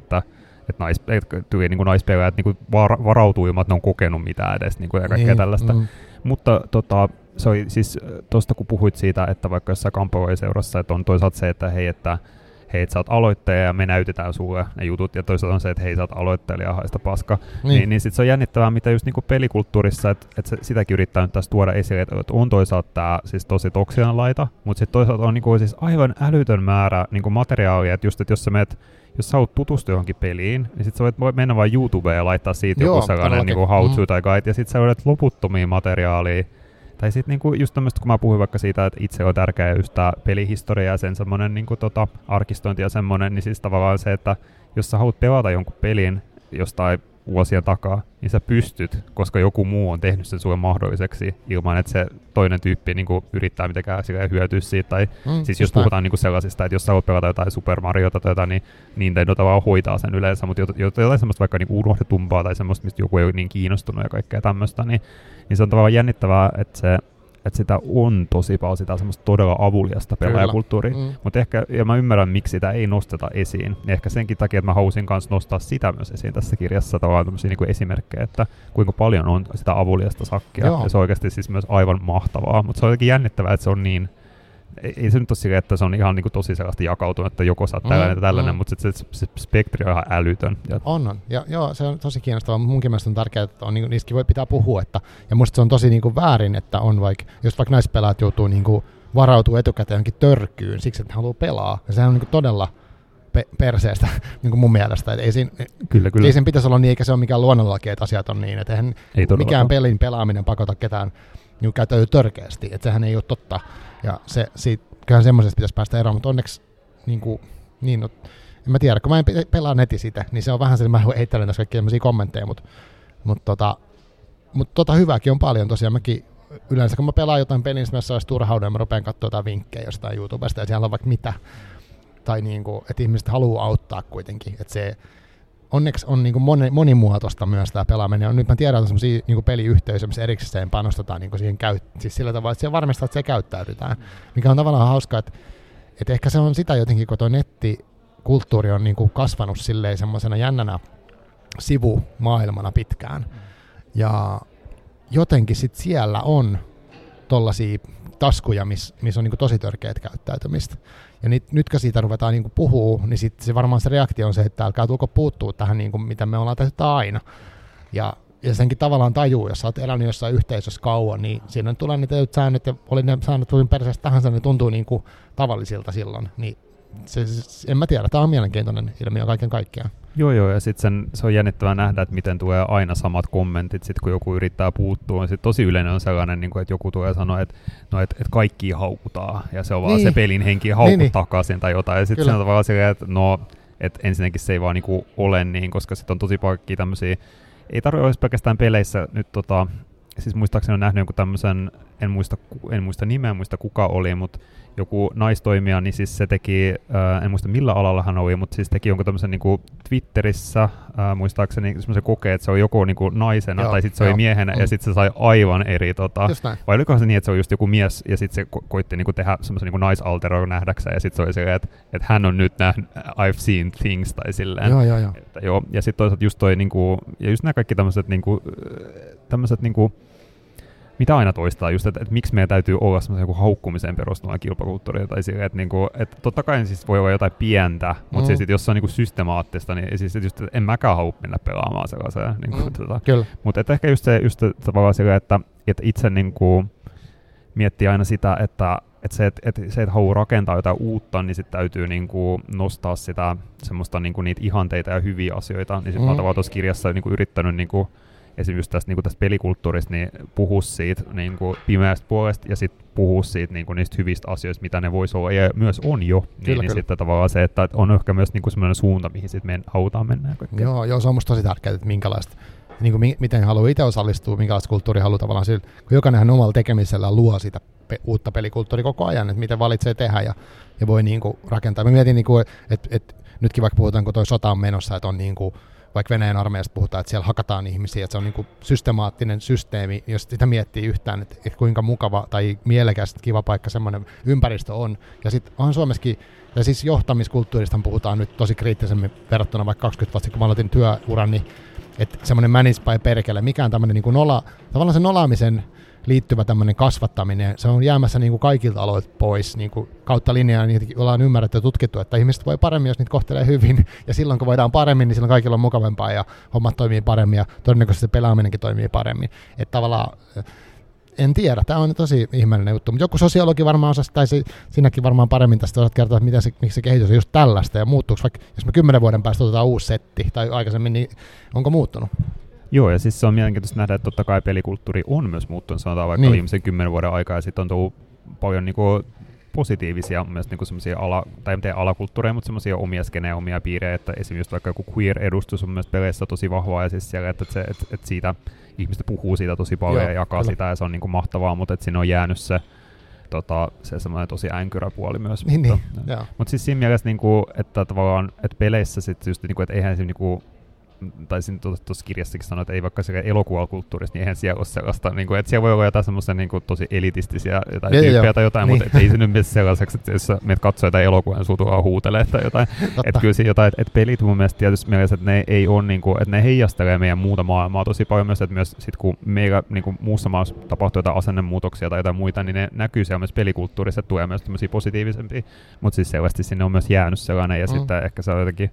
tuli niin kuin naispelaajat niin kuin varautuu ilman, että ne on kokenut mitään edes niin kuin, ja kaikkea tällaista. Mutta se oli siis tuosta, kun puhuit siitä, että vaikka jossain kamppailuseurassa, että on toisaalta se, että hei, että sä oot aloittaja ja me näytetään sulle ne jutut, ja toisaalta on se, että hei, sä oot aloittelija, haista paska. Niin sit se on jännittävää, mitä just niinku pelikulttuurissa, että sitäkin yrittää nyt tässä tuoda esille, että on toisaalta tää siis tosi toksinen laita, mutta sitten toisaalta on niinku siis aivan älytön määrä niinku materiaalia, että just, että jos sä haluat tutustua johonkin peliin, niin sit sä voit mennä vain YouTubeen ja laittaa siitä joku sellainen niinku how-to tai guide, ja sit sä löydät loputtomia materiaalia. Tai sitten niinku just tämmöistä, kun mä puhuin vaikka siitä, että itse on tärkeä just tää pelihistoria ja sen semmonen niinku arkistointi ja semmonen, niin siis tavallaan se, että jos sä haluat pelata jonkun pelin jostain vuosien takaa, niin sä pystyt, koska joku muu on tehnyt sen sulle mahdolliseksi ilman, että se toinen tyyppi niinku yrittää mitenkään hyötyä siitä. Tai siis jos puhutaan niinku sellaisista, että jos sä haluat pelata jotain Super Mariota tai jotain, niin Nintendo tavallaan hoitaa sen yleensä, mutta jotain semmoista vaikka niinku unohdetumpaa tai semmoista, mistä joku ei ole niin kiinnostunut ja kaikkea tämmöistä, niin se on tavallaan jännittävää, että sitä on tosi paljon sitä semmoista todella avuliasta pelaajakulttuuria, mutta ehkä, ja mä ymmärrän, miksi sitä ei nosteta esiin, niin ehkä senkin takia, että mä halusin kanssa nostaa sitä myös esiin tässä kirjassa, tavallaan tämmöisiä niin kuin esimerkkejä, että kuinka paljon on sitä avuliasta sakkia, ja se on oikeasti siis myös aivan mahtavaa, mutta se on jotenkin jännittävää, että se on niin, ei se nyt ole sille, että se on ihan niin kuin tosi sellaista jakautunut, että joko sä oot tällainen, mutta se spektri on ihan älytön. On. Ja joo, se on tosi kiinnostavaa, mutta munkin mielestä on tärkeää, että on, niin niissäkin voi pitää puhua. Ja musta se on tosi niin kuin väärin, että on jos vaikka naispelaat joutuu niin kuin varautua etukäteen johonkin törkyyn siksi, että ne haluaa pelaa. Ja sehän on niin kuin todella perseestä niin kuin mun mielestä. Kyllä. Ei sen pitäisi olla niin, eikä se ole mikään luonnonlaki, että asiat on niin. Että eihän mikään pelin pelaaminen pakota ketään niin käyttäytyy törkeästi. Että sehän ei ole totta. Ja kyllähän semmoisesta pitäisi päästä eroon, mutta onneksi en mä tiedä, kun mä en pelaa netissä sitä, niin se on vähän sellainen, mä heittelen tässä kaikkia sellaisia kommentteja, mutta hyvääkin on paljon tosiaan. Mäkin yleensä, kun mä pelaan jotain peliä, niin mä olisi turhauden, mä rupean katsoa jotain vinkkejä jostain YouTubesta, ja siellä on vaikka mitä. Tai että ihmiset haluaa auttaa kuitenkin. Että se onneksi on monimuotoista myös tämä pelaaminen. Nyt mä tiedän, että on sellaisia peliyhteisöjä, missä erikseen panostetaan siihen siis sillä tavalla, että se varmistaa, että se käyttäydytään. Mikä on tavallaan hauskaa, että ehkä se on sitä jotenkin, kun tuo nettikulttuuri on kasvanut silleen semmoisena jännänä sivumaailmana pitkään. Ja jotenkin sit siellä on tollaisia taskuja, missä on tosi törkeät käyttäytymistä. Ja nytkö siitä ruvetaan puhua, niin sit se varmaan se reaktio on se, että älkää tulko puuttuu tähän, mitä me ollaan tehty aina. Ja ja senkin tavallaan tajuu, jos sä oot elänyt jossain yhteisössä kauan, niin siinä tulee niitä säännöt, ja oli ne säännöt kuin perseestä tahansa, ne tuntuu niin kuin tavallisilta silloin. Niin en mä tiedä, tämä on mielenkiintoinen ilmiö kaiken kaikkiaan. Joo, ja sitten se on jännittävää nähdä, että miten tulee aina samat kommentit, sit kun joku yrittää puuttua. Sitten tosi yleinen on sellainen, niin kuin, että joku tulee sanoa, että kaikki haukutaan, ja se on vaan se pelin henki haukut takaisin tai jotain. Ja sitten se on tavallaan silleen, että että ensinnäkin se ei vaan niinku ole niin, koska sitten on tosi paljon tämmöisiä, ei tarvitse olla pelkästään peleissä nyt siis muistaakseni on nähnyt jonkun tämmöisen, en muista nimeä, en muista kuka oli, mutta joku naistoimija, niin siis se teki, en muista millä alalla hän oli, mutta siis teki jonkun tämmöisen niinku Twitterissä, muistaakseni semmoisen kokeen, että se oli joko niinku naisena tai sitten se oli miehenä ja sitten se sai aivan eri, vai olikohan se niin, että se oli just joku mies ja sitten se koitti niinku tehdä semmoisen niinku naisalteron nähdäkseen ja sitten se oli silleen, että hän on nyt nähnyt I've seen things tai silleen. Joo. Ja sitten toisaalta just toi niinku, ja just nämä kaikki tämmöiset niinku mitä aina toistaa just, että miksi meidän täytyy olla semmoisen haukkumiseen perustuvaa kilpakulttuuria tai sille, että totta kai siis voi olla jotain pientä, mutta siis jos se on niinku systemaattista, niin siis just, en mäkään halua mennä pelaamaan sellaiseen. Mutta ehkä just tavallaan sille, että itse niinku miettii aina sitä, että se, että haluaa rakentaa jotain uutta, niin sitten täytyy niinku nostaa sitä semmoista niinku niitä ihanteita ja hyviä asioita, niin sitten mä oon tavallaan tuossa kirjassa niinku yrittänyt niinku esimerkiksi tästä pelikulttuurista, niin puhua siitä niin kuin pimeästä puolesta ja sitten puhua siitä niin kuin niistä hyvistä asioista, mitä ne voisi olla, ja myös on jo. Niin sitten tavallaan se, että on ehkä myös niin kuin semmoinen suunta, mihin sitten meidän halutaan mennä. Joo, se on musta tosi tärkeää, että minkälaista, niin kuin miten haluaa itse osallistua, minkälaista kulttuuria haluaa tavallaan sillä, kun jokainenhan omalla tekemisellä luo sitä uutta pelikulttuuria koko ajan, että miten valitsee tehdä ja voi niin kuin rakentaa. Mä mietin, niin kuin, että nytkin vaikka puhutaan, kun toi sota on menossa, että on niin kuin vaikka Venäjän armeijasta puhutaan, että siellä hakataan ihmisiä, että se on niin kuin systemaattinen systeemi, jos sitä miettii yhtään, että kuinka mukava tai mielekäs, kiva paikka semmoinen ympäristö on. Ja sitten on Suomessakin, ja siis johtamiskulttuurista puhutaan nyt tosi kriittisemmin verrattuna vaikka 20 vuotta, kun mä aloitin työuran, niin että semmoinen manage by perkele, mikään tämmöinen niin kuin tavallaan se nolaamisen liittyvä tämmöinen kasvattaminen, se on jäämässä niin kuin kaikilta aloilta pois niin kuin kautta linjaa, niitä ollaan ymmärretty ja tutkittu, että ihmiset voi paremmin, jos niitä kohtelee hyvin, ja silloin kun voidaan paremmin, niin silloin kaikilla on mukavampaa ja hommat toimii paremmin ja todennäköisesti se pelaaminenkin toimii paremmin. Että tavallaan, en tiedä, tämä on tosi ihmeellinen juttu, mutta joku sosiologi varmaan osasi, tai sinäkin varmaan paremmin tästä osaat kertoa, että miksi se kehitys on just tällaista, ja muuttuuko vaikka, jos me 10 vuoden päästä otetaan uusi setti, tai aikaisemmin, niin onko muuttunut? Joo, ja siis se on mielenkiintoista nähdä, että totta kai pelikulttuuri on myös muuttunut, sanotaan vaikka viimeisen 10 vuoden aikaa, ja sitten on tullut paljon niinku positiivisia myös niinku semmoisia alakulttuureja, mutta semmoisia omia skenejä, omia piirejä, että esimerkiksi vaikka joku queer-edustus on myös peleissä tosi vahvaa, ja siis siellä, että siitä ihmiset puhuu siitä tosi paljon ja jakaa sitä, ja se on niinku mahtavaa, mutta että siinä on jäänyt se semmoinen tosi änkyrä puoli myös. Mutta siis siinä mielessä, niinku, että tavallaan, että peleissä sitten just, niinku, että eihän se niinku, tai siinä tuossa kirjassakin sanoa, että ei vaikka se elokuvakulttuurista, niin eihän siellä ole sellaista, niin kuin, että siellä voi olla jotain semmoista niin kuin, tosi elitistisiä tyyppejä tai jotain, mutta ei se nyt mene sellaiseksi, että jos meidät katsoo jotain elokuvaa, niin suutuaan huutelee tai jotain. Että kyllä siinä jotain, että pelit mun mielestä tietysti mielessä, että ne ei ole, niin kuin, että ne heijastelee meidän muuta maailmaa tosi paljon myös, että myös sit kun meillä niin kuin muussa maassa tapahtuu jotain asennemuutoksia tai jotain muita, niin ne näkyy siellä myös pelikulttuurissa, että tulee myös tämmöisiä positiivisempia, mutta siis selvästi sinne on myös jäänyt sellainen, ja sitten ehkä se on jotenkin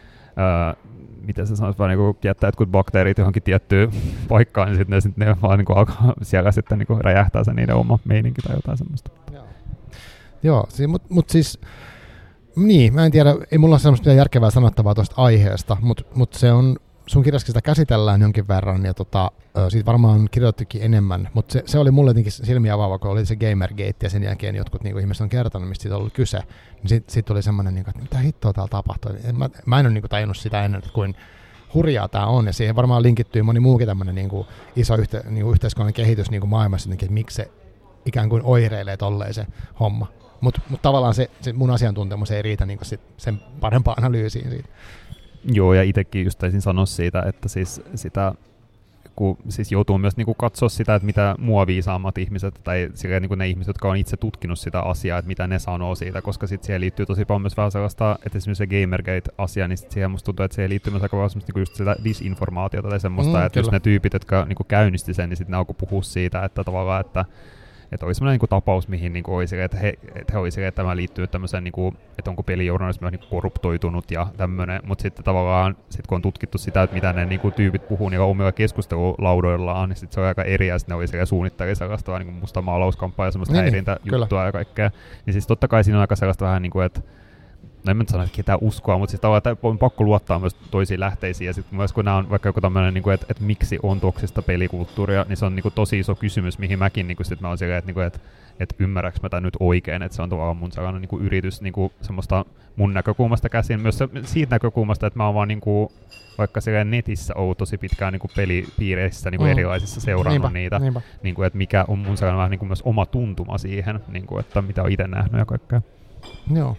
miten sä sanoit, vaan niinku jättää jotkut bakteerit johonkin tiettyyn paikkaan, niin sitten ne vaan niinku alkaa siellä sitten niinku räjähtää se niiden oma meininki tai jotain semmoista. Joo, mutta siis, niin, mä en tiedä, ei mulla ole semmoista järkevää sanottavaa tuosta aiheesta, mutta se on, sun kirjassa sitä käsitellään jonkin verran, ja siitä varmaan kirjoittikin enemmän, mutta se oli mulle jotenkin silmiä avaava, kun oli se Gamergate, ja sen jälkeen jotkut niinku ihmiset on kertonut, mistä siitä on ollut kyse. Niin sit tuli semmoinen, niinku, että mitä hittoa täällä tapahtui. Mä en ole niinku tajunnut sitä ennen, että kuin hurjaa tämä on, ja siihen varmaan linkittyy moni muukin tämmöinen niinku iso niinku yhteiskunnan kehitys niinku maailmassa, jotenkin, että miksi se ikään kuin oireilee tolleen se homma. Mutta tavallaan se mun asiantuntemus ei riitä niinku sen parempaan analyysiin siitä. Joo, ja itsekin just taisin sanoa siitä, että siis sitä, kun siis joutuu myös niinku katsoa sitä, että mitä mua viisaammat ihmiset, tai niinku ne ihmiset, jotka on itse tutkinut sitä asiaa, että mitä ne sanoo siitä, koska sitten siihen liittyy tosi paljon myös vähän sellaista, että esimerkiksi se Gamergate-asia, niin sit siihen musta tuntuu, että siihen liittyy myös aika paljon niinku just sitä disinformaatiota tai semmoista, että just ne tyypit, jotka niinku käynnisti sen, niin sitten ne alkoi puhua siitä, että tavallaan, että Että oli semmoinen niin tapaus, mihin niin oli sille, että he oli sille, että tämä liittyy tämmöiseen, niin kuin, että onko pelijournalismi niin korruptoitunut ja tämmöinen, mutta sitten tavallaan, kun on tutkittu sitä, että mitä ne niin kuin tyypit puhuu niillä omilla keskustelulaudoillaan, niin sitten se on aika eri, ja sitten ne oli sille suunnitteli sellaista niin musta maalauskampaa ja semmoista häirintäjuttua ja kaikkea. Niin siis totta kai siinä on aika sellaista vähän niin kuin, että no en mä nyt sano, että ketään uskoa, mutta siis tavallaan on pakko luottaa myös toisiin lähteisiin, ja sitten myös kun nämä on vaikka joku tämmöinen, niin että miksi on toksista pelikulttuuria, niin se on niin kuin tosi iso kysymys, mihin mäkin niin sitten mä oon silleen, että ymmärräks mä tämän nyt oikein, että se on tavallaan mun sellainen niin kuin yritys niin kuin semmoista mun näkökulmasta käsin, myös siitä näkökulmasta, että mä oon vaan niin kuin, vaikka silleen netissä ollut tosi pitkään niin kuin pelipiireissä niin kuin erilaisissa seurannut niitä, niin kuin, että mikä on mun sellainen vähän niin kuin myös oma tuntuma siihen, niin kuin, että mitä on itse nähnyt ja kaikkea. Joo.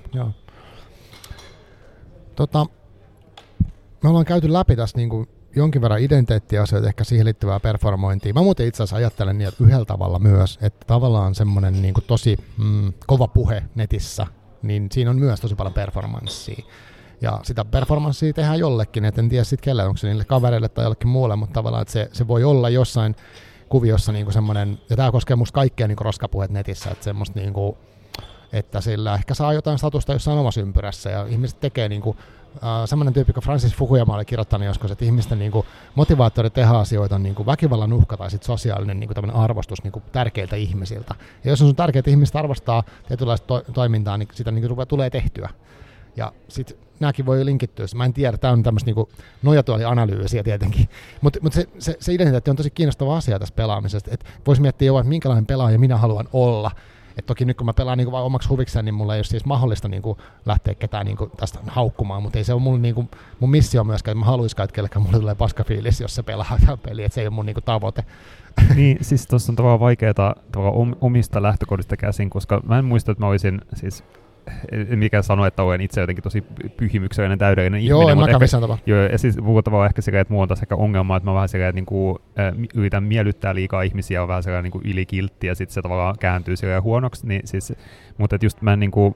Me ollaan käyty läpi tässä niin kuin jonkin verran identiteettiasioita, ehkä siihen liittyvää performointia. Mä muuten itse asiassa ajattelen niin yhdellä tavalla myös, että tavallaan semmoinen niin kuin tosi kova puhe netissä, niin siinä on myös tosi paljon performanssia. Ja sitä performanssia tehdään jollekin, et en tiedä sitten kelle, onko se niille kavereille tai jollekin muulle, mutta tavallaan, että se voi olla jossain kuviossa niin kuin semmoinen, ja tämä koskee musta kaikkea niin kuin roskapuheet netissä, että semmoista niin kuin, että sillä ehkä saa jotain statusta jossain omassa ympyrässä, ja ihmiset tekee niin kuin, semmoinen tyyppi, kun Francis Fukuyama oli kirjoittanut joskus, että ihmisten niin kuin, motivaattori tehdä asioita on niin kuin väkivallan uhka tai sit sosiaalinen niin kuin tämmöinen arvostus niin kuin tärkeiltä ihmisiltä. Ja jos on sun tärkeät ihmiset arvostaa tietynlaista toimintaa, niin sitä niin kuin tulee tehtyä. Ja sitten nämäkin voi linkittyä. Mä en tiedä, tämä on tämmöistä niin nojatuolianalyysiä tietenkin. Mutta se identiteetti on tosi kiinnostava asia tässä pelaamisesta. Että voisi miettiä jo, että minkälainen pelaaja minä haluan olla. Et toki nyt kun mä pelaan niinku vain omaksi huvikseen, niin mulla ei ole siis mahdollista niinku lähteä ketään niinku tästä haukkumaan, mutta ei se ole mun missio myöskään, että mä haluaisin, että kellekään mulle tulee paskafiilis, jos se pelaa tämä peli, että se ei ole mun niinku tavoite. Niin, siis tuossa on tavallaan vaikeaa omista lähtökohdista käsin, koska mä en muista, että mä olisin siis mikä sanoo, että olen itse jotenkin tosi pyhimyksellinen, täydellinen ihminen. Joo, en mäkään missään tapaa. Joo, ja siis tavallaan ehkä sekä, että mulla on taas ehkä ongelma, että mä vähän sekä, että niinku, yritän miellyttää liikaa ihmisiä, on vähän sekä niinku ylikiltti, ja sitten se tavallaan kääntyy sekä huonoksi, niin siis, mutta että just mä niinku,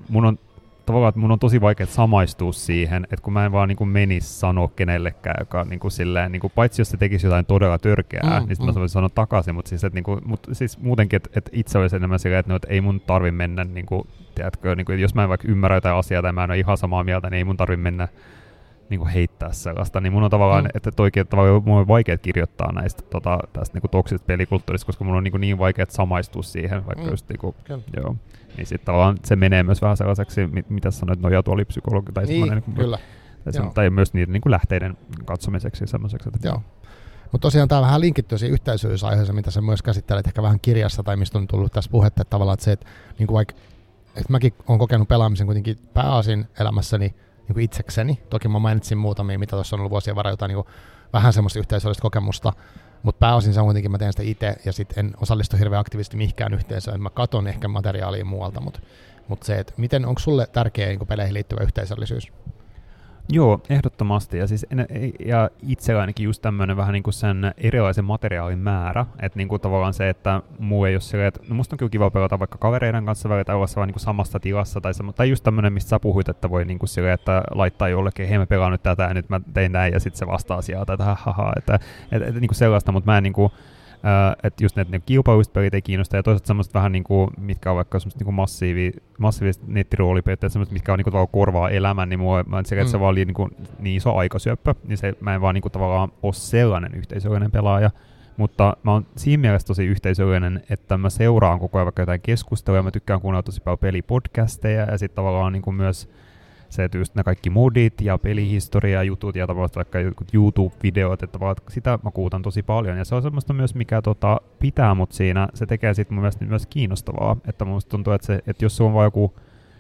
mun on tosi vaikea samaistua siihen, että kun mä en vaan niinku menisi sanoa kenellekään, joka niinku silleen, niinku, paitsi jos se tekisi jotain todella törkeää, niin sitten mä voisin sanoa takaisin, mutta siis, niinku, siis muutenkin, että itse olisi enemmän silleen, että ei mun tarvi mennä, niinku, tiedätkö, niinku, jos mä en vaikka ymmärrä jotain asiaa tai mä en ole ihan samaa mieltä, niin ei mun tarvi mennä niinku heittää sellaista, niin mun on tavallaan, että oikein tavallaan mun on vaikea kirjoittaa näistä tästä niinku toksisesta pelikulttuurista, koska mun on niin vaikea samaistua siihen, vaikka just niinku, joo. Niin sitten tavallaan se menee myös vähän sellaiseksi, mitä sanoit, nojatuolipsykologi tai niin, semmoinen, kyllä. Tai myös niiden niin kuin lähteiden katsomiseksi semmoiseksi. Joo. Mutta tosiaan tämä vähän linkittyy siihen yhteisöllisyysaiheeseen, mitä sä myös käsittelet ehkä vähän kirjassa tai mistä on tullut tässä puhetta, että tavallaan että se, että, niin kuin vaikka, että mäkin olen kokenut pelaamisen kuitenkin pääasin elämässäni niin kuin itsekseni. Toki mä mainitsin muutamia, mitä tuossa on ollut vuosien varrella jotain niin kuin vähän semmoista yhteisöllistä kokemusta, mutta pääosin se on kuitenkin, mä teen sitä itse ja sitten en osallistu hirveän aktiivisesti mihinkään yhteisöön. Mä katon ehkä materiaalia muualta, mutta se, että miten, onko sulle tärkeä niin kuin peleihin liittyvä yhteisöllisyys? Joo, ehdottomasti. Ja, siis, ja itsellä ainakin just tämmöinen vähän niin kuin sen erilaisen materiaalin määrä, että niin kuin tavallaan se, että muu ei ole silleen, että no musta on kyllä kiva pelata vaikka kavereiden kanssa välillä tai olla vaan niin kuin samassa tilassa, tai just tämmöinen, mistä sä puhuit, että voi niin kuin silleen, että laittaa jollekin, hei mä pelaan nyt tätä ja nyt mä tein näin ja sitten se vastaa sieltä, että haha, että niin kuin sellaista, mutta mä en niin kuin, että just ne kilpailuiset pelit ei kiinnosta, ja toisaalta semmoiset vähän niinku, mitkä on vaikka semmoiset niinku massiiviset nettiroolipelit, semmoiset, mitkä on niinku tavallaan korvaa elämän, niin se vaan oli niinku niin iso aikasyöppö, niin se, mä en vaan niinku tavallaan ole sellainen yhteisöllinen pelaaja, mutta mä oon siinä mielessä tosi yhteisöllinen, että mä seuraan koko ajan vaikka jotain keskustelua, ja mä tykkään kuunnella tosi paljon pelipodcasteja, ja sitten tavallaan niinku myös se, että just ne kaikki modit ja pelihistoria-jutut ja tavallaan vaikka YouTube-videot, että sitä mä kuutan tosi paljon. Ja se on semmoista myös, mikä pitää mut siinä, se tekee sit mun mielestä myös kiinnostavaa. Että musta tuntuu, että jos sulla on vaan joku,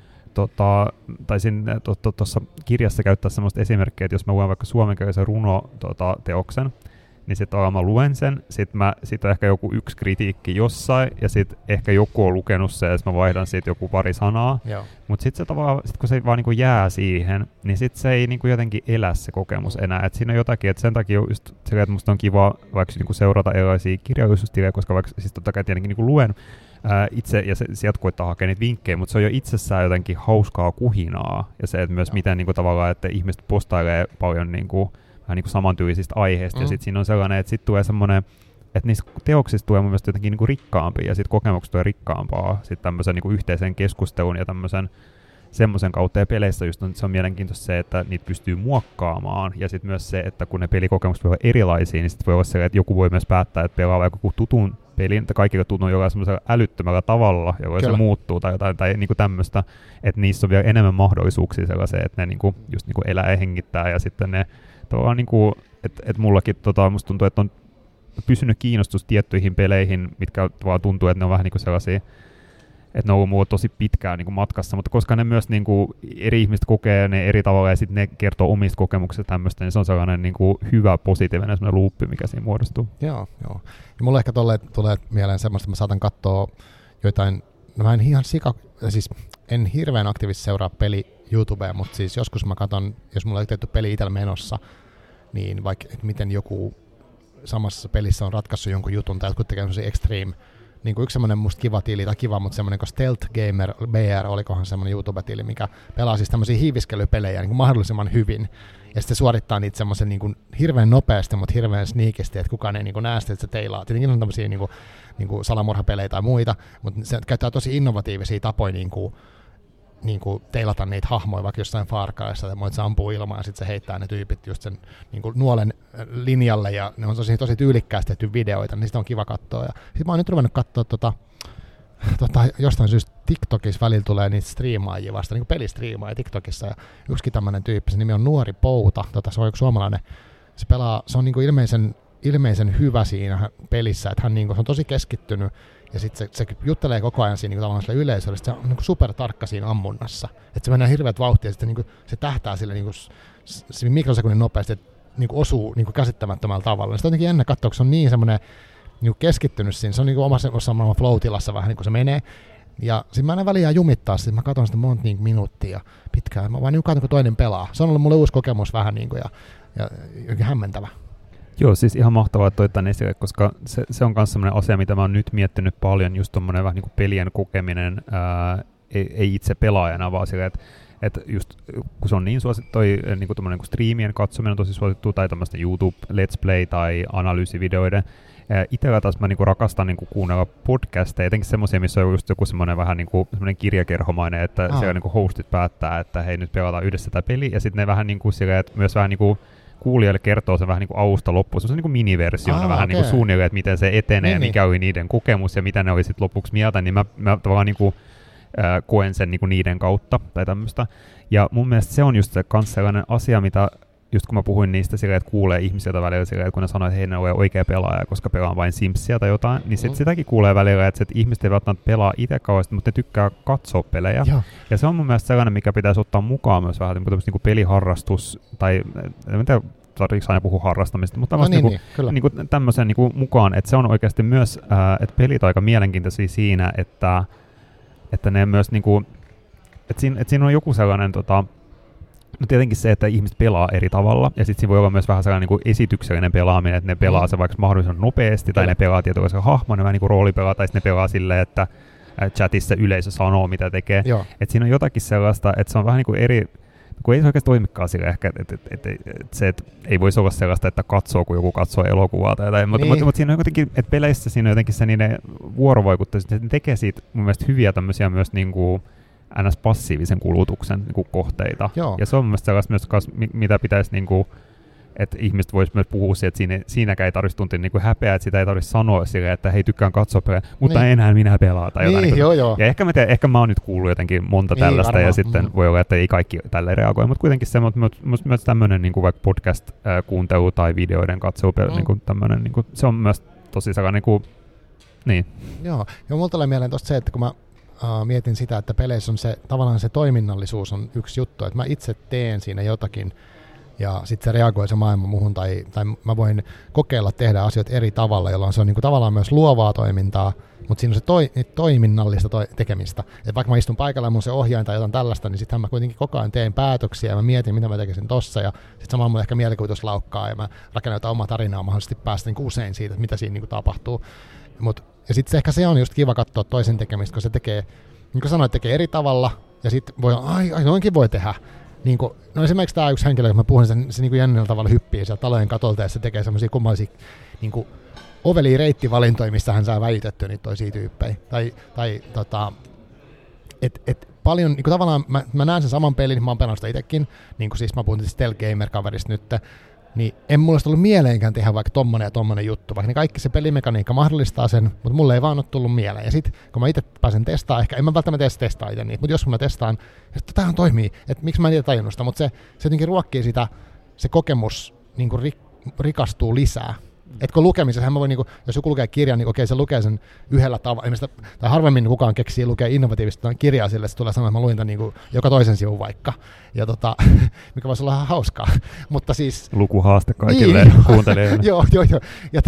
tai tuossa kirjassa käyttää semmoista esimerkkiä, että jos mä luen vaikka suomenkielisen runoteoksen, niin sitten mä luen sen, sitten on ehkä joku yksi kritiikki jossain, ja sitten ehkä joku on lukenut sen, ja sitten mä vaihdan siitä joku pari sanaa. Mutta sitten se tavallaan, kun se vaan niinku jää siihen, niin sitten se ei niinku jotenkin elä se kokemus enää. Et siinä on jotakin, että sen takia just se, että musta on kiva vaikka niinku seurata erilaisia kirjallisuustilejä, koska vaikka siis totta kai tietenkin niinku luen itse, ja sieltä koittaa hakea niitä vinkkejä, mutta se on jo itsessään jotenkin hauskaa kuhinaa, ja se, että myös miten niinku tavallaan, että ihmiset postailee paljon niinku vähän niin kuin samantyylisistä aiheista, ja sitten siinä on sellainen, että sitten tulee semmoinen, että niistä teoksista tulee mun mielestä jotenkin niinku rikkaampia ja sitten kokemuksista tulee rikkaampaa sitten tämmöisen niinku yhteisen keskustelun ja tämmöisen semmoisen kautta, ja peleissä just se on mielenkiintoista se, että niitä pystyy muokkaamaan, ja sitten myös se, että kun ne pelikokemukset voi olla erilaisia, niin sitten voi olla se, että joku voi myös päättää, että pelaa joku tutun pelin, että kaikki tutun jollain semmoisella älyttömällä tavalla, jolloin se muuttuu tai jotain, tai niinku tämmöistä, että niissä on vielä enemmän mahdollisuuksia sellaiseen, että ne niinku, just niinku elää ja hengittää, ja sitten ne tavallaan niinku, että mullakin musta tuntuu, että on pysynyt kiinnostus tiettyihin peleihin, mitkä vaan tuntuu, että ne on vähän niinku sellaisia, että ne on ollut tosi pitkään niin kuin matkassa, mutta koska ne myös niin kuin eri ihmiset kokee ne eri tavalla ja sitten ne kertoo omista kokemuksista tämmöistä, niin se on sellainen niin kuin hyvä, positiivinen sellainen luuppi, mikä siinä muodostuu. Joo. Ja mulle ehkä tulee mieleen semmoista, että mä saatan katsoa joitain, no mä en hirveän aktiivisesti seuraa peli YouTubea, mutta siis joskus mä katson, jos mulla on tehty peli itsellä menossa, niin vaikka miten joku samassa pelissä on ratkaissut jonkun jutun tai jotkut tekee semmoisia extreme, niin kuin yksi semmoinen musta kiva tiili, tai kiva, mutta semmoinen kuin Stealth Gamer BR, olikohan semmoinen YouTube-tiili, mikä pelaa siis tämmöisiä hiiviskelypelejä niin kuin mahdollisimman hyvin. Ja sitten se suorittaa niitä semmoisen niin kuin hirveän nopeasti, mutta hirveän sneakisti, että kukaan ei niin kuin näe sitä, että se teilaa. Tietenkin on tämmöisiä niin kuin salamurhapelejä tai muita, mutta se käyttää tosi innovatiivisia tapoja niin kuin teilata niitä hahmoja vaikka jossain Far Cryssa, että se ampuu ilmaan ja sitten se heittää ne tyypit just sen niin kuin nuolen linjalle ja ne on tosi tyylikkäästi tehty videoita, niin sitä on kiva katsoa. Ja sitten mä oon nyt ruvennut katsoa jostain syystä TikTokissa välillä tulee niitä striimaajia vasta, niin kuin pelistriimaajia TikTokissa ja yksikin tämmöinen tyyppi, se nimi on Nuori Pouta, se on joku suomalainen, se on niin kuin ilmeisen hyvä siinä pelissä, että hän niin kuin, se on tosi keskittynyt ja sitten se juttelee koko ajan siinä niin tavallaan sille yleisölle, se on niin super tarkka siinä ammunnassa, että se mennään hirveät vauhtia ja sitten niin se tähtää sille niin mikrosekunnin nopeasti, että niin osuu niin käsittämättömällä tavalla. Sitä on jotenkin jännä katsoa, kun se on niin semmoinen niin keskittynyt siinä, se on niin omassa flow-tilassa vähän niin kuin se menee. Ja sitten mä aina väliin jumittaa, sitten mä katson sitä monta niin minuuttia pitkään, mä vaan niin katson, kun toinen pelaa. Se on ollut mulle uusi kokemus vähän niin kuin ja hämmentävä. Joo, siis ihan mahtavaa, että toit tämän esille, koska se on myös sellainen asia, mitä mä oon nyt miettinyt paljon, just tommoinen vähän niin kuin pelien kokeminen, ei itse pelaajana, vaan sille, että just kun se on niin suosittu, niin kuin tommoinen striimien katsominen on tosi suosittu, tai tämmöistä YouTube Let's Play tai analyysivideoiden. Itellä taas mä niinku rakastan niinku kuunnella podcasteja, etenkin semmoisia, missä on just joku semmoinen vähän niinku semmoinen kirjakerhomainen, että siellä niinku hostit päättää, että hei, nyt pelataan yhdessä tätä peliä, ja sitten ne vähän niinku silleen, että myös vähän niinku kuulijoille kertoo sen vähän niin kuin alusta loppuun, semmoisen niin kuin miniversiona vähän niin kuin suunnilleen, että miten se etenee ja mikä oli niiden kokemus ja mitä ne oli sitten lopuksi mieltä, niin mä tavallaan niin kuin, koen sen niin kuin niiden kautta tai tämmöistä. Ja mun mielestä se on just se kans sellainen asia, mitä just kun mä puhuin niistä silleen, että kuulee ihmisiltä välillä silleen, että kun ne sanoo, että hei, ne on oikea pelaaja, koska pelaan vain Simsia tai jotain, niin sitäkin kuulee välillä, että ihmiset eivät välttämättä pelaa itse kauheasti, mutta ne tykkää katsoa pelejä. Ja se on mun mielestä sellainen, mikä pitäisi ottaa mukaan myös vähän tämmöistä niin peliharrastus, tai en tiedä, tarvitseeko aina puhua harrastamista, mutta niin tämmöisen niin mukaan, että se on oikeasti myös, että pelit on aika mielenkiintoisia siinä, että ne myös, niin kuin, että siinä on joku sellainen, no tietenkin se, että ihmiset pelaa eri tavalla, ja sitten siinä voi olla myös vähän sellainen niin kuin esityksellinen pelaaminen, että ne pelaa se vaikka mahdollisimman nopeasti, tai ne pelaa tietynlaisella hahmon, ne vähän niin kuin roolipelaa, tai sitten ne pelaa silleen, että chatissa yleisö sanoo, mitä tekee. Että siinä on jotakin sellaista, että se on vähän niin kuin eri, kun ei se oikeasti toimikaan sille ehkä, että ei voisi olla sellaista, että katsoo, kun joku katsoo elokuvaa tai jotain, mutta siinä on jotenkin, että peleissä siinä on jotenkin se niiden vuorovaikutteisuus, että ne tekee siitä mun mielestä hyviä tämmöisiä myös niin kuin NS-passiivisen kulutuksen niin kuin kohteita. Ja se on mun mielestä sellaista myös, mitä pitäisi, niin kuin, että ihmiset voisi myös puhua siitä, että siinäkään ei tarvitse tuntia niin kuin häpeää, että sitä ei tarvitse sanoa sille, että hei, tykkään katsoa pelejä, mutta enää minä pelaa tai jotain. Ja ehkä mä oon nyt kuullut jotenkin monta tällaista, varmaan. Ja sitten voi olla, että ei kaikki tälle reagoi, mutta kuitenkin se, mutta myös tämmöinen niin kuin vaikka podcast-kuuntelu tai videoiden katselu, niin kuin tämmöinen, niin kuin, se on myös tosi sellainen, niin kuin, niin. Joo, ja mulla tulee mieleen tuosta se, että kun mä mietin sitä, että peleissä on se, tavallaan se toiminnallisuus on yksi juttu, että mä itse teen siinä jotakin ja sitten se reagoi se maailma muuhun tai mä voin kokeilla tehdä asioita eri tavalla, jolloin se on niinku tavallaan myös luovaa toimintaa, mutta siinä on se toiminnallista tekemistä. Et vaikka mä istun paikalla ja mun se ohjain tai jotain tällaista, niin sitten mä kuitenkin koko ajan teen päätöksiä ja mä mietin, mitä mä tekisin tossa ja sitten samalla mun ehkä mielikuvitus laukkaa ja mä rakennan jotain omaa tarinaa mahdollisesti päästä niinku usein siitä, että mitä siinä niinku tapahtuu. Ja sitten ehkä se on just kiva katsoa toisen tekemistä, kun se tekee, niin kuin sanoit, tekee eri tavalla, ja sitten voi, noinkin voi tehdä. Niin kuin, no esimerkiksi tämä yksi henkilö, kun mä puhun, se niin kuin jännällä tavalla hyppii sieltä talojen katolta, ja se tekee semmoisia kummallisia niin kuin ovelia reittivalintoja, missä hän saa väitettyä niitä toisia tyyppejä. Paljon, niin tavallaan mä näen sen saman pelin, mä oon pelannut sitä itsekin, niin kuin siis mä puhun Stealth Gamer-kaverista nyt, niin en mulle olisi tullut mieleenkään tehdä vaikka tommonen ja tommonen juttu, vaikka ne kaikki se pelimekaniikka mahdollistaa sen, mutta mulle ei vaan ole tullut mieleen. Ja sit kun mä itse pääsen testaamaan, ehkä en mä välttämättä edes testaa itse niitä, mutta jos mä testaan, että tämähän toimii, että miksi mä en tiedä tajunnut sitä, mutta se jotenkin ruokkii sitä, se kokemus niin kuin rikastuu lisää. Et kun lukemisessa, mä voin, niin kuin, jos joku lukee kirjan, niin okei, se lukee sen yhdellä tavalla, tai harvemmin kukaan keksii lukea innovatiivista kirjaa sille, se tulee sanoa, että mä luin tämän niin kuin, joka toisen sivun vaikka, ja mikä voisi olla ihan hauskaa. Mutta siis, lukuhaaste kaikille niin, kuuntelijoille. joo. Ja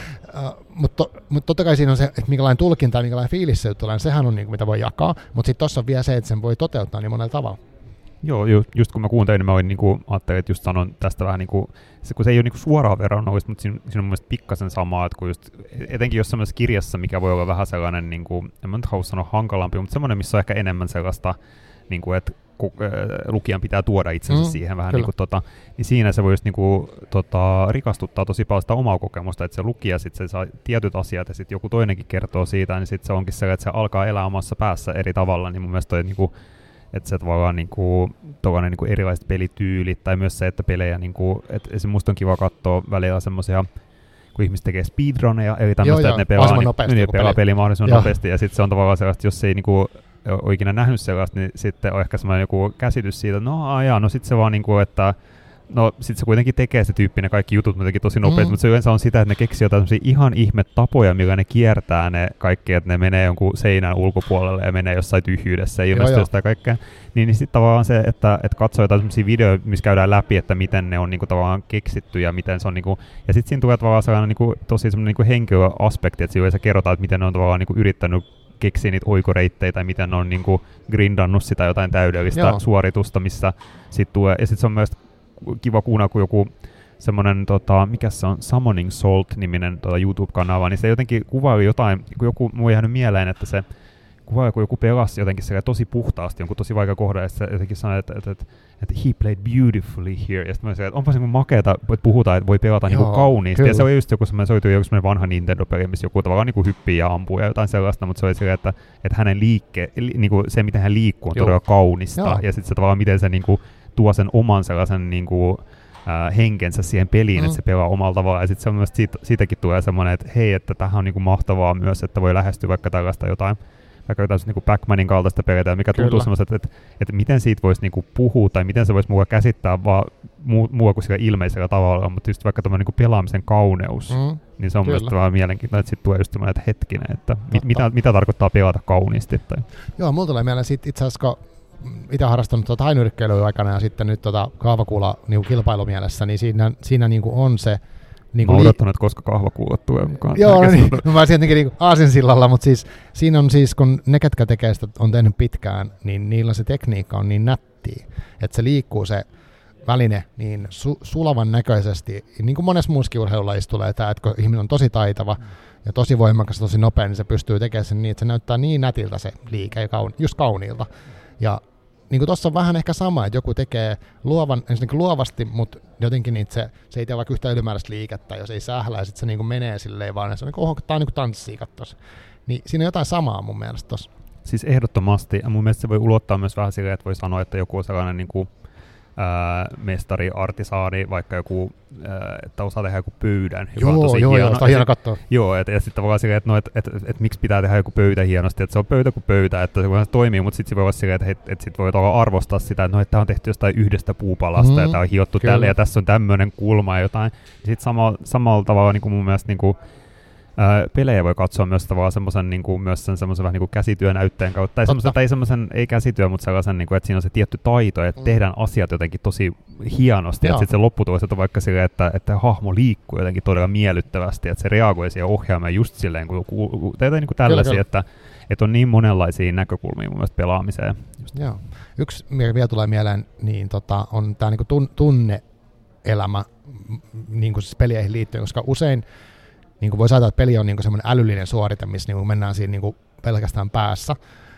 mutta totta kai siinä on se, että minkälainen tulkinta ja minkälainen fiilis se tulee, sehän on niin kuin, mitä voi jakaa, mutta sitten tuossa on vielä se, että sen voi toteuttaa niin monella tavalla. Joo, just kun mä kuuntelin, niin mä niinku, ajattelin, että just sanon tästä vähän, niinku, kun se ei ole niinku suoraan verrannollista, mutta siinä on mun mielestä pikkasen samaa, että kun just, etenkin jos semmoisessa kirjassa, mikä voi olla vähän sellainen, niinku, en mä nyt halua sanoa hankalampi, mutta semmoinen, missä on ehkä enemmän sellaista, niinku, että lukijan pitää tuoda itsensä siihen vähän, niinku, niin siinä se voi just niinku, rikastuttaa tosi paljon sitä omaa kokemusta, että se lukija sitten se saa tietyt asiat ja sitten joku toinenkin kertoo siitä, niin sitten se onkin se, että se alkaa elää omassa päässä eri tavalla, niin mun mielestä toi niinku, että se tavallaan niinku erilaiset pelityylit tai myös se, että pelejä niinku, että se musta on kiva katsoa välillä semmoisia, kun ihmiset tekee speedruneja, eli tämmöistä, että ne pelaa peli mahdollisimman nopeasti, ja sitten se on tavallaan sellaista, jos ei niinku ole ikinä nähnyt sellaista, niin sitten on ehkä semmoinen joku käsitys siitä, no sitten se vaan niinku, että no sit se kuitenkin tekee se tyyppinen kaikki jutut jotenkin tosi nopeasti, mutta se yleensä on sitä, että ne keksii jotain ihan ihme tapoja, millä ne kiertää ne kaikki, että ne menee jonkun seinän ulkopuolelle ja menee jossain tyhjyydessä ja ilmestyy jostain kaikkea. Niin sitten tavallaan se, että katsoo jotain sellaisia videoita, missä käydään läpi, että miten ne on niinku tavallaan keksitty ja miten se on niinku, ja sitten siinä tulee tavallaan sellainen niinku, tosi semmoinen niinku henkilöaspekti, että siinä kerrotaan, että miten ne on tavallaan niinku yrittänyt keksiä niitä oikoreittejä tai miten ne on niinku grindannut sitä jotain täydellistä suoritusta, missä sitten tulee, ja sitten se on myös kiva kuunnella, kun joku semmoinen, mikä se on, Summoning Salt-niminen YouTube-kanava, niin se jotenkin kuvaili jotain, kun joku, mulla ei jäänyt mieleen, että se kuvaili, kun joku pelasi jotenkin tosi puhtaasti, jonkun tosi vaikea kohda, ja se jotenkin sanoi, että he played beautifully here, ja sitten mä sanoin, että onpa se niin makeata, että puhutaan, että voi pelata niin kauniisti, kyllä. Ja se oli just joku semmoinen, se oli joku semmoinen vanha Nintendo-peli, missä joku tavallaan niin hyppii ja ampuu ja jotain sellaista, mutta se oli silleen, että hänen niinku se, miten hän liikkuu, on todella kaunista, ja sitten se tavallaan, miten se niinku tuo sen oman sellaisen niinku, henkensä siihen peliin, että se pelaa omalla tavalla. Ja sitten se on myös siitäkin tulee semmoinen, että hei, että tämähän on niinku mahtavaa myös, että voi lähestyä vaikka tällaista jotain niinku Pac-Manin kaltaista peliä, mikä tuntuu semmoiset, että miten siitä voisi niinku puhua tai miten se voisi mua käsittää vaan mua kuin sillä ilmeisellä tavalla, mutta just vaikka tämmöinen niinku pelaamisen kauneus, niin se on myös vähän mielenkiintoinen, että sitten tulee just semmoinen, että hetkinen, että mitä tarkoittaa pelata kauniisti. Tai. Joo, mulla tulee mieleen siitä itse asiassa, itse harrastanut hainyrkkeilyä aikana ja sitten nyt kahvakuula niin kilpailumielessä, niin siinä niin on se... Niin mä oon odottanut, että koska kahvakuulat tulee mukaan. Joo, niin, mä olisin jotenkin niin aasinsillalla, mutta siis, siinä on siis, kun ne, ketkä tekee sitä, on tehnyt pitkään, niin niillä se tekniikka on niin nättiä, että se liikkuu se väline niin sulavan näköisesti, niin kuin monessa muussakin urheilulajissa tulee tämä, että kun ihminen on tosi taitava ja tosi voimakas, tosi nopea, niin se pystyy tekemään sen niin, että se näyttää niin nätiltä se liike ja just kauniilta. Ja niin kuin tuossa on vähän ehkä sama, että joku tekee luovasti, mutta jotenkin niin se ei tee vaikka yhtä ylimääräistä liikettä, jos ei sählää, ja sitten se niin kuin menee silleen vaan, se on niin kuin, tämä on niin kuin tanssii katsossa. Niin siinä on jotain samaa mun mielestä tuossa. Siis ehdottomasti, ja mun mielestä se voi ulottaa myös vähän silleen, että voi sanoa, että joku on sellainen niin kuin mestari, artisaani, vaikka joku, että osaa tehdä joku pöydän, joka on tosi hieno. Joo, hieno katsoa. Joo, ja sitten tavallaan silleen, että miksi pitää tehdä joku pöytä hienosti, että se on pöytä kuin pöytä, että se voi toimii, mutta sitten se voi olla silleen, että sitten voi arvostaa sitä, että tämä on tehty jostain yhdestä puupalasta, ja tämä on hiottu tälle, ja tässä on tämmöinen kulma ja jotain. Ja sitten samalla tavalla niin kuin mun mielestä niin kuin, pelejä voi katsoa myös tavallaan semmoisen niinku myös sen semmoisen vähän niinku käsityönäytteen kautta tai semmoisen ei käsityö, mutta sellaisen niinku, että siinä on se tietty taito, että tehdään asiat jotenkin tosi hienosti, että sitten se lopputulos on vaikka sille, että hahmo liikkuu jotenkin todella miellyttävästi, että se reagoi siihen ohjaamaan just silleen tai niinku tällaisia, että on niin monenlaisia näkökulmia mun mielestä pelaamiseen. Just. Joo. Yksi, mikä vielä tulee mieleen, niin on tämä niinku tunne-elämä niinku siis peleihin liittyen, koska usein niin kuin voisi ajatella, että peli on niin semmoinen älyllinen suorite, missä niin mennään siinä niin pelkästään päässä,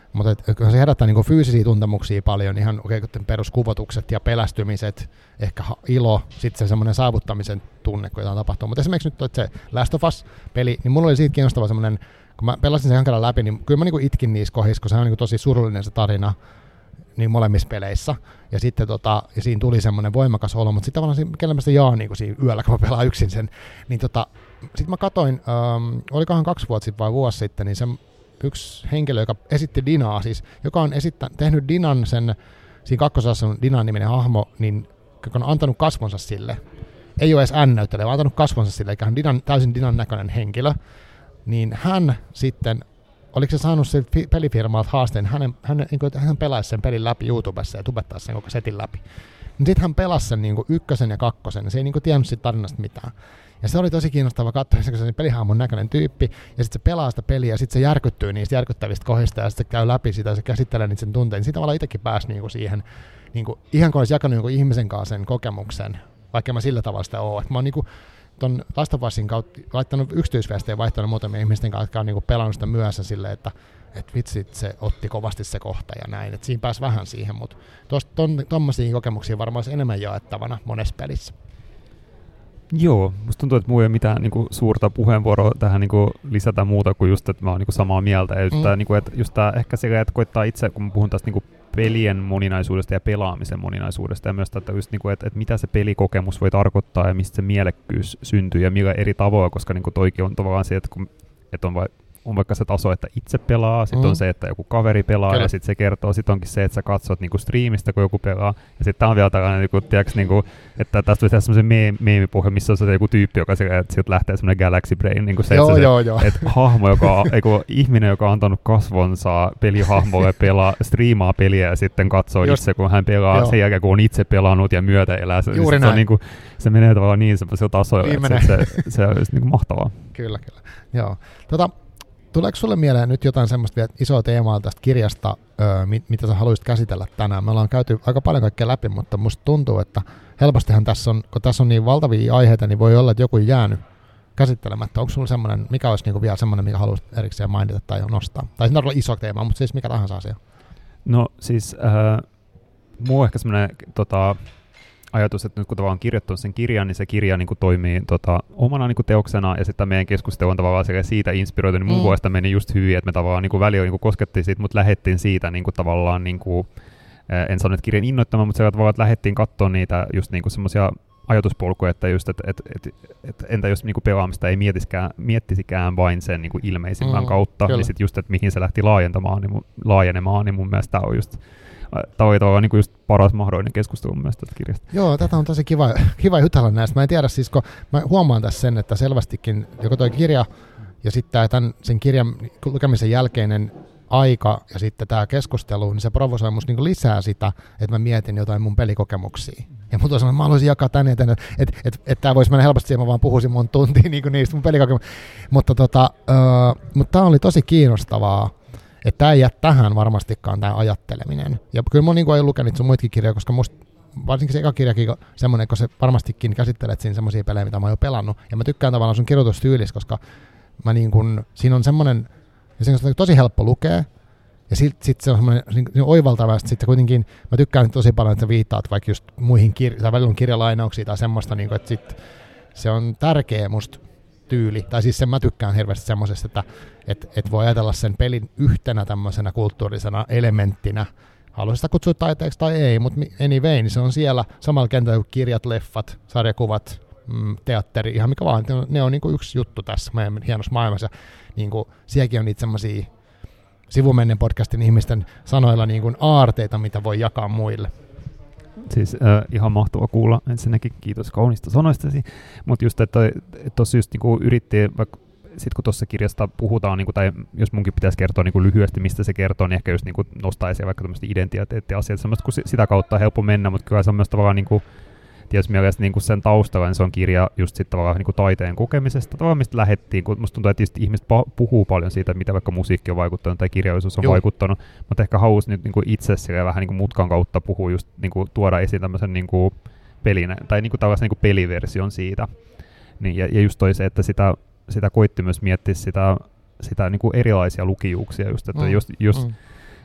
Mutta kyllä se herättää niin fyysisiä tuntemuksia paljon, ihan peruskuvotukset ja pelästymiset, ehkä ilo, sitten se semmoinen saavuttamisen tunne, kun jotain tapahtuu. Mutta esimerkiksi nyt se Last of Us-peli, niin mulla oli siitä kiinnostava semmoinen, kun mä pelasin sen ihan kerran läpi, niin kyllä mä niin itkin niissä kohdissa, kun se on niin tosi surullinen se tarina niin molemmissa peleissä. Ja sitten ja siinä tuli semmoinen voimakas olo, mutta sitten tavallaan kelle mä sitä jaan niin siinä yöllä, kun mä pelaan yksin sen, niin sitten mä katoin, olikohan 2 vuotta sitten vai vuosi sitten, niin se yksi henkilö, joka esitti Dinaa, siis, joka on tehnyt Dinan sen, siinä 2. on Dinan niminen hahmo, niin joka on antanut kasvonsa sille. Ei ole edes näyttelijä, vaan antanut kasvonsa sille, eikä hän täysin Dinan näköinen henkilö. Niin hän sitten, oliko se saanut sen pelifirmalta haasteen, hän pelaisi sen pelin läpi YouTubessa ja tubettaisi sen koko setin läpi. Niin sitten hän pelasi sen 1 ja 2, ja se ei tiennyt siitä tarinasta mitään. Ja se oli tosi kiinnostava katsoa, kun se on pelihahmon näköinen tyyppi, ja sitten se pelaa sitä peliä, ja sitten se järkyttyy niistä järkyttävistä kohdista, ja sitten se käy läpi sitä, ja se käsittelee niitä sen tunteita. Siitä tavallaan itsekin pääsi siihen, ihan kuin olisi jakanut ihmisen kanssa sen kokemuksen, vaikka mä sillä tavalla sitä ole. Mä oon ton Last of Usin kautta laittanut yksityisviestejä ja vaihtanut muutamia ihmisten kanssa, jotka on pelannut sitä myössä silleen, että vitsit, se otti kovasti se kohta ja näin. Et siinä pääsi vähän siihen, mutta tommosia kokemuksia varmaan olisi enemmän jaettavana monessa pelissä. Joo, musta tuntuu, että mulla ei ole mitään suurta puheenvuoroa tähän lisätä muuta kuin just, että mä oon samaa mieltä. Ja just tää ehkä se, että koittaa itse, kun mä puhun tästä pelien moninaisuudesta ja pelaamisen moninaisuudesta ja myös että mitä se pelikokemus voi tarkoittaa ja mistä se mielekkyys syntyy ja millä eri tavoilla, koska toikin on tavallaan se, että on vaikka se taso, että itse pelaa, sitten on se, että joku kaveri pelaa, kyllä. Ja sitten se kertoo, sitten onkin se, että sä katsot striimistä, kun joku pelaa, ja sitten tää on vielä tällainen, että tästä voi tehdä semmoisen meemipohja, missä on se joku tyyppi, joka sieltä lähtee semmoinen Galaxy Brain, että hahmo, ihminen, joka on antanut kasvonsa pelihahmolle, striimaa peliä ja sitten katsoo itse, kun hän pelaa, sen jälkeen kun on itse pelannut ja myötä elää, se menee tavallaan niin semmoisella tasoilla, että se on just mahtavaa. Kyllä. Joo. Tuleeko sulle mieleen nyt jotain semmoista vielä isoa teemaa tästä kirjasta, mitä sä haluaisit käsitellä tänään? Me ollaan käyty aika paljon kaikkea läpi, mutta musta tuntuu, että helpostihan kun tässä on niin valtavia aiheita, niin voi olla, että joku jäänyt käsittelemättä. Onko sulla semmoinen, mikä olisi vielä semmoinen, mikä haluaisit erikseen mainita tai nostaa? Tai siinä on iso teema, mutta siis mikä tahansa asia. No siis, mulla on ehkä semmoinen ajatus, että nyt kun tavallaan on kirjoittanut sen kirjan, niin se kirja toimii omana teoksena, ja sitten meidän keskustelu on tavallaan siitä inspiroitu, niin mun puolesta meni just hyvin, että me tavallaan välillä koskettiin siitä, mutta lähdettiin siitä tavallaan, en sano, että kirjan innoittamaan, mutta se tavallaan, että lähdettiin katsoa niitä just semmoisia ajatuspolkuja, että just, että entä jos pelaamista ei miettisikään vain sen ilmeisimmän kautta, kyllä. Niin sitten just, että mihin se lähti laajenemaan, niin mun mielestä tämä on just tämä oli just paras mahdollinen keskustelu mun mielestä tästä kirjasta. Joo, tätä on tosi kiva jutella näistä. Mä en tiedä siis, kun mä huomaan tässä sen, että selvästikin joko toi kirja ja sitten sen kirjan lukemisen jälkeinen aika ja sitten tämä keskustelu, niin se provosoi musta lisää sitä, että mä mietin jotain mun pelikokemuksia. Ja mut on sanonut, että mä haluaisin jakaa tän eteen, että tämä voisi mennä helposti siihen, mä vaan puhuisin mun tuntia niistä mun pelikokemuksista. Mutta tämä oli tosi kiinnostavaa. Että tämä ei jää tähän varmastikaan tämä ajatteleminen. Ja kyllä mä ei lukenut sun muitakin kirjoja, koska musta varsinkin se eka kirjakin semmoinen, kun se varmastikin käsittelet siinä semmoisia pelejä, mitä mä oon jo pelannut. Ja mä tykkään tavallaan sun kirjoitustyylissä, koska mä siinä on semmoinen, ja se on tosi helppo lukea. Ja sitten se on semmoinen oivaltava, ja sitten kuitenkin mä tykkään tosi paljon, että sä viittaat vaikka just muihin tai välillä on kirjalainauksia tai semmoista, että sit se on tärkeä musta tyyli, tai siis sen mä tykkään hirveästi semmoisesta, että voi ajatella sen pelin yhtenä tämmöisenä kulttuurisena elementtinä. Haluaisin sitä kutsua taiteeksi tai ei, mutta anyway, niin se on siellä samalla kentällä kuin kirjat, leffat, sarjakuvat, teatteri, ihan mikä vaan. Ne on yksi juttu tässä meidän hienossa maailmassa. Sielläkin on niitä semmoisia sivumennen podcastin ihmisten sanoilla aarteita, mitä voi jakaa muille. Siis ihan mahtava kuulla. Ensinnäkin kiitos kaunista sanoistasi. Mutta just, että tuossa just yritti, vaikka sitten kun tuossa kirjasta puhutaan, tai jos munkin pitäisi kertoa lyhyesti, mistä se kertoo, niin ehkä just nostaa esiin vaikka tämmöistä identiteettiasiat, semmoista, kun sitä kautta on helppo mennä, mutta kyllä se on myös tavallaan tietysti mielestä sen taustalla, niin se on kirja just sitten tavallaan taiteen kokemisesta, tavallaan mistä lähdettiin, kun musta tuntuu, että ihmiset puhuu paljon siitä, mitä vaikka musiikki on vaikuttanut tai kirjallisuus on vaikuttanut, mutta ehkä halusi nyt itse vähän mutkan kautta puhua just tuoda esiin tämmöisen pelin, tai tällaisen peliversion siitä. Niin, ja just toi se, että sitä koitti myös miettiä sitä erilaisia lukijuuksia, just, että jos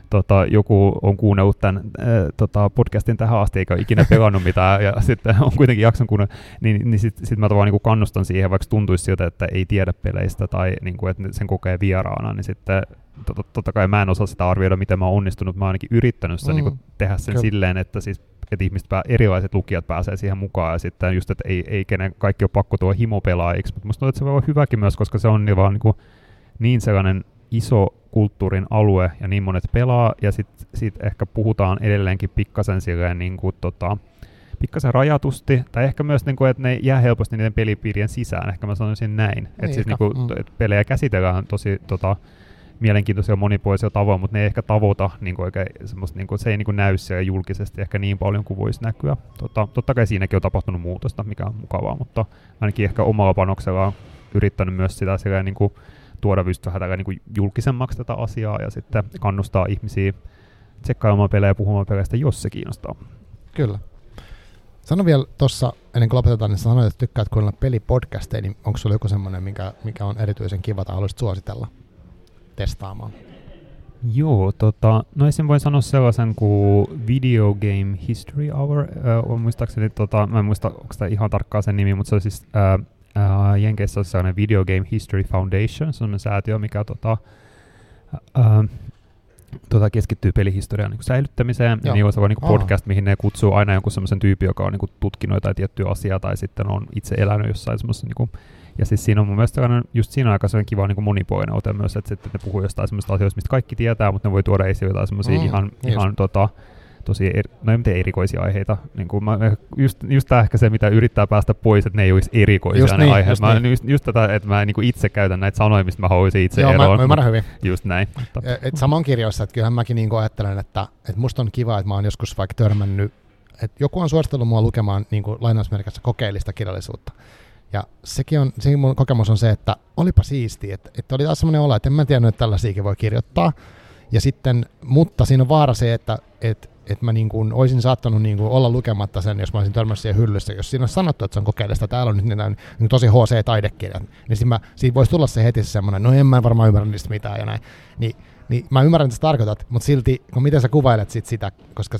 joku on kuunnellut tämän podcastin tähän asti eikä ole ikinä pelannut mitään ja sitten on kuitenkin jakson kuunnellut, niin sit mä tavallaan niin kannustan siihen, vaikka tuntuisi siltä, että ei tiedä peleistä tai niin kuin, että sen kokee vieraana, niin sitten totta kai mä en osaa sitä arvioida, miten mä oon onnistunut. Mä oon ainakin yrittänyt sitä niin kuin tehdä sen silleen, että siis että erilaiset lukijat pääsee siihen mukaan ja sitten just, että ei kenen kaikki on pakko tuo himopelaajiksi, mutta musta tuntuu, että se voi olla hyväkin myös, koska se on vaan niin sellainen iso kulttuurin alue ja niin monet pelaa ja sitten ehkä puhutaan edelleenkin pikkasen silleen niin kuin pikkasen rajatusti, tai ehkä myös, niin kuin, että ne jää helposti niiden pelipiirien sisään, ehkä mä sanoisin näin, että siis, niin kuin, että pelejä käsitellään tosi mielenkiintoisia monipuolisia tavoin, mutta ne ei ehkä tavoita niin kuin oikein semmoista, niin kuin, se ei niin kuin näy siellä julkisesti ehkä niin paljon kuin voisi näkyä. Totta kai siinäkin on tapahtunut muutosta, mikä on mukavaa, mutta ainakin ehkä omalla panoksella on yrittänyt myös sitä silleen, niin kuin, tuoda just vähän tällä, niin kuin julkisemmaksi tätä asiaa ja sitten kannustaa ihmisiä tsekkailemaan pelejä ja puhumaan peleistä, jos se kiinnostaa. Kyllä. Sano vielä tuossa, ennen kuin lopetetaan, niin sanoit, että tykkäät kuunnella pelipodcasteja, niin onko sulla joku semmoinen, mikä on erityisen kiva tai haluaisit suositella testaamaan? Joo, no esim. Voin sanoa sellaisen kuin Video Game History Hour, muistaakseni, mä en muista, onko tämä ihan tarkkaan sen nimi, mutta se on siis Jenkeissä on sellainen Video Game History Foundation, sellainen säätiö, mikä keskittyy pelihistorian niin säilyttämiseen. Ja niillä on sellainen niin podcast, mihin ne kutsuu aina jonkun semmoisen tyypin, joka on niin tutkinut jotain tiettyä asiaa tai sitten on itse elänyt jossain semmoisessa. Niin ja siis siinä on mun mielestä just siinä aika sellainen kiva niin monipuolinen ote myös, että sitten ne puhuu jostain semmoista asioista, mistä kaikki tietää, mutta ne voi tuoda esiin jotain semmoisia ihan tosi erikoisia aiheita. Niin just tämä ehkä se, mitä yrittää päästä pois, että ne ei olisi erikoisia ne aiheet. Just tätä, että mä itse käytän näitä sanoja, mistä mä haluaisin itse eroon. Mä ymmärrän hyvin. Just näin. Samoin kirjoissa, että kyllähän mäkin ajattelen, että musta on kiva, että mä oon joskus vaikka törmännyt, että joku on suositellut mua lukemaan lainausmerkissä kokeellista kirjallisuutta. Ja sekin mun kokemus on se, että olipa siistiä, että oli taas semmoinen olo, että en mä tiennyt, että tällaisiakin voi kirjoittaa. Ja sitten, mutta siinä on vaara se, että mä olisin saattanut olla lukematta sen, jos mä olisin törmännyt siihen hyllyssä. Jos siinä on sanottu, että se on kokeellista, täällä on nyt tosi HC-taidekirjat, niin siinä voisi tulla se heti semmoinen, no en mä varmaan ymmärrä niistä mitään ja näin. Niin mä ymmärrän, että sä tarkoitat, mutta silti, miten sä kuvailet sitä, koska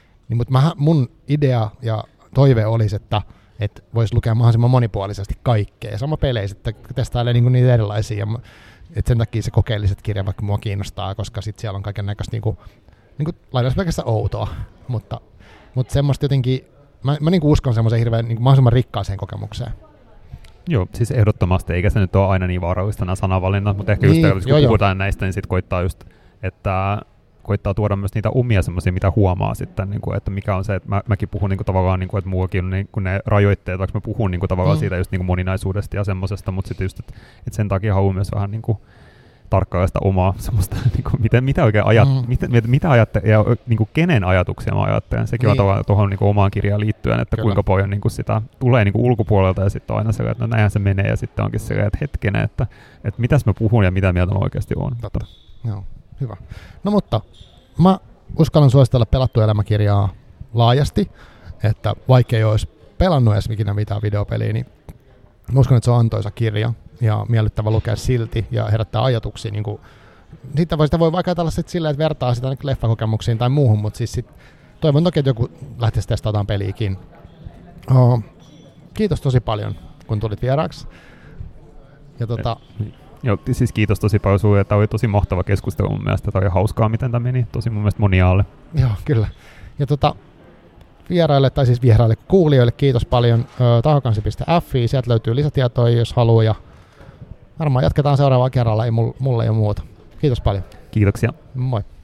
mutta mun idea ja toive olisi, että voisi lukea mahdollisimman monipuolisesti kaikkea. Ja sama peleissä, että testailee niitä erilaisia. Että sen takia se kokeelliset kirjat vaikka mua kiinnostaa, koska sit siellä on kaiken näköistä lainausmerkissä outoa. Mutta semmoista jotenkin, mä uskon semmoiseen hirveän mahdollisimman rikkaaseen kokemukseen. Joo, siis ehdottomasti, eikä se nyt ole aina niin vaarallista nämä sanavalinnat, mutta ehkä just kun puhutaan näistä, niin sitten koittaa just, että koittaa tuoda myös niitä omia semmoisia, mitä huomaa sitten, niin kuin, että mikä on se, että mäkin puhun niin kuin, tavallaan, niin kuin, että muuakin on niin kuin ne rajoitteet, vaikka mä puhun niin kuin, tavallaan siitä just niin kuin moninaisuudesta ja semmoisesta, mutta sitten just, että sen takia haluan myös vähän niin kuin, tarkkailla sitä omaa semmoista, niin kuin, mitä oikein mitä ajattelee ja niin kuin, kenen ajatuksia mä ajattelen. Sekin on tavallaan tuohon niin kuin, omaan kirjaan liittyen, että kuinka paljon niin kuin, sitä tulee niin kuin, ulkopuolelta ja sitten on aina sellainen, että no näinhän se menee ja sitten onkin sellainen, että hetkinen, että mitäs mä puhun ja mitä mieltä mä oikeasti oon. Joo, hyvä. No mutta mä uskallan suositella Pelattu elämäkirjaa laajasti, että vaikka ei olisi pelannut edes ikinä mitään videopeliä, niin mä uskon, että se on antoisa kirja ja miellyttävä lukea silti ja herättää ajatuksia. Niin kuin, sitä voi vaikka ajatella silleen, että vertaa sitä leffakokemuksiin tai muuhun, mutta siis toivon toki, että joku lähtisi testaamaan peliäkin. Kiitos tosi paljon, kun tulit vieraaksi. Ja Joo, siis kiitos tosi paljon sinulle. Tämä oli tosi mahtava keskustelu mun mielestä. Tämä oli hauskaa, miten tämä meni. Tosi mun mielestä moniaalle. Joo, kyllä. Ja vieraille kuulijoille kiitos paljon. Tahokansi.fi, sieltä löytyy lisätietoja, jos haluaa. Ja varmaan jatketaan seuraavalla kerralla. Ei mulla ei ole muuta. Kiitos paljon. Kiitoksia. Moi.